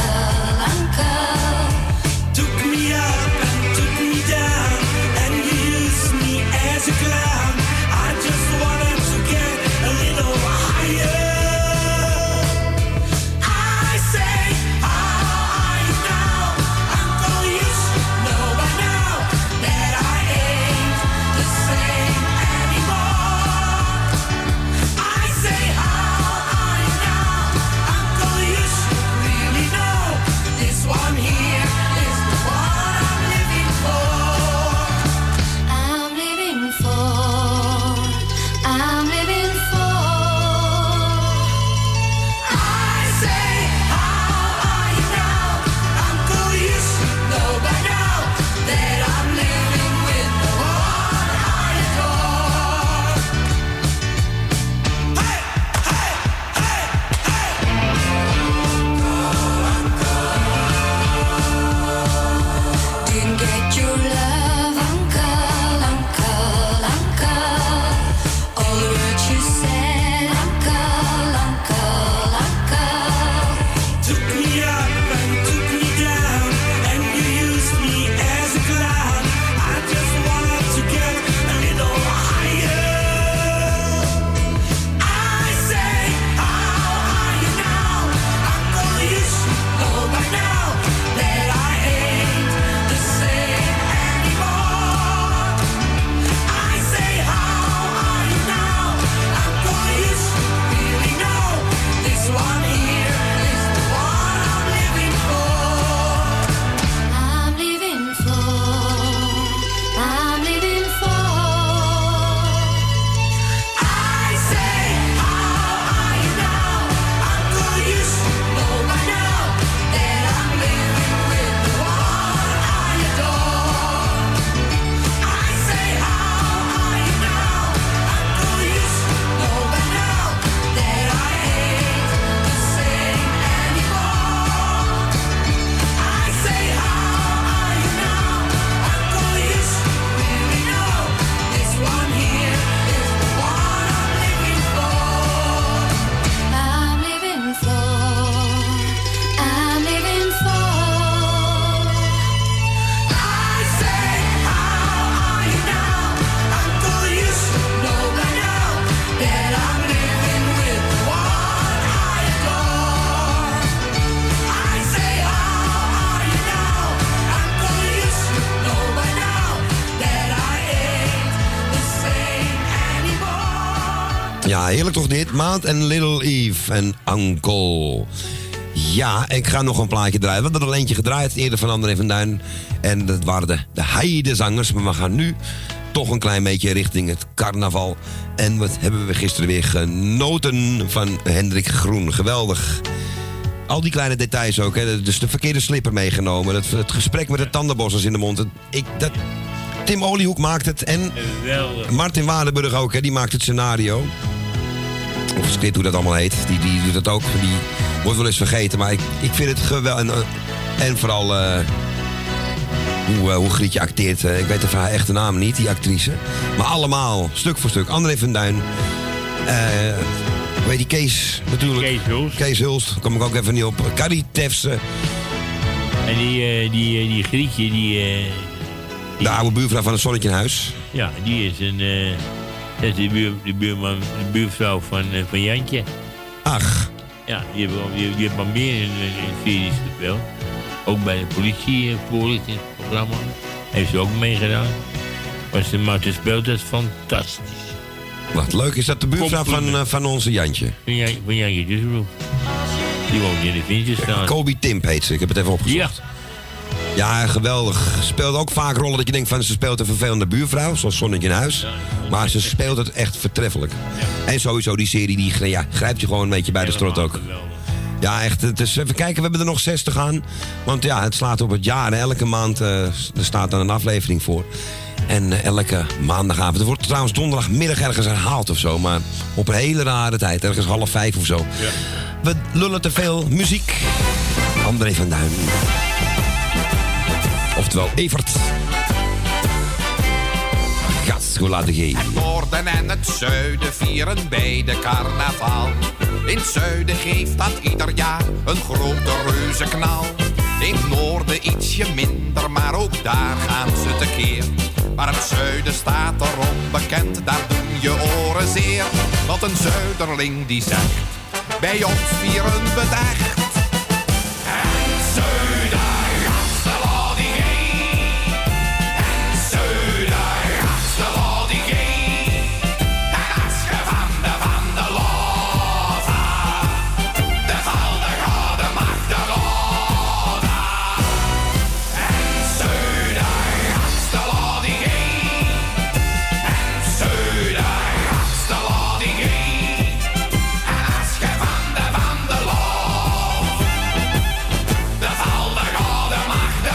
Ja, heerlijk toch dit? Maat en Little Eve en Uncle. Ja, ik ga nog een plaatje draaien. We hadden er al eentje gedraaid, eerder van André van Duin. En dat waren de Heidezangers. Maar we gaan nu toch een klein beetje richting het carnaval. En wat hebben we gisteren weer genoten van Hendrik Groen. Geweldig. Al die kleine details ook. Hè. Dus de verkeerde slipper meegenomen. Het gesprek met de tandenbossers in de mond. Tim Oliehoek maakt het. En Martin Waardenburg ook. Hè. Die maakt het scenario. Of is dit hoe dat allemaal heet. Die doet dat ook. Die wordt wel eens vergeten. Maar ik vind het geweldig. En vooral hoe Grietje acteert. Ik weet even haar echte naam niet, die actrice. Maar allemaal, stuk voor stuk. André van Duin. Weet die Kees natuurlijk. Kees Hulst. Daar kom ik ook even niet op. Carrie Tefse. En die Grietje, de oude buurvrouw van het Zonnetje in Huis. Ja, die is dat is de buurvrouw van Jantje. Ach. Ja, die heeft maar meer in series gespeeld. Ook bij de politievoorlichtingsprogramma. Heeft ze ook meegedaan. Maar ze speelt het fantastisch. Wat leuk, is dat de buurvrouw van onze Jantje? Van Jantje Dusselbroek. Die woont in de Vincenstraat. Kobe Timp heet ze, ik heb het even opgezocht. Ja, geweldig. Speelt ook vaak rollen dat je denkt van ze speelt een vervelende buurvrouw, zoals Zonnetje in Huis. Maar ze speelt het echt vertreffelijk. Ja. En sowieso die serie, die grijpt je gewoon een beetje bij de strot ook. Ja, echt. Het is, even kijken, we hebben er nog 60 aan. Want ja, het slaat op het jaar. Elke maand er staat dan een aflevering voor. En elke maandagavond. Het wordt trouwens donderdagmiddag ergens herhaald of zo. Maar op een hele rare tijd. Ergens 4:30 of zo. Ja. We lullen te veel muziek. André van Duin. Oftewel Evert. Gas, hoe laat ik Het noorden en het zuiden vieren beide carnaval. In het zuiden geeft dat ieder jaar een grote reuzenknal. In het noorden ietsje minder, maar ook daar gaan ze tekeer. Maar het zuiden staat erom bekend, daar doen je oren zeer. Want een zuiderling die zegt, bij ons vieren we het echt. Het zuiden gaat de loddigee. Het zuiden gaat de loddigee. En als je van de lova, de val de gouden mag de loda. Het zuiden gaat de loddigee. Het zuiden gaat de loddigee. En als je van de loof, de val de gouden mag de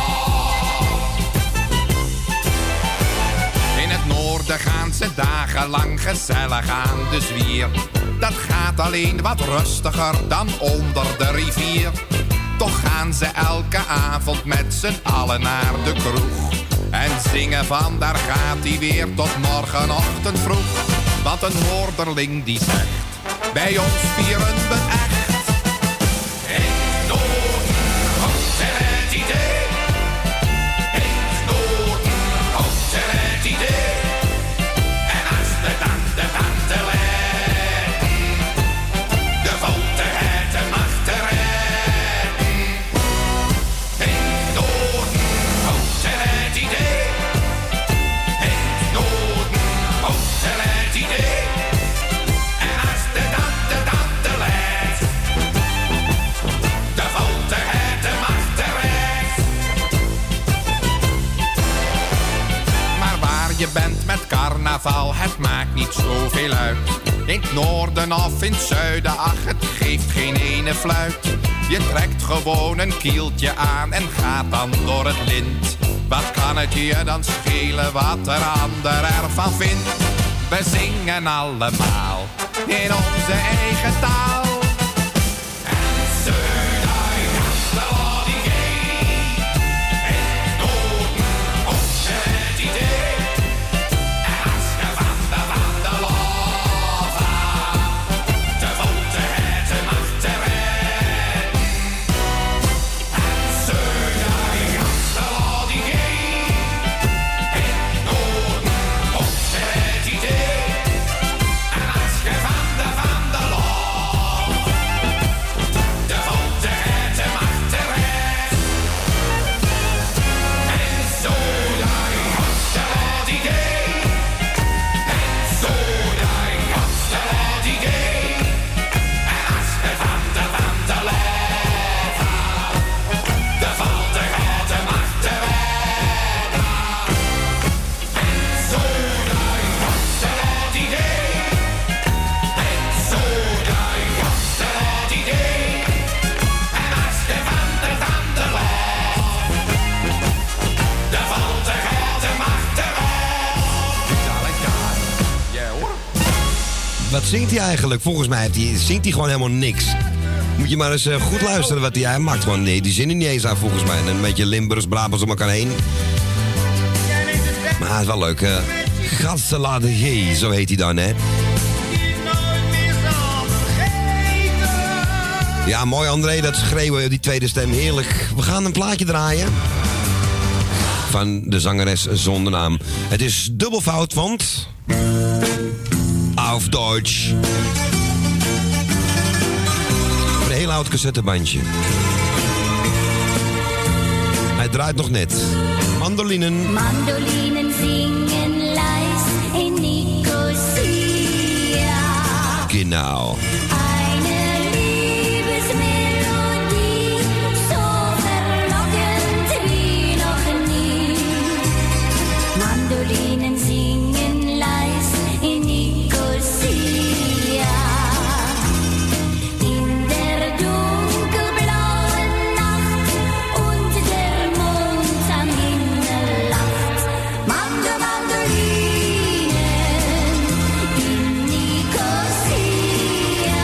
In het noorden gaan ze dagenlang gezellig aan de zwier. Dat gaat alleen wat rustiger dan onder de rivier. Toch gaan ze elke avond met z'n allen naar de kroeg. En zingen van daar gaat hij weer tot morgenochtend vroeg. Want een noorderling die zegt, bij ons vieren we echt. In het noorden komt het idee. In het noorden komt het idee. En als de tante letten, de volte het mag te redden. In het noorden komt het idee. In het noorden komt het idee. En als de tante let, de volte het mag te redden. Maar waar je bent met carnaval, het maakt niet zoveel uit. In het noorden of in het zuiden, ach, het geeft geen ene fluit. Je trekt gewoon een kieltje aan en gaat dan door het lint. Wat kan het je dan schelen wat er ander ervan vindt? We zingen allemaal in onze eigen taal. En zuiden gaat de loddigee. In het noorden komt het idee. En als je van de lova, de volte het mag te redden. En zuiden gaat de loddigee. In het noorden komt het idee. En als je van de lova, wat zingt hij eigenlijk? Volgens mij zingt hij gewoon helemaal niks. Moet je maar eens goed luisteren wat hij maakt. Gewoon, nee, die zinnen niet eens aan volgens mij. En een beetje Limburgs, Brabants om elkaar heen. Maar het is wel leuk. Gastelade G, zo heet hij dan, hè? Ja, mooi André, dat schreeuwen, die tweede stem, heerlijk. We gaan een plaatje draaien. Van de zangeres zonder naam. Het is dubbel fout, want... Auf Deutsch. Een heel oud cassettebandje. Hij draait nog net. Mandolinen. Mandolinen zingen leis in Nicosia. Genau. Eine Liebesmelodie, so verlockend wie noch nie. Mandolinen zingen leis in Nicosia. In der dunkelblauen Nacht und der Mond am Himmel lacht. Mandolinen in Nicosia.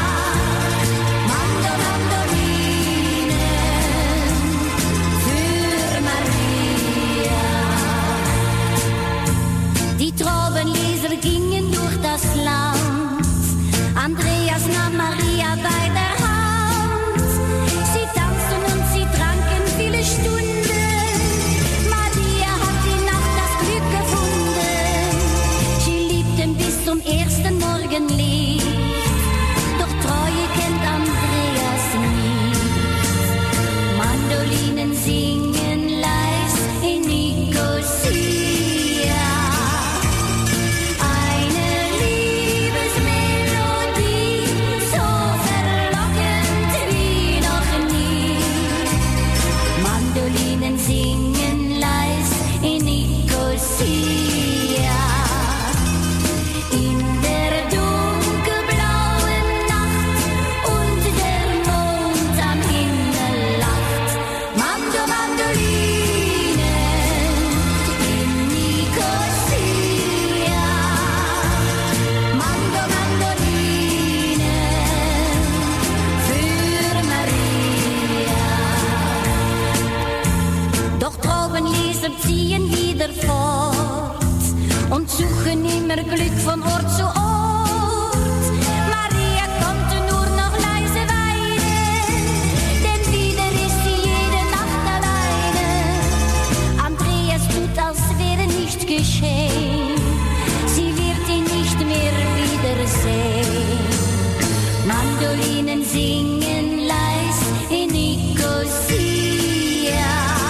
Mandolinen für Maria. Die Traubenleser gingen durch das Land. Andreas nahm Maria bei der Hand. Sie tanzten und sie tranken viele Stunden. Maria hat die Nacht das Glück gefunden. Sie liebten bis zum ersten Morgenlicht. Doch Treue kennt Andreas nicht. Mandolinen singen leis in Nicosia. Eine Liebesmelodie, so verlockend wie noch nie. Mandolinen singen leis in Nicosia. In der dunkelblauen Nacht und der Mond am Himmel lacht. Mandolinen in Nicosia. Mandolinen für Maria. Doch Traubenleser ziehen wieder fort und suchen immer Glück von Ort zu Ort. Maria konnte nur noch leise weinen, denn wieder ist sie jede Nacht alleine. Andreas tut, als wäre nichts geschehen. Sie wird ihn nicht mehr wiedersehen. Mandolinen singen leis in Nicosia.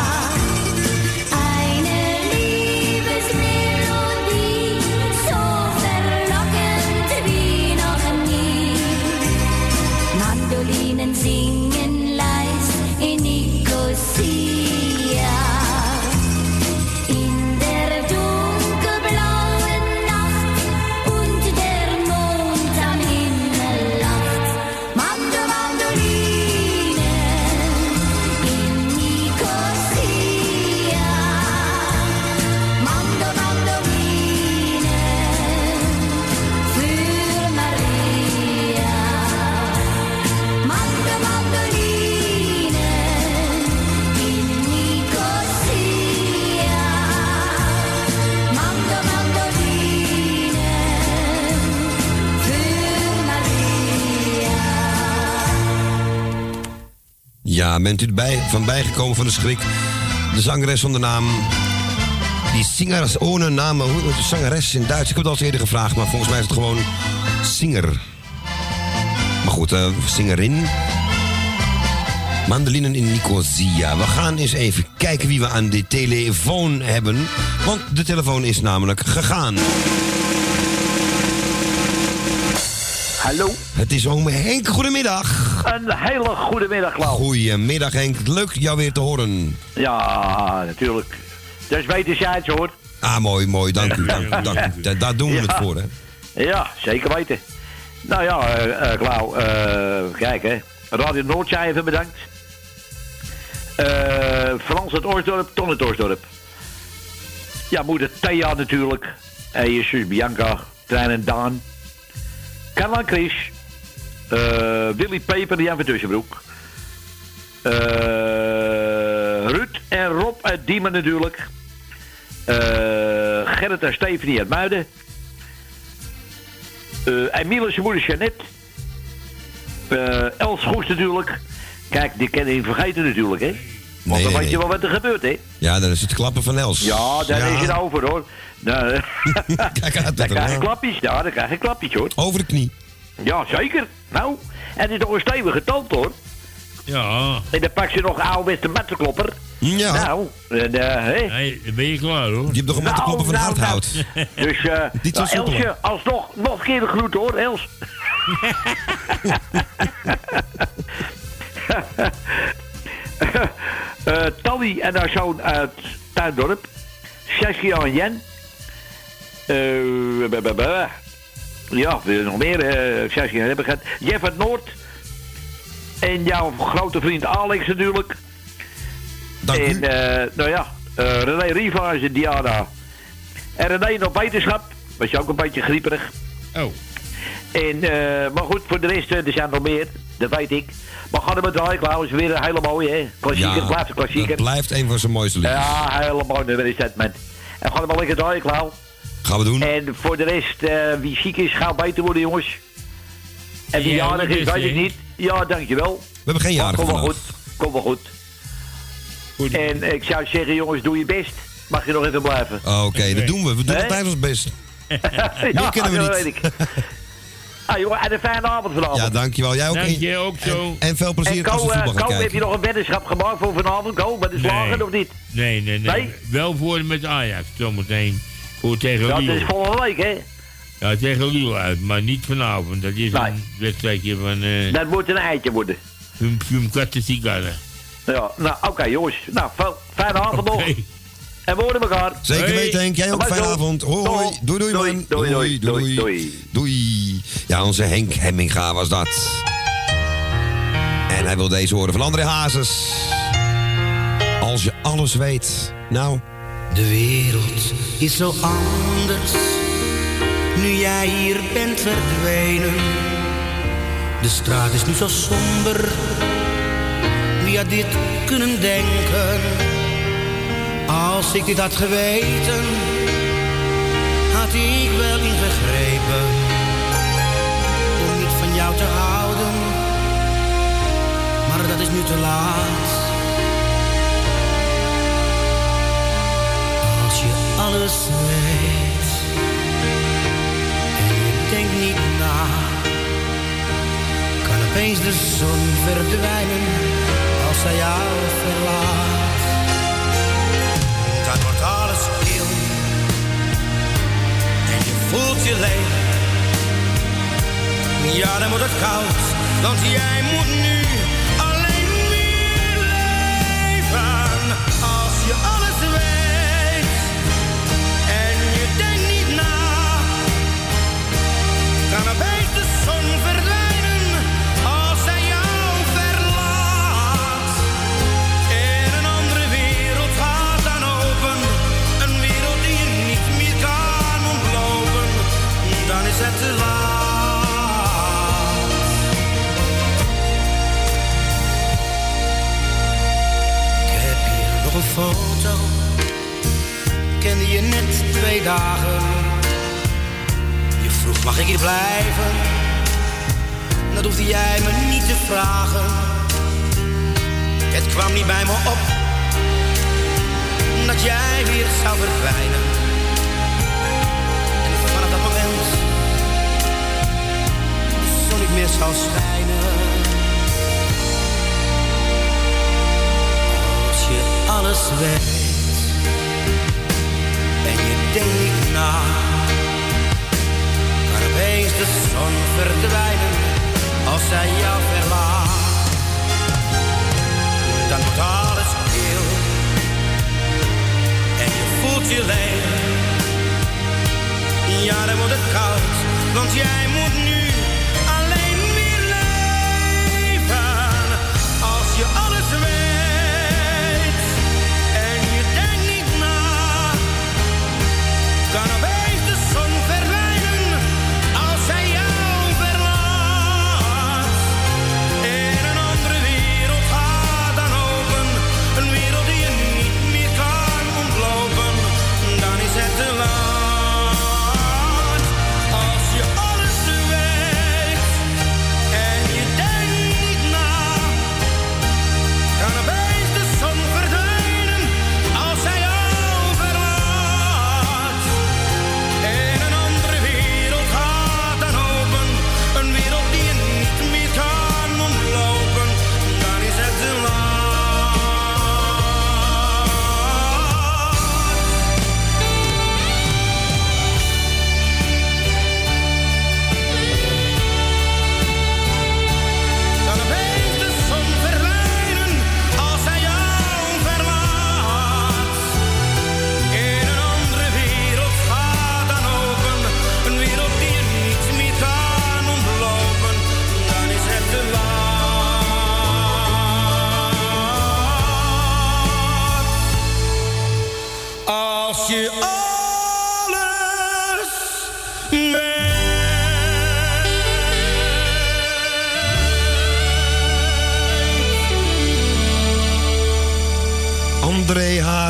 Eine Liebesmelodie, so verlockend wie noch nie. Mandolinen singen leis in Nicosia. In der dunkelblauen Nacht und der Mond am Himmel lacht. Mandolinen in Nicosia. Mandolinen für Maria. Mandolinen in Nicosia. Mandolinen für Maria. Ja, bent u van bijgekomen van de schrik? De zangeres zonder naam. Die zingers ohne naam. Hoe de zangeres in Duits? Ik heb het al eens eerder gevraagd, maar volgens mij is het gewoon zinger. Maar goed, zingerin. Mandolinen in Nicosia. We gaan eens even kijken wie we aan de telefoon hebben. Want de telefoon is namelijk gegaan. Hallo. Het is oom Henk. Goedemiddag. Een hele goede middag, Lau. Goedemiddag Henk. Leuk jou weer te horen. Ja, natuurlijk. Dus wederzijds hoor. Ah, mooi, mooi. Dank u. Dank u. Daar doen we het voor, hè. Ja, zeker weten. Nou ja, Klauw, kijk hè. Radio Noordzij even bedankt. Frans uit Oostdorp, Ton uit Oostdorp. Ja, moeder Thea natuurlijk. En je zus Bianca, Trein en Daan. Carla Chris. Willy Peper, Jan van Tussenbroek. Ruud en Rob uit Diemen natuurlijk. Gerrit en Stephanie uit Muiden. Emiel en zijn moeder Jeannette. Els Goes natuurlijk. Kijk, die kan je niet vergeten natuurlijk, hè. Want dan weet je wel wat er gebeurt, hè. Ja, dan is het klappen van Els. Ja, daar is het over, hoor. Nou, dan krijg je klapjes, ja, dan krijg je klapjes, hoor. Over de knie. Ja, zeker. Nou, en het is nog een stevige tand, hoor. Ja. En dan pak je nog een ouderwetse mattenklopper. Ja. Nou, dan ben je klaar, hoor. Je hebt nog een mattenklopper van hardhout. Dus, Niet zo soepel, Elsje, alsnog, nog een keer de groet, hoor, Els. Tally en haar zoon uit Tuindorp. Saskia en Jen. Ja, weer nog meer. Saskia hebben gehad. Jeff uit Noord. En jouw grote vriend Alex natuurlijk. Dank u. Nou ja, René Riva en Diana. En René nog wetenschap. Was je ook een beetje grieperig. Oh. En, maar goed, voor de rest, er zijn nog meer. Dat weet ik. Maar gaan we met draaien, Klaus. Weer een hele mooie, hè. Klassieker, blijft een klassieker. Dat blijft een van zijn mooiste liedjes. Ja, hele mooi nummer is dat, man. En gaan we maar lekker draaien, Klaus. Gaan we doen. En voor de rest, wie ziek is, gaat beter worden, jongens. En wie jarig is, weet ik niet. Ja, dankjewel. We hebben geen jarige vandaag. vandaag. Kom wel goed. En ik zou zeggen, jongens, doe je best. Mag je nog even blijven? Oké, dat doen we. We doen altijd ons best. Ja, kennen we dat niet. weet ik. Ah, jongen, en een fijne avond vanavond. Ja, dankjewel. Jij ook. Dank je ook zo. En veel plezier als we voetbal gaan Ko, kijken. heb je nog een weddenschap gemaakt voor vanavond, Ko? Met de slagen of niet? Nee. Wel voor met Ajax zometeen. Voor tegen Dat Lille. is volgende week, hè? Ja, tegen Lille uit, maar niet vanavond. Dat is een wedstrijdje van... Dat moet een eitje worden. Een Kattensigara. Ja, nou, oké, jongens. Nou, fijne avond nog. En we horen elkaar. Zeker weten, Henk. Jij ook. Fijne avond. Hoi. Doei, man. Doei. Ja, onze Henk Hemminga was dat. En hij wil deze horen van André Hazes. Als je alles weet. Nou. De wereld is zo anders. Nu jij hier bent verdwenen. De straat is nu zo somber. Wie had dit kunnen denken? Als ik dit had geweten, had ik wel ingegrepen om niet van jou te houden, maar dat is nu te laat. Als je alles weet en je denkt niet na, kan opeens de zon verdwijnen als zij jou verlaat. Dan wordt alles stil en je voelt je leeg. Ja, dan wordt het koud, want jij moet nu alleen weer leven. Als je alles weet en je denkt niet na, kan opeens de zon verdwijnen als zij jou verlaat. En een andere wereld gaat dan open, een wereld die je niet meer kan ontlopen. Dan is het te laat. Ik heb hier nog een foto, kende je net 2 dagen. Je vroeg mag ik hier blijven, dat hoefde jij me niet te vragen. Het kwam niet bij me op dat jij weer zou verdwijnen. En vanaf dat moment de zon niet meer zou schijnen. Als je alles weet en je denkt niet na, kan opeens de zon verdwijnen als zij jou verlaat. Dan wordt alles stil en je voelt je leeg. Ja, dan wordt het koud, want jij moet nu alleen weer leven. Als je alles weet en je denkt niet na, kan opeens de zon verdwijnen als zij jou verlaat.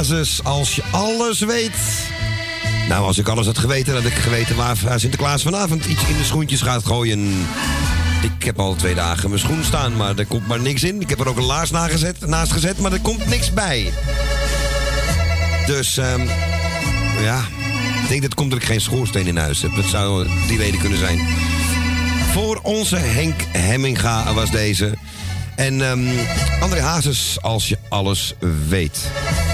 Hazes, als je alles weet. Nou, als ik alles had geweten, had ik geweten waar Sinterklaas vanavond iets in de schoentjes gaat gooien. Ik heb al 2 dagen mijn schoen staan, maar er komt maar niks in. Ik heb er ook een laars naast gezet, maar er komt niks bij. Dus, ja, ik denk dat het komt dat ik geen schoorsteen in huis heb. Dat zou die reden kunnen zijn. Voor onze Henk Hemminga was deze. En André Hazes, als je alles weet.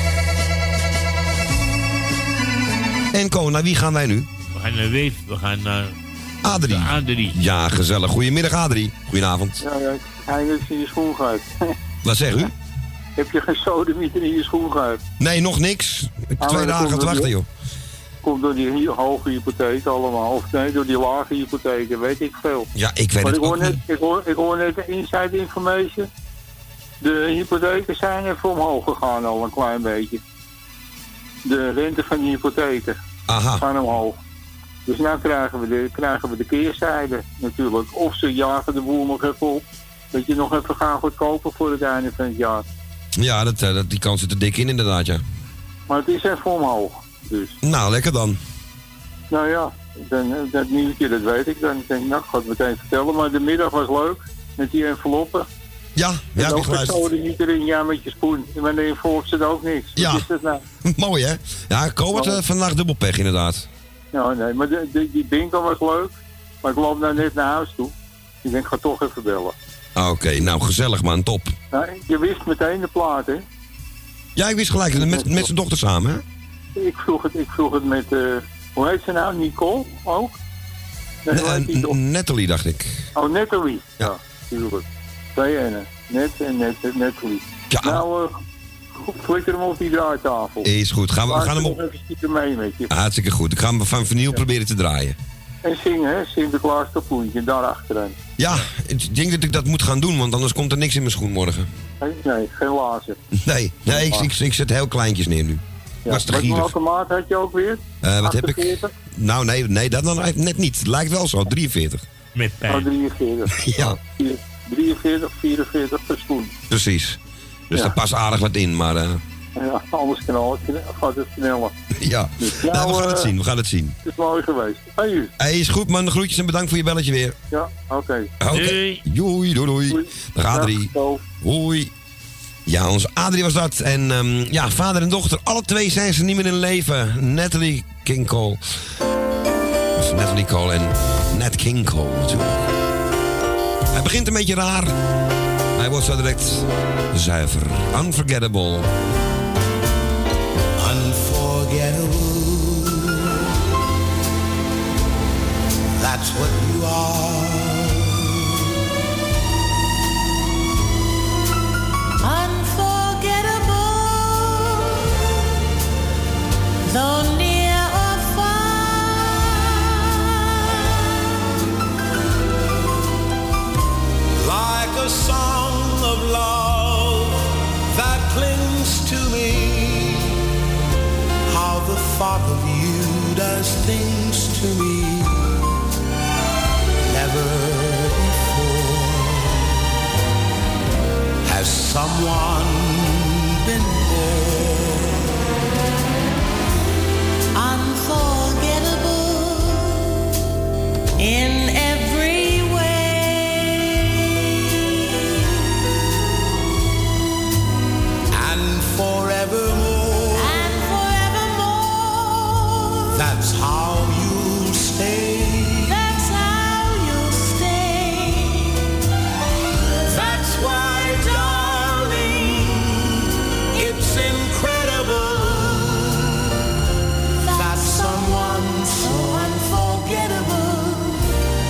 En Ko, naar wie gaan wij nu? We gaan naar Weef, we gaan naar... Adrie. Ja, gezellig. Goedemiddag, Adrie. Goedenavond. Ja, hij heeft in je schoen gehad. Wat zegt u? Heb je geen sodemieter in je schoen gehad? Nee, nog niks. Ik heb 2 dagen te wachten, joh. Komt door die hoge hypotheek allemaal. Of nee, door die lage hypotheek. Weet ik veel. Ja, ik weet het ook niet. Ik hoor net de inside information. De hypotheken zijn even omhoog gegaan al een klein beetje. De rente van die hypotheken gaan omhoog. Dus nu krijgen we de keerzijde natuurlijk. Of ze jagen de boel nog even op. Dat je nog even gaan goedkopen voor het einde van het jaar. Ja, die kans zit er dik in inderdaad, ja. Maar het is even omhoog. Dus. Nou, lekker dan. Nou ja, dat nieuwtje, dat weet ik dan. Ik denk, nou, ik ga het meteen vertellen. Maar de middag was leuk. Met die enveloppen. Ja, en ook ik zo niet erin, ja, met je spoen. En met de envelop zit ook niks. Ja. Wat is dat nou? Mooi, hè? Ja, ik hoop het vandaag dubbel pech, inderdaad. Ja, nee, maar die winkel was leuk. Maar ik loop nou net naar huis toe. Ik denk, ik ga toch even bellen. Oké, nou, gezellig, man. Top. Nou, je wist meteen de plaat, hè? Ja, ik wist gelijk. Met zijn dochter samen, hè? Ik vroeg het met... hoe heet ze nou? Nicole ook? Nee, Natalie, dacht ik. Oh, Natalie. Ja, tuurlijk. 2 N'en. Natalie. Ja. Nou, flikker hem op die draaitafel. Is goed. We gaan hem op... Even stiekem mee met je. Hartstikke goed. Ik ga hem van vinyl proberen te draaien. En zingen, hè? Sinterklaas Kapoentje, daar achteraan. Ja, ik denk dat ik dat moet gaan doen, want anders komt er niks in mijn schoen morgen. Nee, geen lazen. Nee, ik zet heel kleintjes neer nu. Ja, was te gierig. welke maat had je ook weer? Wat heb ik? Nou, nee, dat dan net niet. Het lijkt wel zo, 43. Met pijn. Oh, 43. Ja. 43, 44 per schoen. Precies. Dus daar past aardig wat in, maar... Ja, anders gaat het sneller. Ja, dus, we gaan het zien. Het is mooi geweest. Hey, is goed, man. De groetjes en bedankt voor je belletje weer. Ja, oké. Doei. Doei. Dag Adrie. Hoi. Ja, onze Adrie was dat. En ja, vader en dochter, alle 2 zijn ze niet meer in leven. Natalie King Cole. Of Natalie Cole en Nat King Cole natuurlijk. Hij begint een beetje raar. Hij wordt zo direct zuiver. Unforgettable. Unforgettable. That's what you are. Unforgettable. Though near or far. Like a song of love that clings to me. How the thought of you does things to me. Never before has someone been there. Unforgettable in every way. And forevermore. And forevermore. That's how you'll stay. That's how you'll stay. That's why, darling, it's incredible that someone so unforgettable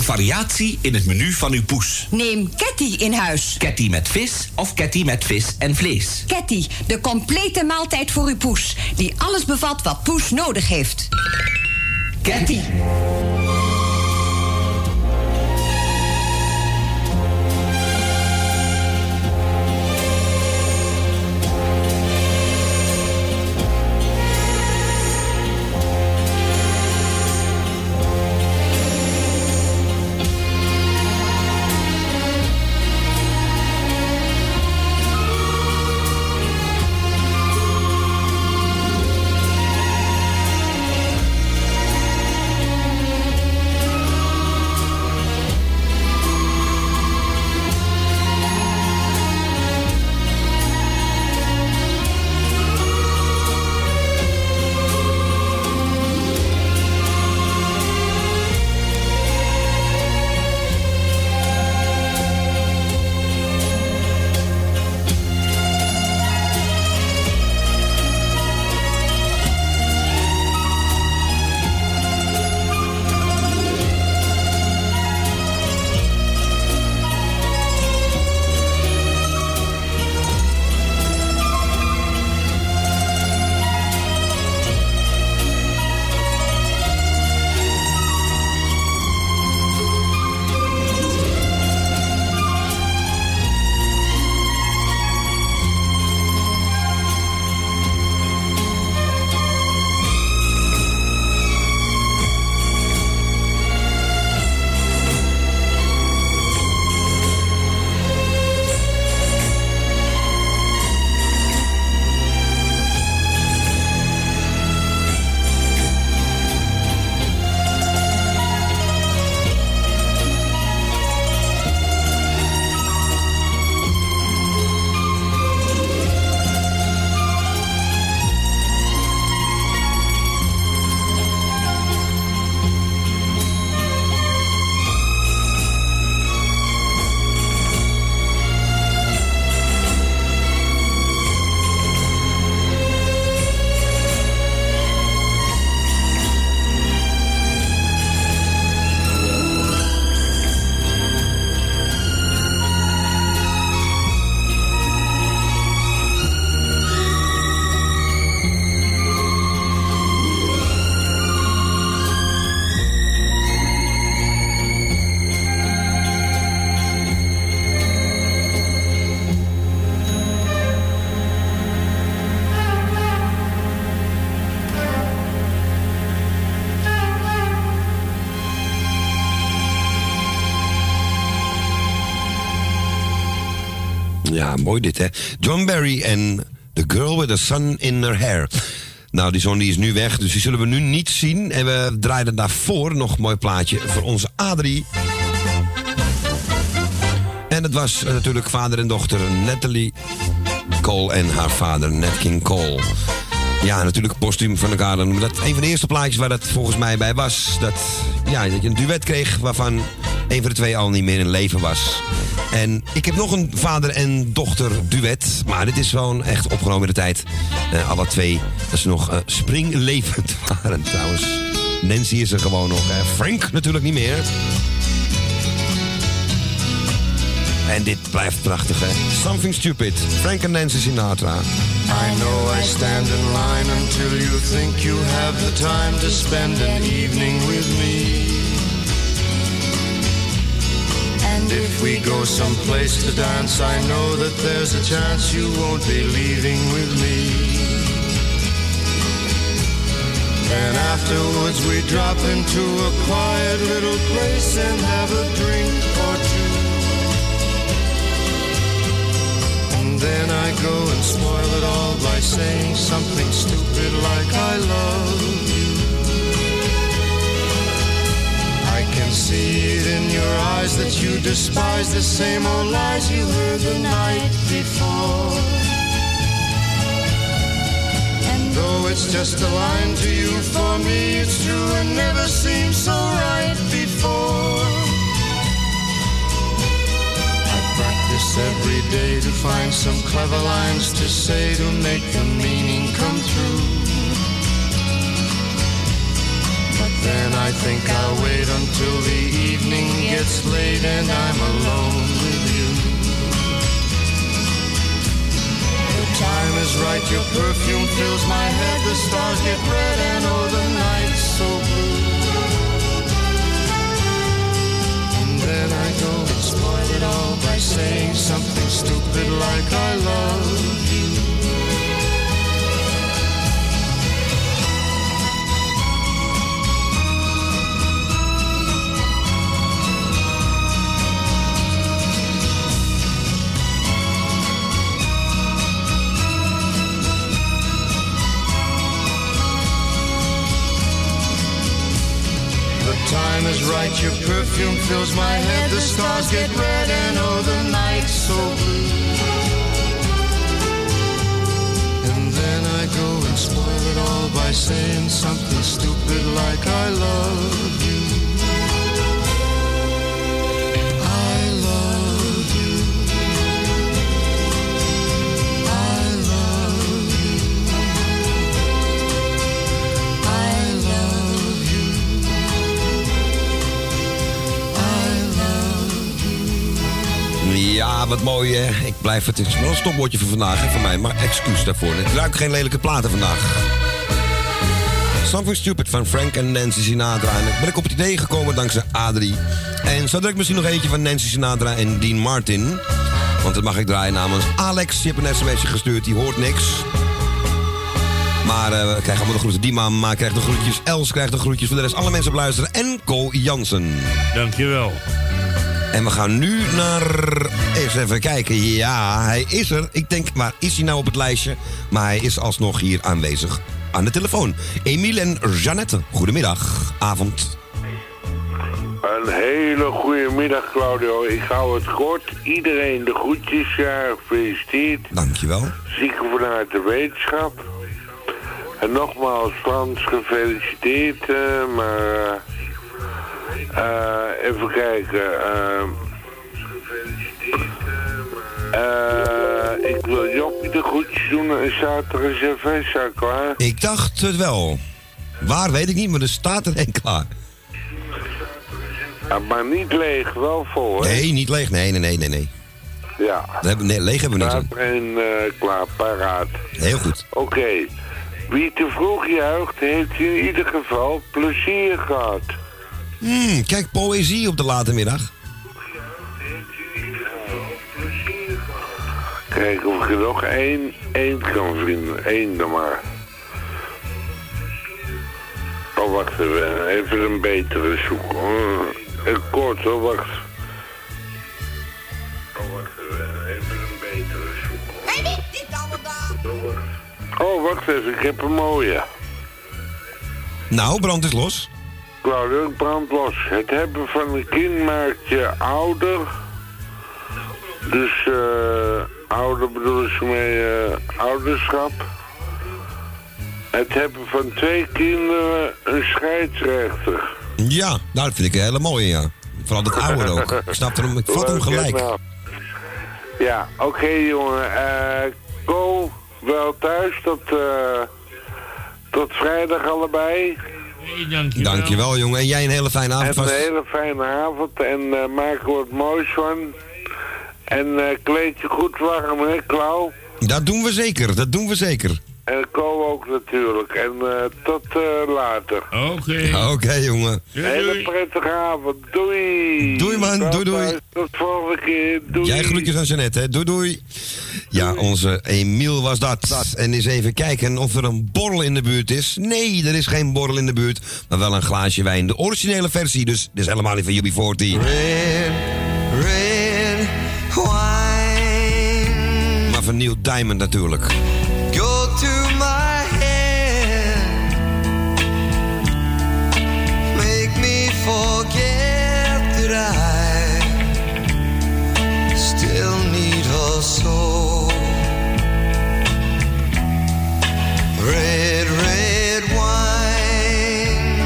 variatie in het menu van uw poes. Neem Ketty in huis. Ketty met vis of Ketty met vis en vlees. Ketty, de complete maaltijd voor uw poes. Die alles bevat wat poes nodig heeft. Ketty. Ja, mooi dit, hè. John Barry en The Girl with the Sun in Her Hair. Nou, die zon die is nu weg, dus die zullen we nu niet zien. En we draaiden daarvoor nog een mooi plaatje voor onze Adrie. En het was natuurlijk vader en dochter Natalie Cole en haar vader Nat King Cole. Ja, natuurlijk postuum van elkaar. Dat een van de eerste plaatjes waar dat volgens mij bij was. Dat je een duet kreeg waarvan een van de twee al niet meer in leven was. En ik heb nog een vader en dochter duet. Maar dit is gewoon echt opgenomen in de tijd. Alle twee, dat ze nog springlevend waren trouwens. Nancy is er gewoon nog. Frank natuurlijk niet meer. En dit blijft prachtig, hè. Something Stupid. Frank en Nancy Sinatra. I know I stand in line until you think you have the time to spend an evening with me. And if we go someplace to dance, I know that there's a chance you won't be leaving with me. And afterwards we drop into a quiet little place and have a drink or two. And then I go and spoil it all by saying something stupid like I love you. I can see it in your eyes that you despise the same old lies you heard the night before. And though it's just a line to you, for me it's true and never seemed so right before. Every day to find some clever lines to say to make the meaning come through. But Then I think I'll wait until the evening gets late and I'm alone with you. The time is right, your perfume fills my head, the stars get red and oh the night's so blue. And then I go and spoil it all by saying something stupid like I love you. The time is right, your perfume fills my head, the stars get red and oh the night's so blue. And then I go and spoil it all by saying something stupid like I love you. I love you. I love you. I love you. Ja, wat mooi hè. Ik blijf het. Het is wel een stopwoordje voor vandaag hè, van mij, maar excuus daarvoor. Ik ruik geen lelijke platen vandaag. Something Stupid van Frank en Nancy Sinatra. En ik ben op het idee gekomen dankzij Adrie. En zo ik misschien nog eentje van Nancy Sinatra en Dean Martin. Want dat mag ik draaien namens Alex. Je hebt een sms'je gestuurd, die hoort niks. Maar we krijgen allemaal de groeten. Die mama krijgt de groetjes. Els krijgt de groetjes. Voor de rest alle mensen op luisteren. En Co Jansen. Dankjewel. En we gaan nu naar... Eens even kijken. Ja, hij is er. Ik denk, waar is hij nou op het lijstje? Maar hij is alsnog hier aanwezig aan de telefoon. Emiel en Jeannette. Goedemiddag. Avond. Een hele goede middag, Claudio. Ik hou het kort. Iedereen de groetjes. Ja, gefeliciteerd. Dankjewel. Zieken vanuit de wetenschap. En nogmaals, Frans, gefeliciteerd. Even kijken. Ik wil Joppie de groetjes doen en staat er een cerveza klaar? Ik dacht het wel. Waar weet ik niet, maar er staat er een klaar. Ja, maar niet leeg, wel vol, hè? Nee, niet leeg. Nee. Ja. Leeg hebben we niks aan. Staat er een klaar, paraat. Heel goed. Oké. Wie te vroeg juicht, heeft in ieder geval plezier gehad. Kijk, poëzie op de late middag. Kijk of ik er nog één kan vinden. Eén dan maar. Oh, wacht even. Even een betere zoeken. Kort hoor, wacht. Oh, wacht even. Even een betere zoeken. Oh, wacht even. Ik heb een mooie. Nou, brand is los. Claudio, brand los. Het hebben van een kind maakt je ouder. Dus ouder bedoelen ze mee ouderschap. Het hebben van 2 kinderen een scheidsrechter. Ja, nou, dat vind ik een hele mooie, ja. Vooral dat ouder ook. Ik vat hem gelijk. Nou. Ja, oké, jongen. Go wel thuis tot vrijdag allebei. Dankjewel, jongen. En jij een hele fijne avond vast. Een hele fijne avond en maak er wat moois van. En kleed je goed warm, hè, Klauw? Dat doen we zeker. En Ko ook natuurlijk. En tot later. Oké, jongen. Hele prettige avond. Doei. Doei, man. Doei. Tot volgende keer. Doei. Jij groetjes aan Jeannette, hè. Doei. Ja, onze Emiel was dat. En eens even kijken of er een borrel in de buurt is. Nee, er is geen borrel in de buurt. Maar wel een glaasje wijn. De originele versie, dus dit is helemaal niet van UB40. Red wine. Maar van Neil Diamond natuurlijk. Go to my head, make me forget that I still need her so. Red wine,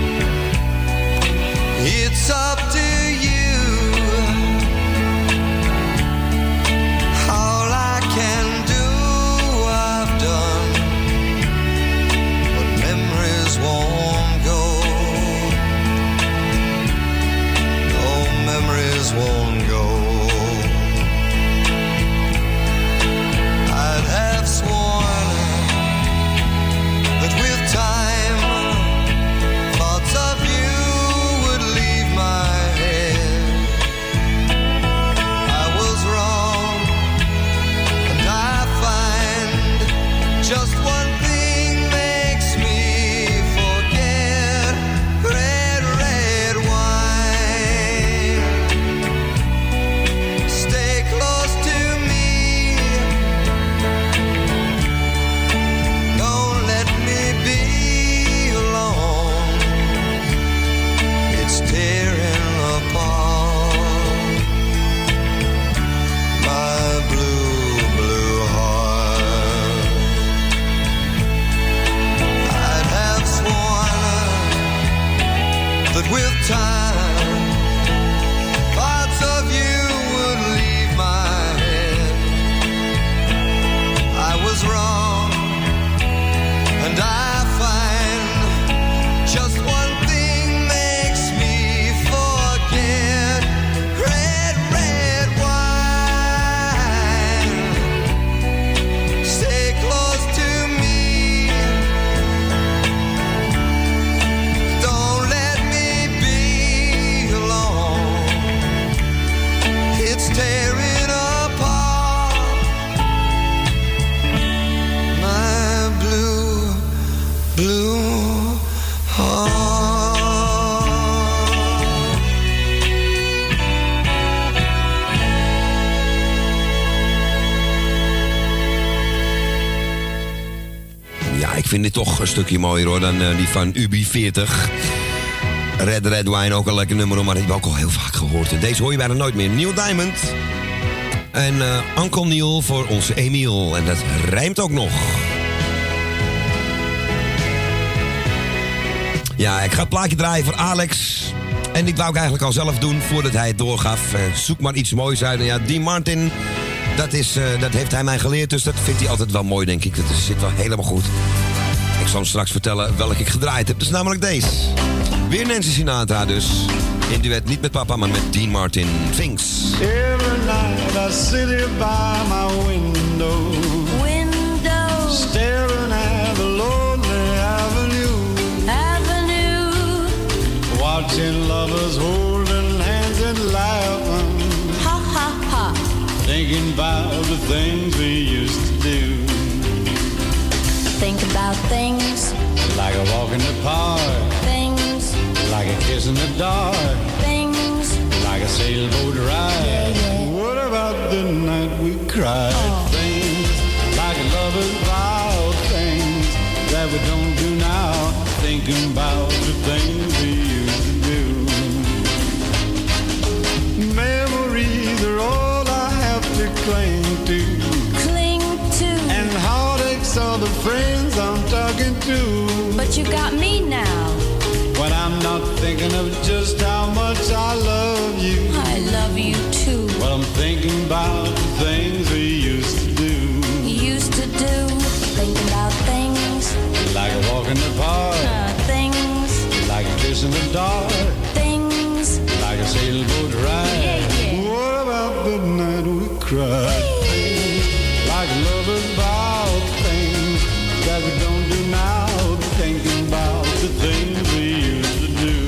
it's up to you. All I can do won't go. ik vind dit toch een stukje mooier hoor dan die van UB40. Red Wine, ook een lekker nummer, maar dat heb ik ook al heel vaak gehoord. En deze hoor je bijna nooit meer. Neil Diamond. En Uncle Neil voor onze Emiel. En dat rijmt ook nog. Ja, ik ga het plaatje draaien voor Alex. En dit wou ik eigenlijk al zelf doen voordat hij het doorgaf. Zoek maar iets moois uit. En ja, Dean Martin, dat heeft hij mij geleerd. Dus dat vindt hij altijd wel mooi, denk ik. Dat zit wel helemaal goed. Ik zal hem straks vertellen welke ik gedraaid heb. Dat is namelijk deze. Weer Nancy Sinatra dus. In duet niet met papa, maar met Dean Martin. Things. Every night I sit here by my window. Staring at the lonely avenue. Watching lovers holding hands and laughing. Ha ha ha. Thinking about the things we used to do. Think about things like a walk in the park. Things like a kiss in the dark. Things like a sailboat ride. Yeah. What about the night we cried? Things like a lover's vow. Things that we don't do now. Thinking about the things we used to do. Memories are all I have to cling to. And heartaches are the friends I'm talking to. But you got me now. When I'm not thinking of just how much I love you. I love you too. Well, I'm thinking about the things we used to do. Thinking about things like a walk in the park. Things like a kiss in the dark. Things like a sailboat ride. Yeah. What about the night we cried? Things like lovers vow. Things that we don't do now. Thinking about the things we used to do.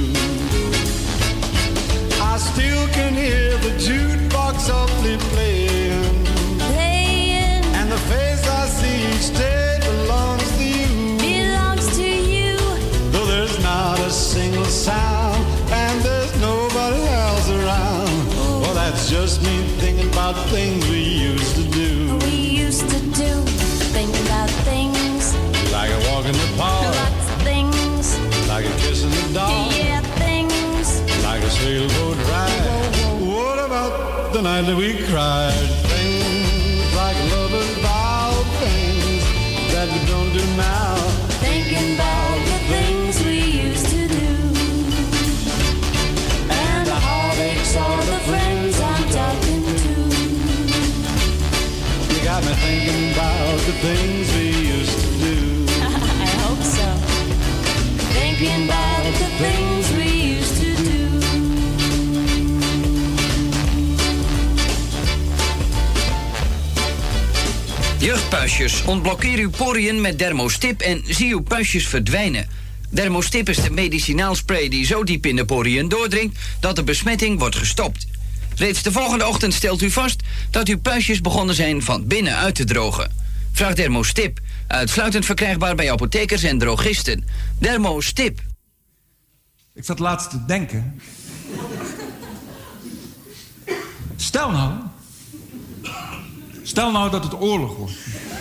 I still can hear the jukebox softly playing. And the face I see each day belongs to you. Though there's not a single sound and there's nobody else around. Well, that's just me thinking about things we used to do. Thinking about things like a walk in the park. Things like a kiss in the dark. Yeah, things like a sailboat ride. What about the night that we cried? Things like lovers vow. Things that we don't do now. Thinking about the things we used to do. And the heartaches are the friends I'm talking to. You got me thinking about the things we used to do. I hope so. Thinking about the things we used to do. Jeugdpuisjes, ontblokkeer uw poriën met Dermostip en zie uw puistjes verdwijnen. Dermostip is de medicinaalspray die zo diep in de poriën doordringt dat de besmetting wordt gestopt. Reeds de volgende ochtend stelt u vast dat uw puistjes begonnen zijn van binnen uit te drogen. Vraag Dermostip, uitsluitend verkrijgbaar bij apothekers en drogisten. Dermostip. Ik zat laatst te denken. Stel nou dat het oorlog wordt.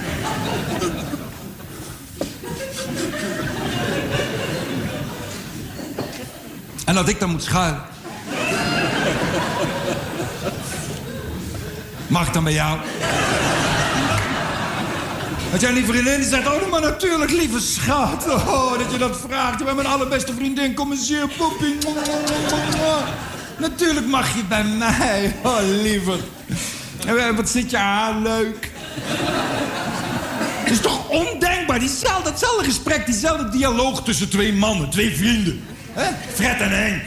En dat ik dan moet schuilen. Mag ik dan bij jou? Dat jij die vriendin zegt, oh, maar natuurlijk, lieve schat. Oh, dat je dat vraagt. Je bent mijn allerbeste vriendin, kom eens hier, poepie. Natuurlijk mag je bij mij. Oh, lieverd. Wat zit je haar leuk. Het is toch ondenkbaar, datzelfde gesprek, diezelfde dialoog tussen twee mannen, twee vrienden. Fred en Henk.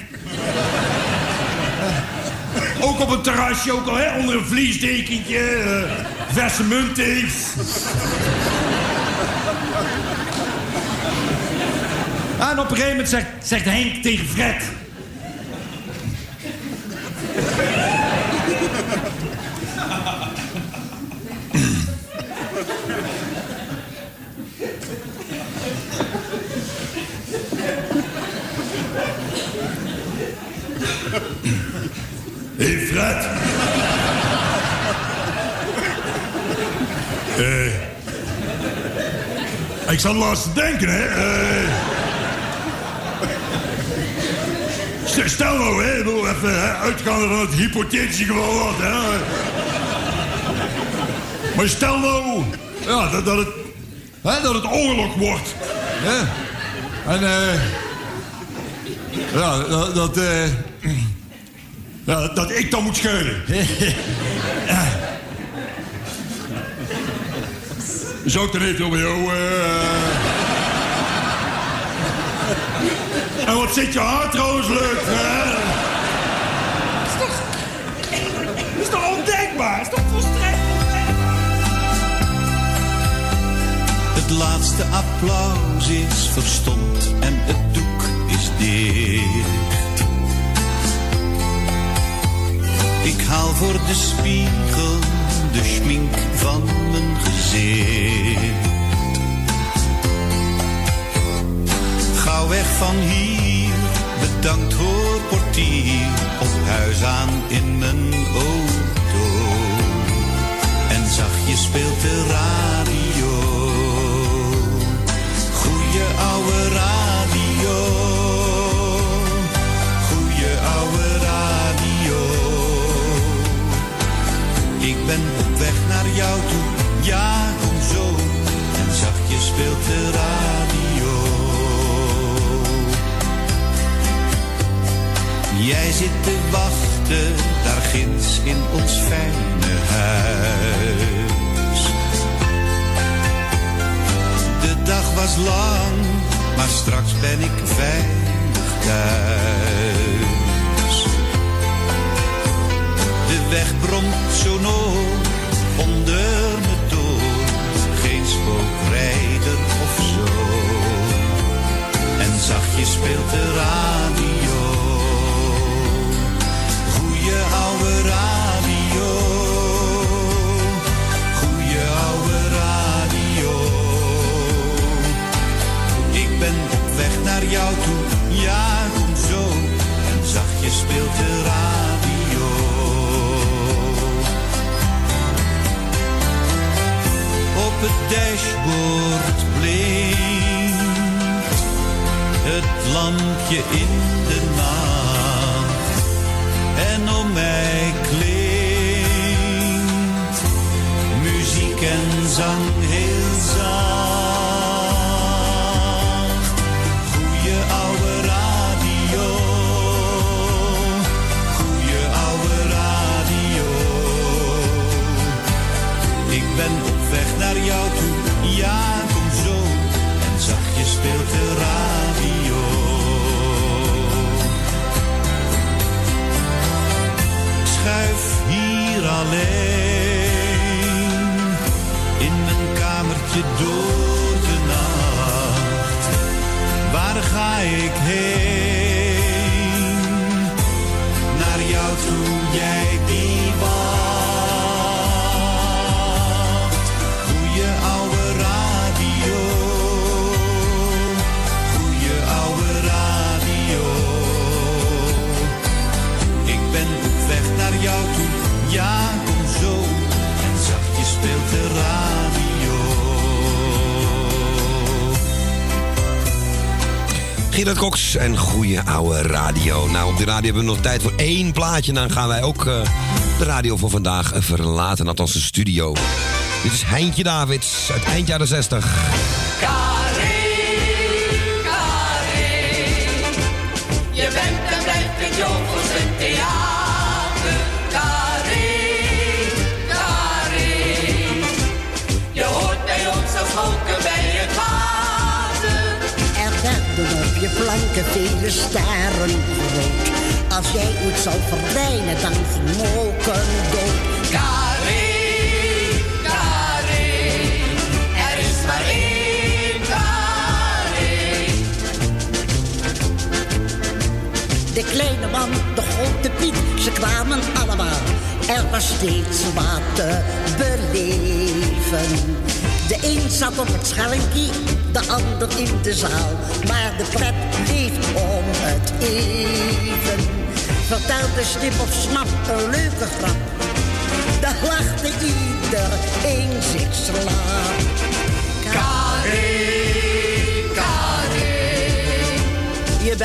Ook op een terrasje, ook al onder een vliesdekentje, verse muntteef. En op een gegeven moment zegt Henk tegen Fred... Hé, Fred. Ik zat laatst te denken, hè. Stel nou, hè. Ik bedoel, even uitgaande van het hypothetische geval wat, hè. Maar stel nou... Ja, dat het oorlog wordt. Hè. En, ja, dat ik dan moet scheuren. Zou ik dan even bij jou... En wat zit je haar trouwens leuk, hè? Dat is toch ondenkbaar? Dat is toch volstrekt ondenkbaar? Het laatste applaus is verstomd en het doek is dicht. Ik haal voor de spiegel de schmink van mijn gezicht. Gauw weg van hier, bedankt hoor portier, op huis aan in mijn auto. En zachtjes speelt de radio, goeie ouwe radio, goeie ouwe radio. Ik ben op weg naar jou toe, ja, kom zo. En zachtjes speelt de radio. Jij zit te wachten, daar ginds in ons fijne huis. De dag was lang, maar straks ben ik veilig thuis. De weg bromt sonor onder me door, geen spookrijder of zo. En zachtjes speelt de radio. Goeie ouwe radio, goeie ouwe radio. Ik ben op weg naar jou toe, ja, kom zo. En zachtjes speelt de radio. Op het dashboard blinkt het lampje in de nacht. En om mij klinkt muziek en zang heel zacht. Goeie ouwe radio, goeie ouwe radio. Ik ben op weg naar jou toe, ja, kom zo. En zachtjes speelt de radio. Schuif hier alleen in mijn kamertje door de nacht. Waar ga ik heen? Naar jou toe, jij die wacht. Goeie ouwe radio, goeie ouwe radio. Ik ben op weg naar jou toe, ja, kom zo. En zachtjes speelt de radio. Gerard Cox en goeie ouwe radio. Nou, op die radio hebben we nog tijd voor 1 plaatje. Dan gaan wij ook de radio voor vandaag verlaten, althans de studio. Dit is Heintje Davids uit eind jaren 60. Je bent en blijft het Jongels een theater. Carré, carré. Je hoort bij ons als wolken bij het water. Er werden op je planken vele sterren groot. Als jij ooit zal verdwijnen, dan gemolken dood. Carré, carré. Er is maar één carré. De kleine man, de grote Piet, ze kwamen allemaal. Er was steeds wat te beleven. De een zat op het schelmkie, de ander in de zaal. Maar de pret leeft om het even. Vertelde Snip of Snap een leuke grap. Daar lachte iedereen zich slaap. Carré.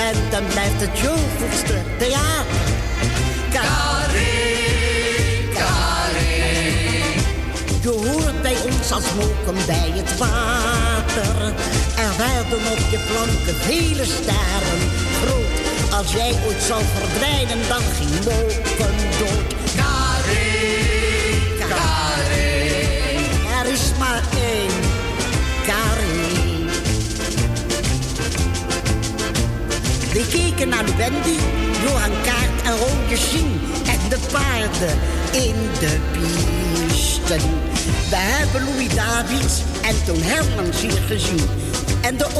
bent, dan blijft het Jovelste theater. Carré, carré. Je hoort bij ons als moken bij het water. Er werden op je planken vele sterren groot. Als jij ooit zou verdwijnen, dan ging moken dood. Carré, carré. Er is maar één carré. We keken naar de Wendy, Johan Kaart en Rode Sien. En de paarden in de pisten. We hebben Louis Davids en Toon Hermans hier gezien. En de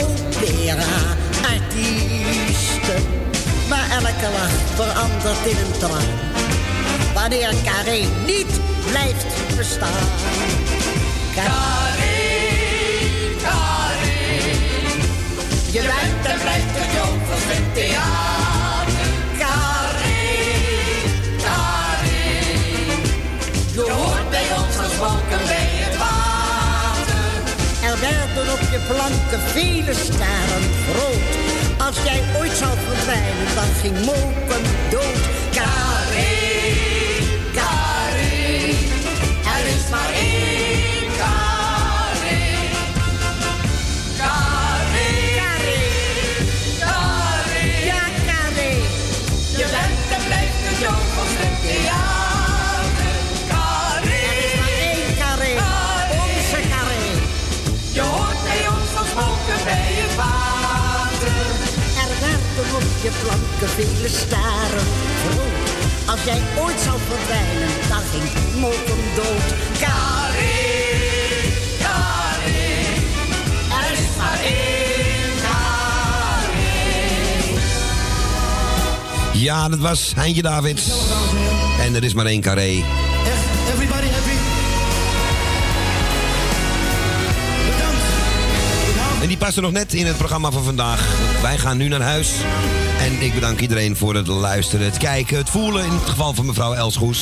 opera-artiesten. Maar elke lach verandert in een traan. Wanneer Carré niet blijft bestaan. Carré, carré. Je bent en blijft het Jovelste theater. Carré, carré. Je hoort bij ons als wolken bij het water. Er werden op je planken vele sterren groot. Als jij ooit zou verdwijnen, dan ging moken dood. Carré, carré. Er is maar één carré. Carré, carré, carré. Ja, carré. Je bent en blijft het Jovelste theater. Carré, er is maar één carré. Onze carré. Je hoort bij ons als wolken bij het water. Er werden op je planken vele staren groot. Als jij ooit zou verdwijnen, dan ging moken dood. Carré, carré. Er is maar één carré. Ja, dat was Heintje Davids. En er is maar één carré. Everybody happy? En die paste nog net in het programma van vandaag. Wij gaan nu naar huis. En ik bedank iedereen voor het luisteren, het kijken, het voelen. In het geval van mevrouw Elsgoes.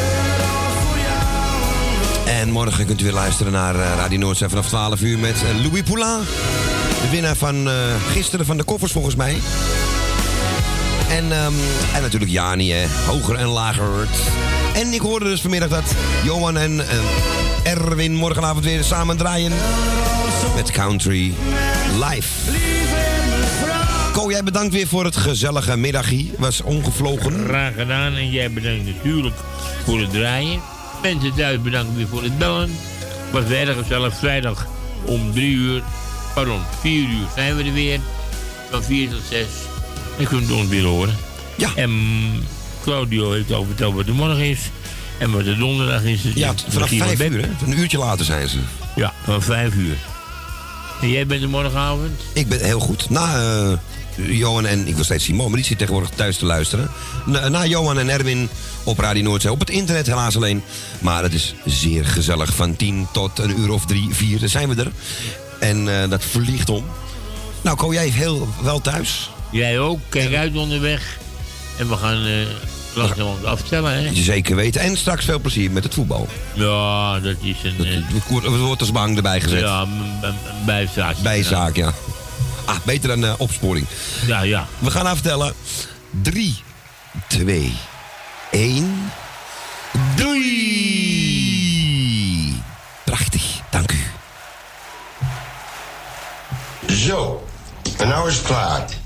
En morgen kunt u weer luisteren naar Radio Noordzee vanaf 12 uur met Louis Poulain. De winnaar van gisteren van de koffers volgens mij. En natuurlijk Jani, hè. Hoger en lager. En ik hoorde dus vanmiddag dat Johan en Erwin morgenavond weer samen draaien. Met Country Live. Ko, jij bedankt weer voor het gezellige middagje. Was ongevlogen. Graag gedaan. En jij bedankt natuurlijk voor het draaien. Mensen thuis bedankt weer voor het bellen. Was weer erg gezellig. Vrijdag om 4 uur zijn we er weer. Van 4 tot 6. En kunt ons weer horen. Ja. En Claudio heeft al verteld wat de morgen is. En wat de donderdag is. Dus ja, vanaf 5 uur, hè? Een uurtje later zijn ze. Ja, van 5 uur. En jij bent er morgenavond? Ik ben heel goed. Na Johan en... Ik wil steeds Simon, maar die zit tegenwoordig thuis te luisteren. Na Johan en Erwin op Radio Noordzee. Op het internet helaas alleen. Maar het is zeer gezellig. Van 10 tot een uur of 3, 4. Dan zijn we er. En dat vliegt om. Nou, Ko, jij heel wel thuis. Jij ook. Kijk uit onderweg. En we gaan... langzamerhand aftellen, hè? Zeker weten. En straks veel plezier met het voetbal. Ja, dat is een... Het wordt als bang erbij gezet. Ja, een bijzaak. Bijzaak, ja. Ah, beter dan opsporing. Ja, ja. We gaan aftellen. 3, 2, 1. Doei! Prachtig, dank u. Zo, en nou is het klaar.